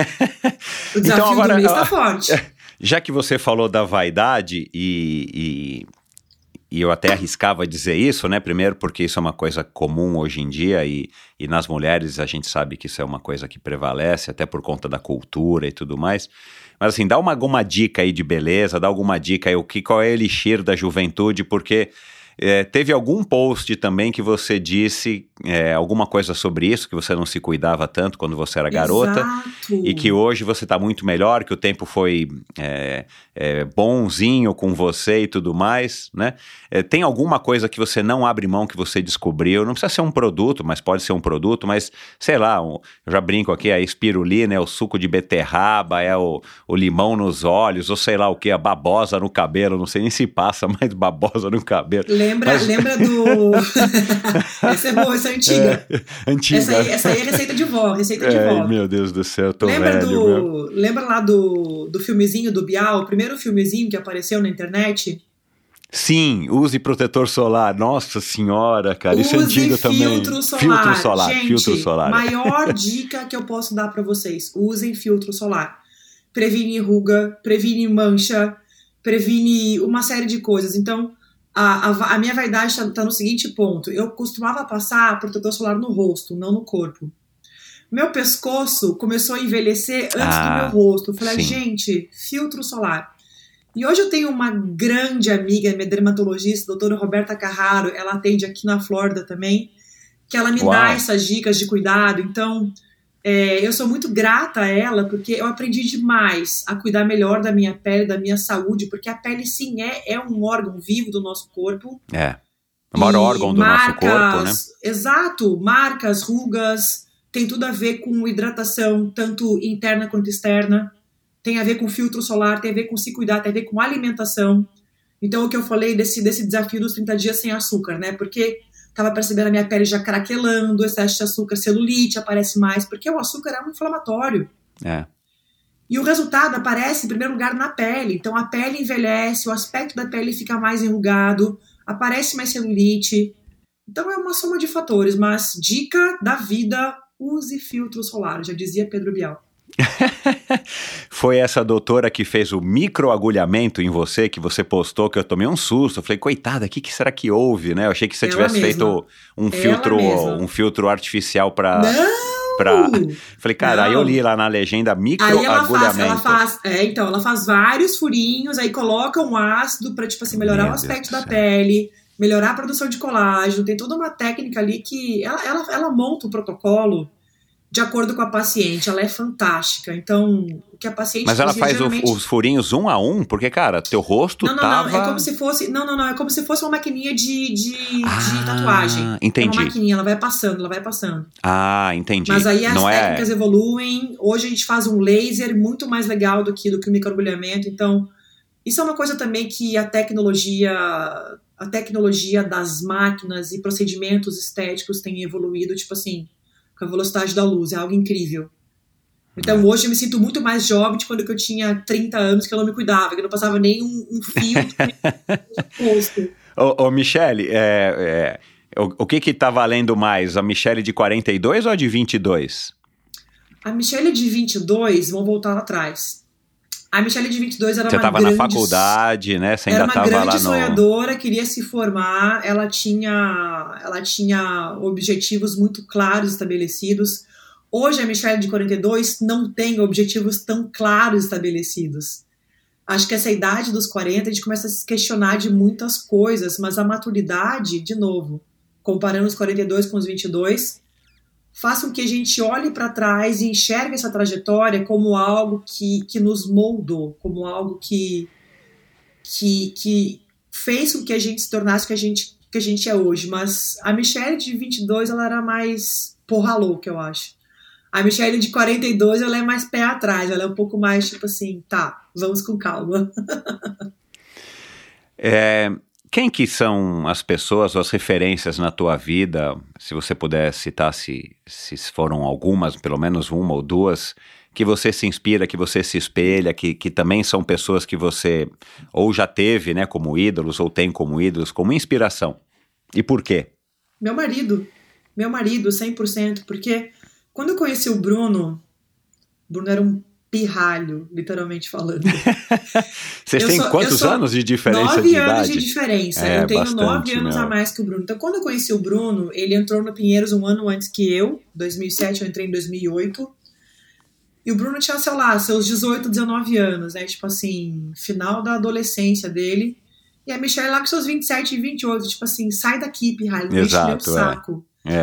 O desafio então, agora, do mês tá forte. Já que você falou da vaidade e eu até arriscava dizer isso, né? Primeiro porque isso é uma coisa comum hoje em dia e nas mulheres a gente sabe que isso é uma coisa que prevalece, até por conta da cultura e tudo mais. Mas assim, dá alguma dica aí de beleza, dá alguma dica aí, qual é o elixir da juventude, porque... teve algum post também que você disse alguma coisa sobre isso, que você não se cuidava tanto quando você era garota. Exato. E que hoje você está muito melhor, que o tempo foi bonzinho com você e tudo mais, né? Tem alguma coisa que você não abre mão, que você descobriu? Não precisa ser um produto, mas pode ser um produto, mas sei lá, eu já brinco aqui, a espirulina, é o suco de beterraba, é o limão nos olhos, ou sei lá o que, a babosa no cabelo, não sei nem se passa mais babosa no cabelo. Lembra do... Essa é boa, essa é antiga. Antiga. Essa aí é receita de vó, Meu Deus do céu, eu tô Lembra lá do filmezinho do Bial, o primeiro filmezinho que apareceu na internet? Sim, use protetor solar. Nossa senhora, cara, isso é antigo também. Filtro solar. Gente, filtro solar. Maior dica que eu posso dar pra vocês. Usem filtro solar. Previne ruga, previne mancha, previne uma série de coisas. Então, a minha vaidade tá no seguinte ponto. Eu costumava passar protetor solar no rosto, não no corpo. Meu pescoço começou a envelhecer antes do meu rosto. Eu falei, gente, filtro solar. E hoje eu tenho uma grande amiga, minha dermatologista, a doutora Roberta Carraro, ela atende aqui na Flórida também, que ela me dá essas dicas de cuidado. Então, eu sou muito grata a ela, porque eu aprendi demais a cuidar melhor da minha pele, da minha saúde, porque a pele, sim, é um órgão vivo do nosso corpo. O maior órgão do nosso corpo, né? Exato, marcas, rugas, tem tudo a ver com hidratação, tanto interna quanto externa. Tem a ver com filtro solar, tem a ver com se cuidar, tem a ver com alimentação. Então, o que eu falei desse desafio dos 30 dias sem açúcar, né? Porque tava percebendo a minha pele já craquelando, excesso de açúcar, celulite aparece mais, porque o açúcar é um inflamatório. E o resultado aparece, em primeiro lugar, na pele. Então, a pele envelhece, o aspecto da pele fica mais enrugado, aparece mais celulite. Então, é uma soma de fatores. Mas, dica da vida, use filtro solar, já dizia Pedro Bial. Foi essa doutora que fez o microagulhamento em você, que você postou, que eu tomei um susto. Eu falei, coitada, o que será que houve, né? Eu achei que você tivesse feito um filtro artificial pra... Falei, cara, aí eu li lá na legenda microagulhamento. Ela faz vários furinhos, aí coloca um ácido pra, tipo assim, melhorar o aspecto da pele, melhorar a produção de colágeno. Tem toda uma técnica ali que ela monta o protocolo de acordo com a paciente, ela é fantástica. Então, o que a paciente... Mas ela faz geralmente... os furinhos um a um? Porque, cara, teu rosto tava... Não, é como se fosse... Não, é como se fosse uma maquininha de tatuagem. Entendi. É uma maquininha, ela vai passando. Entendi. Mas aí as técnicas evoluem. Hoje a gente faz um laser muito mais legal do que o microagulhamento. Então, isso é uma coisa também que a tecnologia a tecnologia das máquinas e procedimentos estéticos tem evoluído, tipo assim, com a velocidade da luz, é algo incrível. Então hoje eu me sinto muito mais jovem de quando eu tinha 30 anos, que eu não me cuidava, que eu não passava nem um fio no rosto. Ô Michele, o que tá valendo mais, a Michele de 42 ou a de 22? A Michele de 22, vamos voltar lá atrás. A Michele de 22 era Você uma estava grande... na faculdade, né? Você ainda era uma estava lá grande no... sonhadora, queria se formar, ela tinha objetivos muito claros estabelecidos. Hoje a Michele de 42 não tem objetivos tão claros estabelecidos. Acho que essa idade dos 40 a gente começa a se questionar de muitas coisas, mas a maturidade, de novo, comparando os 42 com os 22, faz com que a gente olhe para trás e enxergue essa trajetória como algo que nos moldou, como algo que fez com que a gente se tornasse o que a gente é hoje. Mas a Michele de 22, ela era mais porra louca, eu acho. A Michele de 42, ela é mais pé atrás, ela é um pouco mais tipo assim, tá, vamos com calma. Quem que são as pessoas ou as referências na tua vida, se você puder citar se foram algumas, pelo menos uma ou duas, que você se inspira, que você se espelha, que também são pessoas que você ou já teve, né, como ídolos, ou tem como ídolos, como inspiração? E por quê? Meu marido, 100%, porque quando eu conheci o Bruno era um pirralho, literalmente falando. Vocês têm quantos anos de diferença de idade? 9 anos de diferença. Eu tenho bastante, 9 anos a mais que o Bruno. Então, quando eu conheci o Bruno, ele entrou no Pinheiros um ano antes que eu. 2007, eu entrei em 2008. E o Bruno tinha, sei lá, seus 18, 19 anos, né? Tipo assim, final da adolescência dele. E a Michelle lá com seus 27 e 28. Tipo assim, sai daqui, pirralho. Não enche meu saco.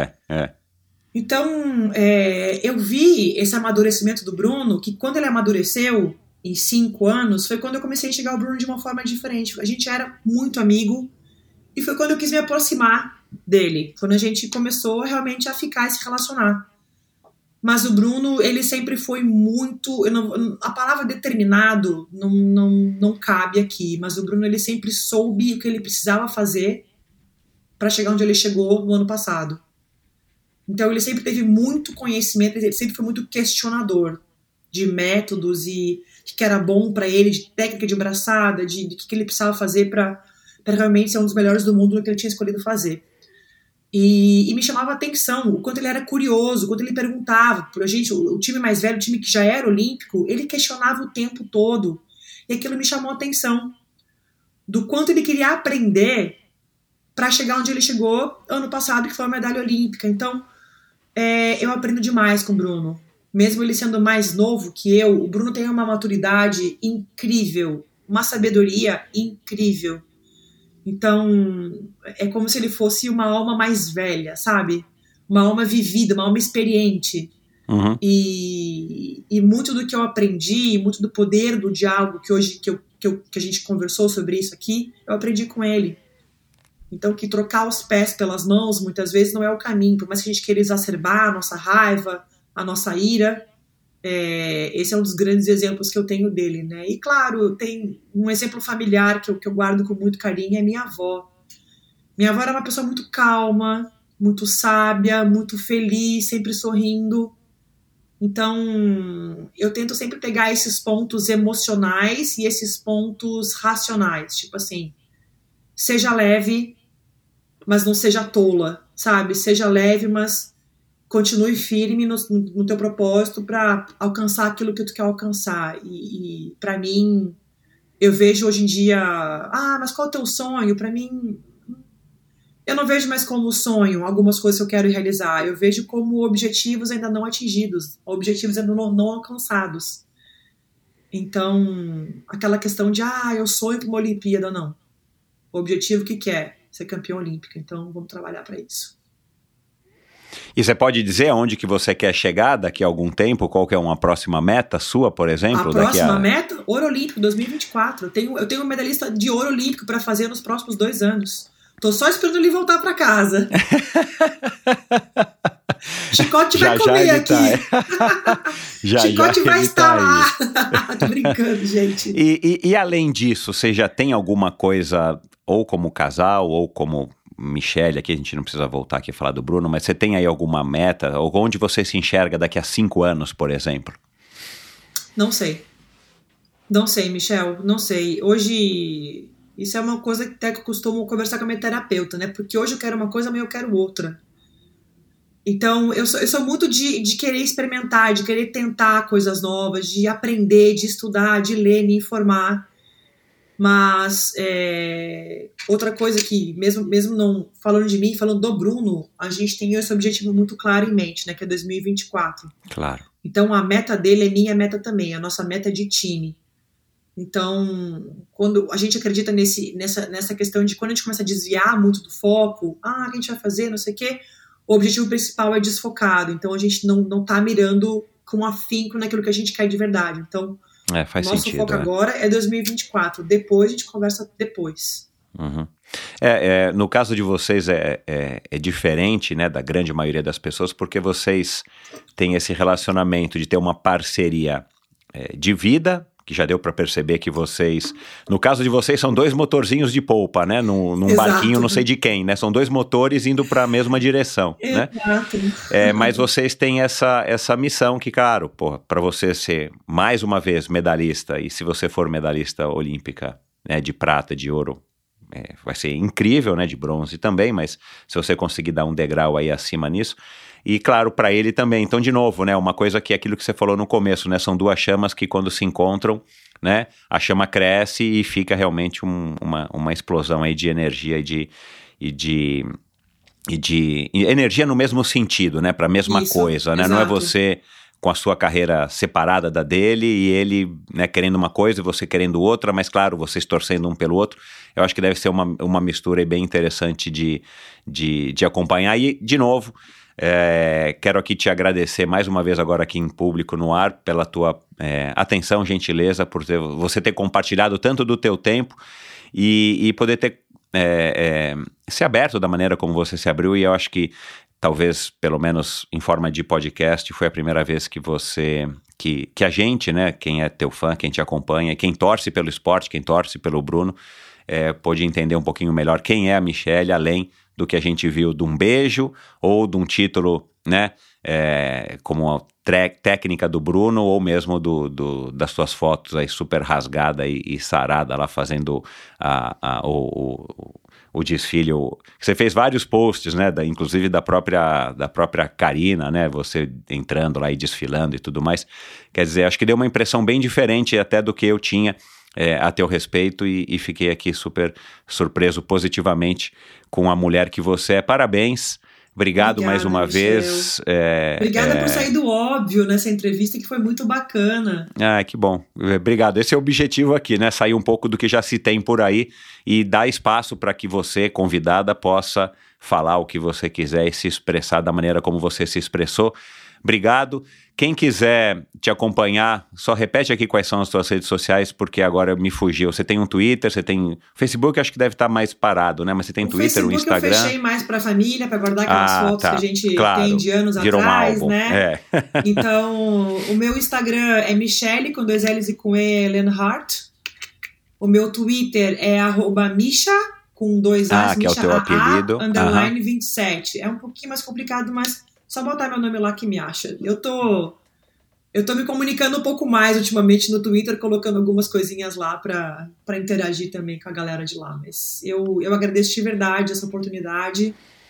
Então, eu vi esse amadurecimento do Bruno, que quando ele amadureceu, em 5 anos, foi quando eu comecei a enxergar o Bruno de uma forma diferente. A gente era muito amigo, e foi quando eu quis me aproximar dele, quando a gente começou realmente a ficar e se relacionar. Mas o Bruno, ele sempre foi muito... a palavra determinado não cabe aqui, mas o Bruno, ele sempre soube o que ele precisava fazer para chegar onde ele chegou no ano passado. Então ele sempre teve muito conhecimento, ele sempre foi muito questionador de métodos e o que era bom para ele, de técnica de braçada, de que ele precisava fazer para realmente ser um dos melhores do mundo no que ele tinha escolhido fazer. E me chamava a atenção o quanto ele era curioso, o quanto ele perguntava. Por a gente, o time mais velho, o time que já era olímpico, ele questionava o tempo todo. E aquilo me chamou a atenção do quanto ele queria aprender para chegar onde ele chegou ano passado, que foi a medalha olímpica. Então, eu aprendo demais com o Bruno. Mesmo ele sendo mais novo que eu, o Bruno tem uma maturidade incrível, uma sabedoria incrível. Então, é como se ele fosse uma alma mais velha, sabe? Uma alma vivida, uma alma experiente. Uhum. E muito do que eu aprendi, muito do poder do diálogo que hoje que a gente conversou sobre isso aqui, eu aprendi com ele. Então, que trocar os pés pelas mãos, muitas vezes, não é o caminho. Por mais que a gente queira exacerbar a nossa raiva, a nossa ira, esse é um dos grandes exemplos que eu tenho dele, né? E, claro, tem um exemplo familiar que eu guardo com muito carinho, é minha avó. Minha avó era uma pessoa muito calma, muito sábia, muito feliz, sempre sorrindo. Então, eu tento sempre pegar esses pontos emocionais e esses pontos racionais. Tipo assim, seja leve, mas não seja tola, sabe? Seja leve, mas continue firme no teu propósito para alcançar aquilo que tu quer alcançar. E para mim, eu vejo hoje em dia, mas qual é o teu sonho? Para mim, eu não vejo mais como sonho algumas coisas que eu quero realizar. Eu vejo como objetivos ainda não atingidos, objetivos ainda não alcançados. Então, aquela questão de, eu sonho com uma Olimpíada, não. O objetivo que é? Ser campeão olímpico. Então, vamos trabalhar para isso. E você pode dizer aonde que você quer chegar daqui a algum tempo? Qual que é uma próxima meta sua, por exemplo? A próxima meta? Ouro Olímpico, 2024. Eu tenho um medalhista de ouro olímpico para fazer nos próximos 2 anos. Tô só esperando ele voltar para casa. Chicote vai comer aqui. Chicote vai estar lá. Tô brincando, gente. E além disso, você já tem alguma coisa ou como casal, ou como Michele, aqui a gente não precisa voltar aqui a falar do Bruno, mas você tem aí alguma meta, ou onde você se enxerga daqui a 5 anos, por exemplo? Não sei, Michel, não sei. Hoje, isso é uma coisa que até que eu costumo conversar com a minha terapeuta, né? Porque hoje eu quero uma coisa, amanhã eu quero outra. Então, eu sou muito de querer experimentar, de querer tentar coisas novas, de aprender, de estudar, de ler, me informar. Mas outra coisa que, mesmo não falando de mim, falando do Bruno, a gente tem esse objetivo muito claro em mente, né? Que é 2024. Claro. Então, a meta dele é minha meta também. A nossa meta é de time. Então, quando a gente acredita nessa questão de quando a gente começa a desviar muito do foco, o que a gente vai fazer, não sei o quê, o objetivo principal é desfocado. Então, a gente não tá mirando com afinco naquilo que a gente quer de verdade. Então, faz nosso sentido, foco agora é 2024. Depois, a gente conversa depois. Uhum. No caso de vocês é diferente, né, da grande maioria das pessoas, porque vocês têm esse relacionamento de ter uma parceria de vida, que já deu para perceber que vocês, no caso de vocês, são 2 motorzinhos de polpa, né, num barquinho não sei de quem, né, são 2 motores indo para a mesma direção, né? Exato. Mas vocês têm essa missão que, claro, para você ser mais uma vez medalhista, e se você for medalhista olímpica, né, de prata, de ouro, vai ser incrível, né, de bronze também, mas se você conseguir dar um degrau aí acima nisso, e claro, para ele também. Então, de novo, né, uma coisa que é aquilo que você falou no começo, né, são 2 chamas que quando se encontram, né, a chama cresce e fica realmente uma explosão aí de energia e de energia no mesmo sentido, né, para a mesma Isso, coisa, né, exato. não é você com a sua carreira separada da dele e ele, né, querendo uma coisa e você querendo outra, mas claro, vocês torcendo um pelo outro. Eu acho que deve ser uma mistura aí bem interessante de acompanhar. E, de novo, quero aqui te agradecer mais uma vez agora aqui em público, no ar, pela tua atenção, gentileza, por você ter compartilhado tanto do teu tempo e poder ter se aberto da maneira como você se abriu. E eu acho que talvez, pelo menos em forma de podcast, foi a primeira vez que que a gente, né, quem é teu fã, quem te acompanha, quem torce pelo esporte, quem torce pelo Bruno, pôde entender um pouquinho melhor quem é a Michele, além do que a gente viu de um beijo ou de um título, né, como a técnica do Bruno, ou mesmo das suas fotos aí super rasgada e sarada lá fazendo o desfile. Você fez vários posts, né, inclusive da própria Karina, né, você entrando lá e desfilando e tudo mais. Quer dizer, acho que deu uma impressão bem diferente até do que eu tinha a teu respeito e fiquei aqui super surpreso positivamente com a mulher que você é. Parabéns. Obrigado mais uma vez. Obrigada por sair do óbvio nessa entrevista, que foi muito bacana. Que bom. Obrigado. Esse é o objetivo aqui, né? Sair um pouco do que já se tem por aí e dar espaço para que você, convidada, possa falar o que você quiser e se expressar da maneira como você se expressou. Obrigado. Quem quiser te acompanhar, só repete aqui quais são as suas redes sociais, porque agora me fugiu. Você tem um Twitter, você tem Facebook, acho que deve estar mais parado, né? Mas você tem Twitter, o Instagram. Eu fechei mais pra família, pra guardar aquelas fotos que a gente tem de anos atrás, né? Então, o meu Instagram é Michele, com 2 L's e com E, Lenhart. O meu Twitter é @Misha, com 2 A's, que é o teu apelido. _ 27. É um pouquinho mais complicado, mas só botar meu nome lá que me acha. Eu tô me comunicando um pouco mais ultimamente no Twitter, colocando algumas coisinhas lá pra interagir também com a galera de lá. Mas eu agradeço de verdade essa oportunidade.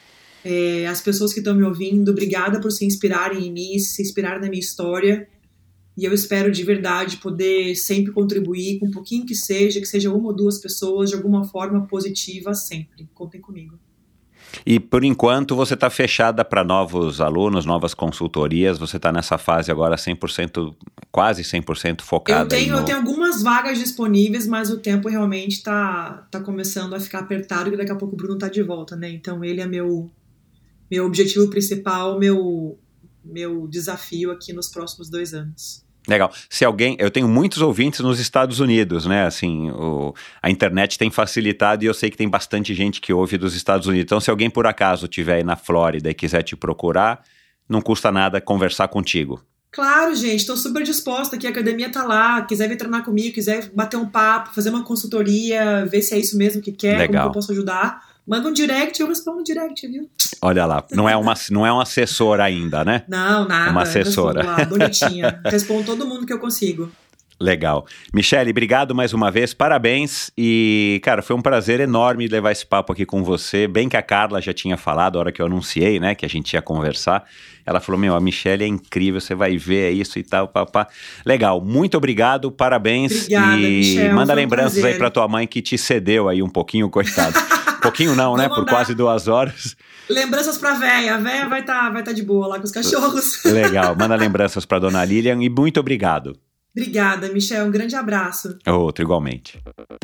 As pessoas que estão me ouvindo, obrigada por se inspirarem em mim, se inspirarem na minha história. E eu espero de verdade poder sempre contribuir com um pouquinho que seja 1 ou 2 pessoas, de alguma forma positiva sempre. Contem comigo. E por enquanto você está fechada para novos alunos, novas consultorias, você está nessa fase agora 100%, quase 100% focada. Eu tenho algumas vagas disponíveis, mas o tempo realmente está começando a ficar apertado, e daqui a pouco o Bruno está de volta, né? Então ele é meu objetivo principal, meu desafio aqui nos próximos 2 anos. Legal. Eu tenho muitos ouvintes nos Estados Unidos, né, assim, a internet tem facilitado e eu sei que tem bastante gente que ouve dos Estados Unidos, então se alguém por acaso estiver aí na Flórida e quiser te procurar, não custa nada conversar contigo. Claro, gente, tô super disposta aqui, a academia tá lá, quiser vir treinar comigo, quiser bater um papo, fazer uma consultoria, ver se é isso mesmo que quer, Legal. como que eu posso ajudar, manda um direct, eu respondo um direct, viu? Olha lá, não é uma assessora ainda, né? Não, nada. É uma assessora. Eu respondo lá, bonitinha. Respondo todo mundo que eu consigo. Legal. Michele, obrigado mais uma vez, parabéns e, cara, foi um prazer enorme levar esse papo aqui com você, bem que a Carla já tinha falado, a hora que eu anunciei, né, que a gente ia conversar, ela falou, a Michele é incrível, você vai ver isso e tal, papá. Legal, muito obrigado, parabéns. Obrigada, e Michel, manda foi um lembranças prazer. aí pra tua mãe que te cedeu aí um pouquinho, coitado. Pouquinho não, né, por quase 2 horas. Lembranças pra véia, a véia vai tá de boa lá com os cachorros. Legal, manda lembranças pra dona Lilian e muito obrigado. Obrigada, Michel, um grande abraço. Outro, igualmente.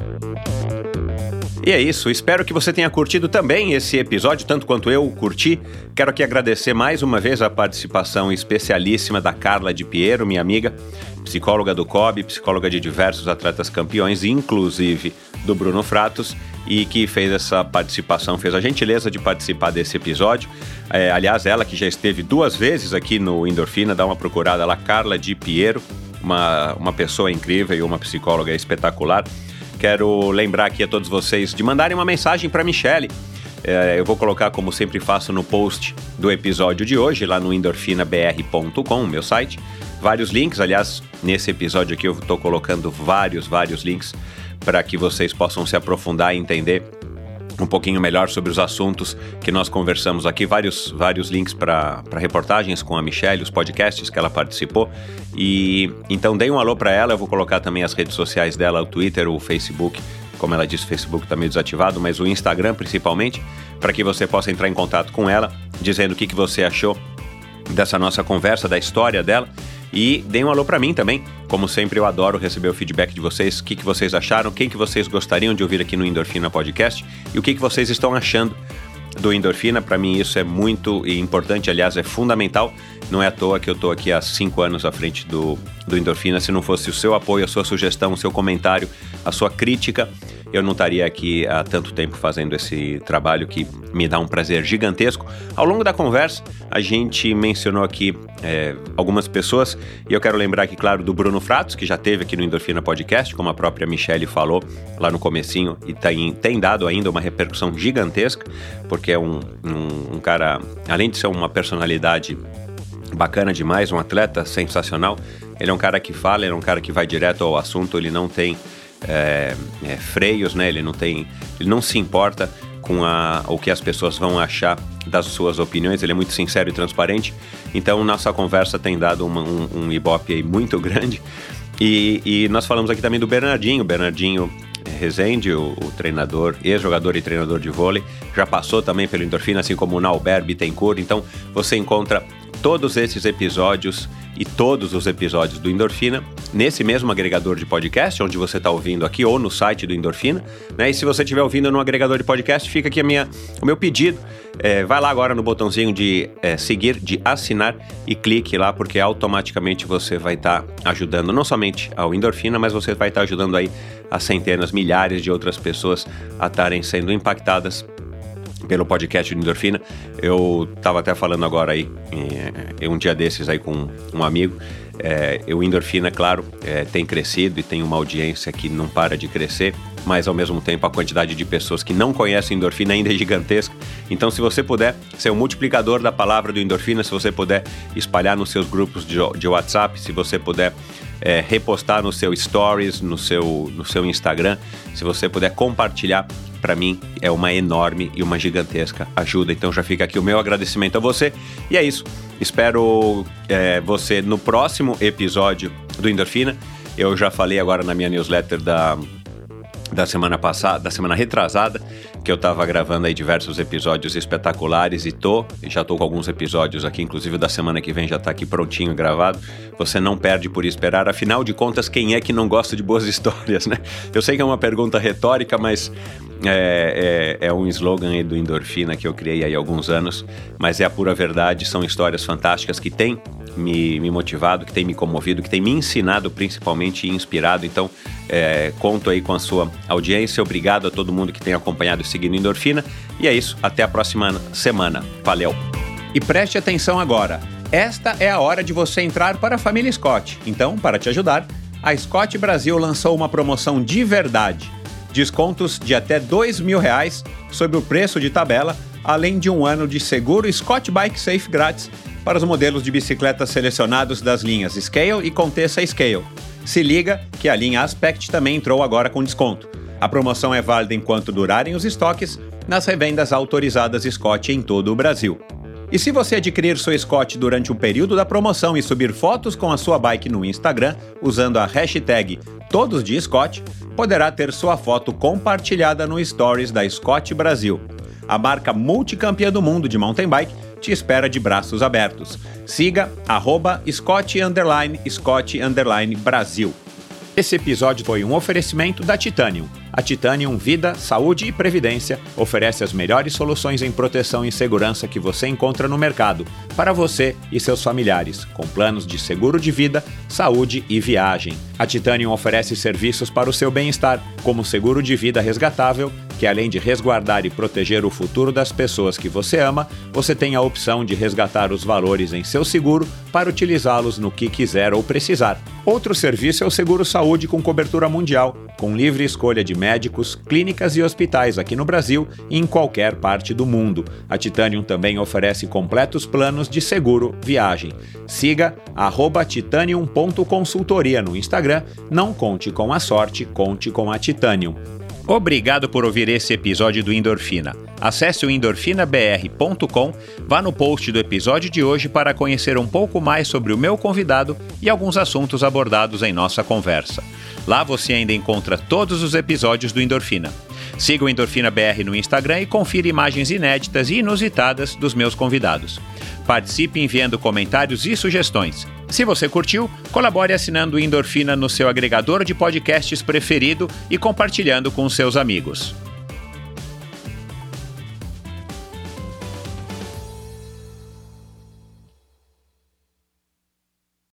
E é isso, espero que você tenha curtido também esse episódio, tanto quanto eu curti. Quero aqui agradecer mais uma vez a participação especialíssima da Carla Di Piero, minha amiga, psicóloga do COB, psicóloga de diversos atletas campeões, inclusive do Bruno Fratos, e que fez essa participação, fez a gentileza de participar desse episódio. Aliás, ela que já esteve 2 vezes aqui no Endorfina, dá uma procurada lá, Carla Di Piero, uma pessoa incrível e uma psicóloga espetacular. Quero lembrar aqui a todos vocês de mandarem uma mensagem para a Michele. Eu vou colocar, como sempre faço, no post do episódio de hoje, lá no endorfinabr.com, meu site, vários links. Aliás, nesse episódio aqui eu estou colocando vários links para que vocês possam se aprofundar e entender um pouquinho melhor sobre os assuntos que nós conversamos aqui, vários links para reportagens com a Michele, os podcasts que ela participou, e então dei um alô para ela. Eu vou colocar também as redes sociais dela, o Twitter, o Facebook, como ela disse, o Facebook está meio desativado, mas o Instagram principalmente, para que você possa entrar em contato com ela, dizendo o que você achou dessa nossa conversa, da história dela. E deem um alô pra mim também. Como sempre, eu adoro receber o feedback de vocês. O que vocês acharam, quem que vocês gostariam de ouvir aqui no Endorfina Podcast e o que vocês estão achando do Endorfina. Para mim isso é muito importante, aliás, é fundamental. Não é à toa que eu tô aqui há 5 anos à frente do Endorfina. Se não fosse o seu apoio, a sua sugestão, o seu comentário, a sua crítica, eu não estaria aqui há tanto tempo fazendo esse trabalho que me dá um prazer gigantesco. Ao longo da conversa, a gente mencionou aqui algumas pessoas, e eu quero lembrar aqui, claro, do Bruno Fratos, que já esteve aqui no Endorfina Podcast, como a própria Michele falou lá no comecinho, e tem dado ainda uma repercussão gigantesca, porque é um cara, além de ser uma personalidade bacana demais, um atleta sensacional, ele é um cara que fala, ele é um cara que vai direto ao assunto, ele não tem freios, né? Ele não se importa com o que as pessoas vão achar das suas opiniões, ele é muito sincero e transparente. Então nossa conversa tem dado um ibope aí muito grande, e nós falamos aqui também do Bernardinho Rezende, o treinador, ex-jogador e treinador de vôlei, já passou também pelo Endorfina, assim como o Nauber Bittencourt. Então você encontra todos esses episódios e todos os episódios do Endorfina nesse mesmo agregador de podcast, onde você está ouvindo aqui, ou no site do Endorfina, né? E se você estiver ouvindo no agregador de podcast, fica aqui o meu pedido. Vai lá agora no botãozinho de seguir, de assinar, e clique lá, porque automaticamente você vai estar ajudando não somente ao Endorfina, mas você vai estar ajudando aí a centenas, milhares de outras pessoas a estarem sendo impactadas pelo podcast do Endorfina. Eu estava até falando agora aí, um dia desses aí com um amigo, o Endorfina, claro, tem crescido e tem uma audiência que não para de crescer, mas ao mesmo tempo a quantidade de pessoas que não conhecem Endorfina ainda é gigantesca. Então, se você puder ser um multiplicador da palavra do Endorfina, se você puder espalhar nos seus grupos de WhatsApp, se você puder repostar no seu Stories, no seu Instagram, se você puder compartilhar, para mim é uma enorme e uma gigantesca ajuda. Então já fica aqui o meu agradecimento a você. E é isso. Espero você no próximo episódio do Endorfina. Eu já falei agora na minha newsletter da semana passada, da semana retrasada, que eu estava gravando aí diversos episódios espetaculares, e já tô com alguns episódios aqui, inclusive da semana que vem já tá aqui prontinho gravado. Você não perde por esperar. Afinal de contas, quem é que não gosta de boas histórias, né? Eu sei que é uma pergunta retórica, mas é um slogan aí do Endorfina que eu criei aí há alguns anos, mas é a pura verdade. São histórias fantásticas que têm me motivado, que têm me comovido, que têm me ensinado principalmente e inspirado. Então, conto aí com a sua audiência. Obrigado a todo mundo que tem acompanhado e seguindo Endorfina. E é isso, até a próxima semana. Valeu! E preste atenção agora. Esta é a hora de você entrar para a família Scott. Então, para te ajudar, a Scott Brasil lançou uma promoção de verdade. Descontos de até R$2.000 sobre o preço de tabela, além de um ano de seguro Scott Bike Safe grátis para os modelos de bicicletas selecionados das linhas Scale e Contessa Scale. Se liga que a linha Aspect também entrou agora com desconto. A promoção é válida enquanto durarem os estoques nas revendas autorizadas Scott em todo o Brasil. E se você adquirir sua Scott durante o período da promoção e subir fotos com a sua bike no Instagram, usando a hashtag TodosDeScott, poderá ter sua foto compartilhada no Stories da Scott Brasil. A marca multicampeã do mundo de mountain bike te espera de braços abertos. Siga @Scott_Brasil. Esse episódio foi um oferecimento da Titanium. A Titanium Vida, Saúde e Previdência oferece as melhores soluções em proteção e segurança que você encontra no mercado, para você e seus familiares, com planos de seguro de vida, saúde e viagem. A Titanium oferece serviços para o seu bem-estar, como seguro de vida resgatável, que além de resguardar e proteger o futuro das pessoas que você ama, você tem a opção de resgatar os valores em seu seguro para utilizá-los no que quiser ou precisar. Outro serviço é o Seguro Saúde com cobertura mundial, com livre escolha de médicos, clínicas e hospitais aqui no Brasil e em qualquer parte do mundo. A Titanium também oferece completos planos de seguro viagem. Siga @titanium.consultoria no Instagram. Não conte com a sorte, conte com a Titanium. Obrigado por ouvir esse episódio do Endorfina. Acesse o endorfinabr.com, vá no post do episódio de hoje para conhecer um pouco mais sobre o meu convidado e alguns assuntos abordados em nossa conversa. Lá você ainda encontra todos os episódios do Endorfina. Siga o Endorfina BR no Instagram e confira imagens inéditas e inusitadas dos meus convidados. Participe enviando comentários e sugestões. Se você curtiu, colabore assinando o Endorfina no seu agregador de podcasts preferido e compartilhando com seus amigos.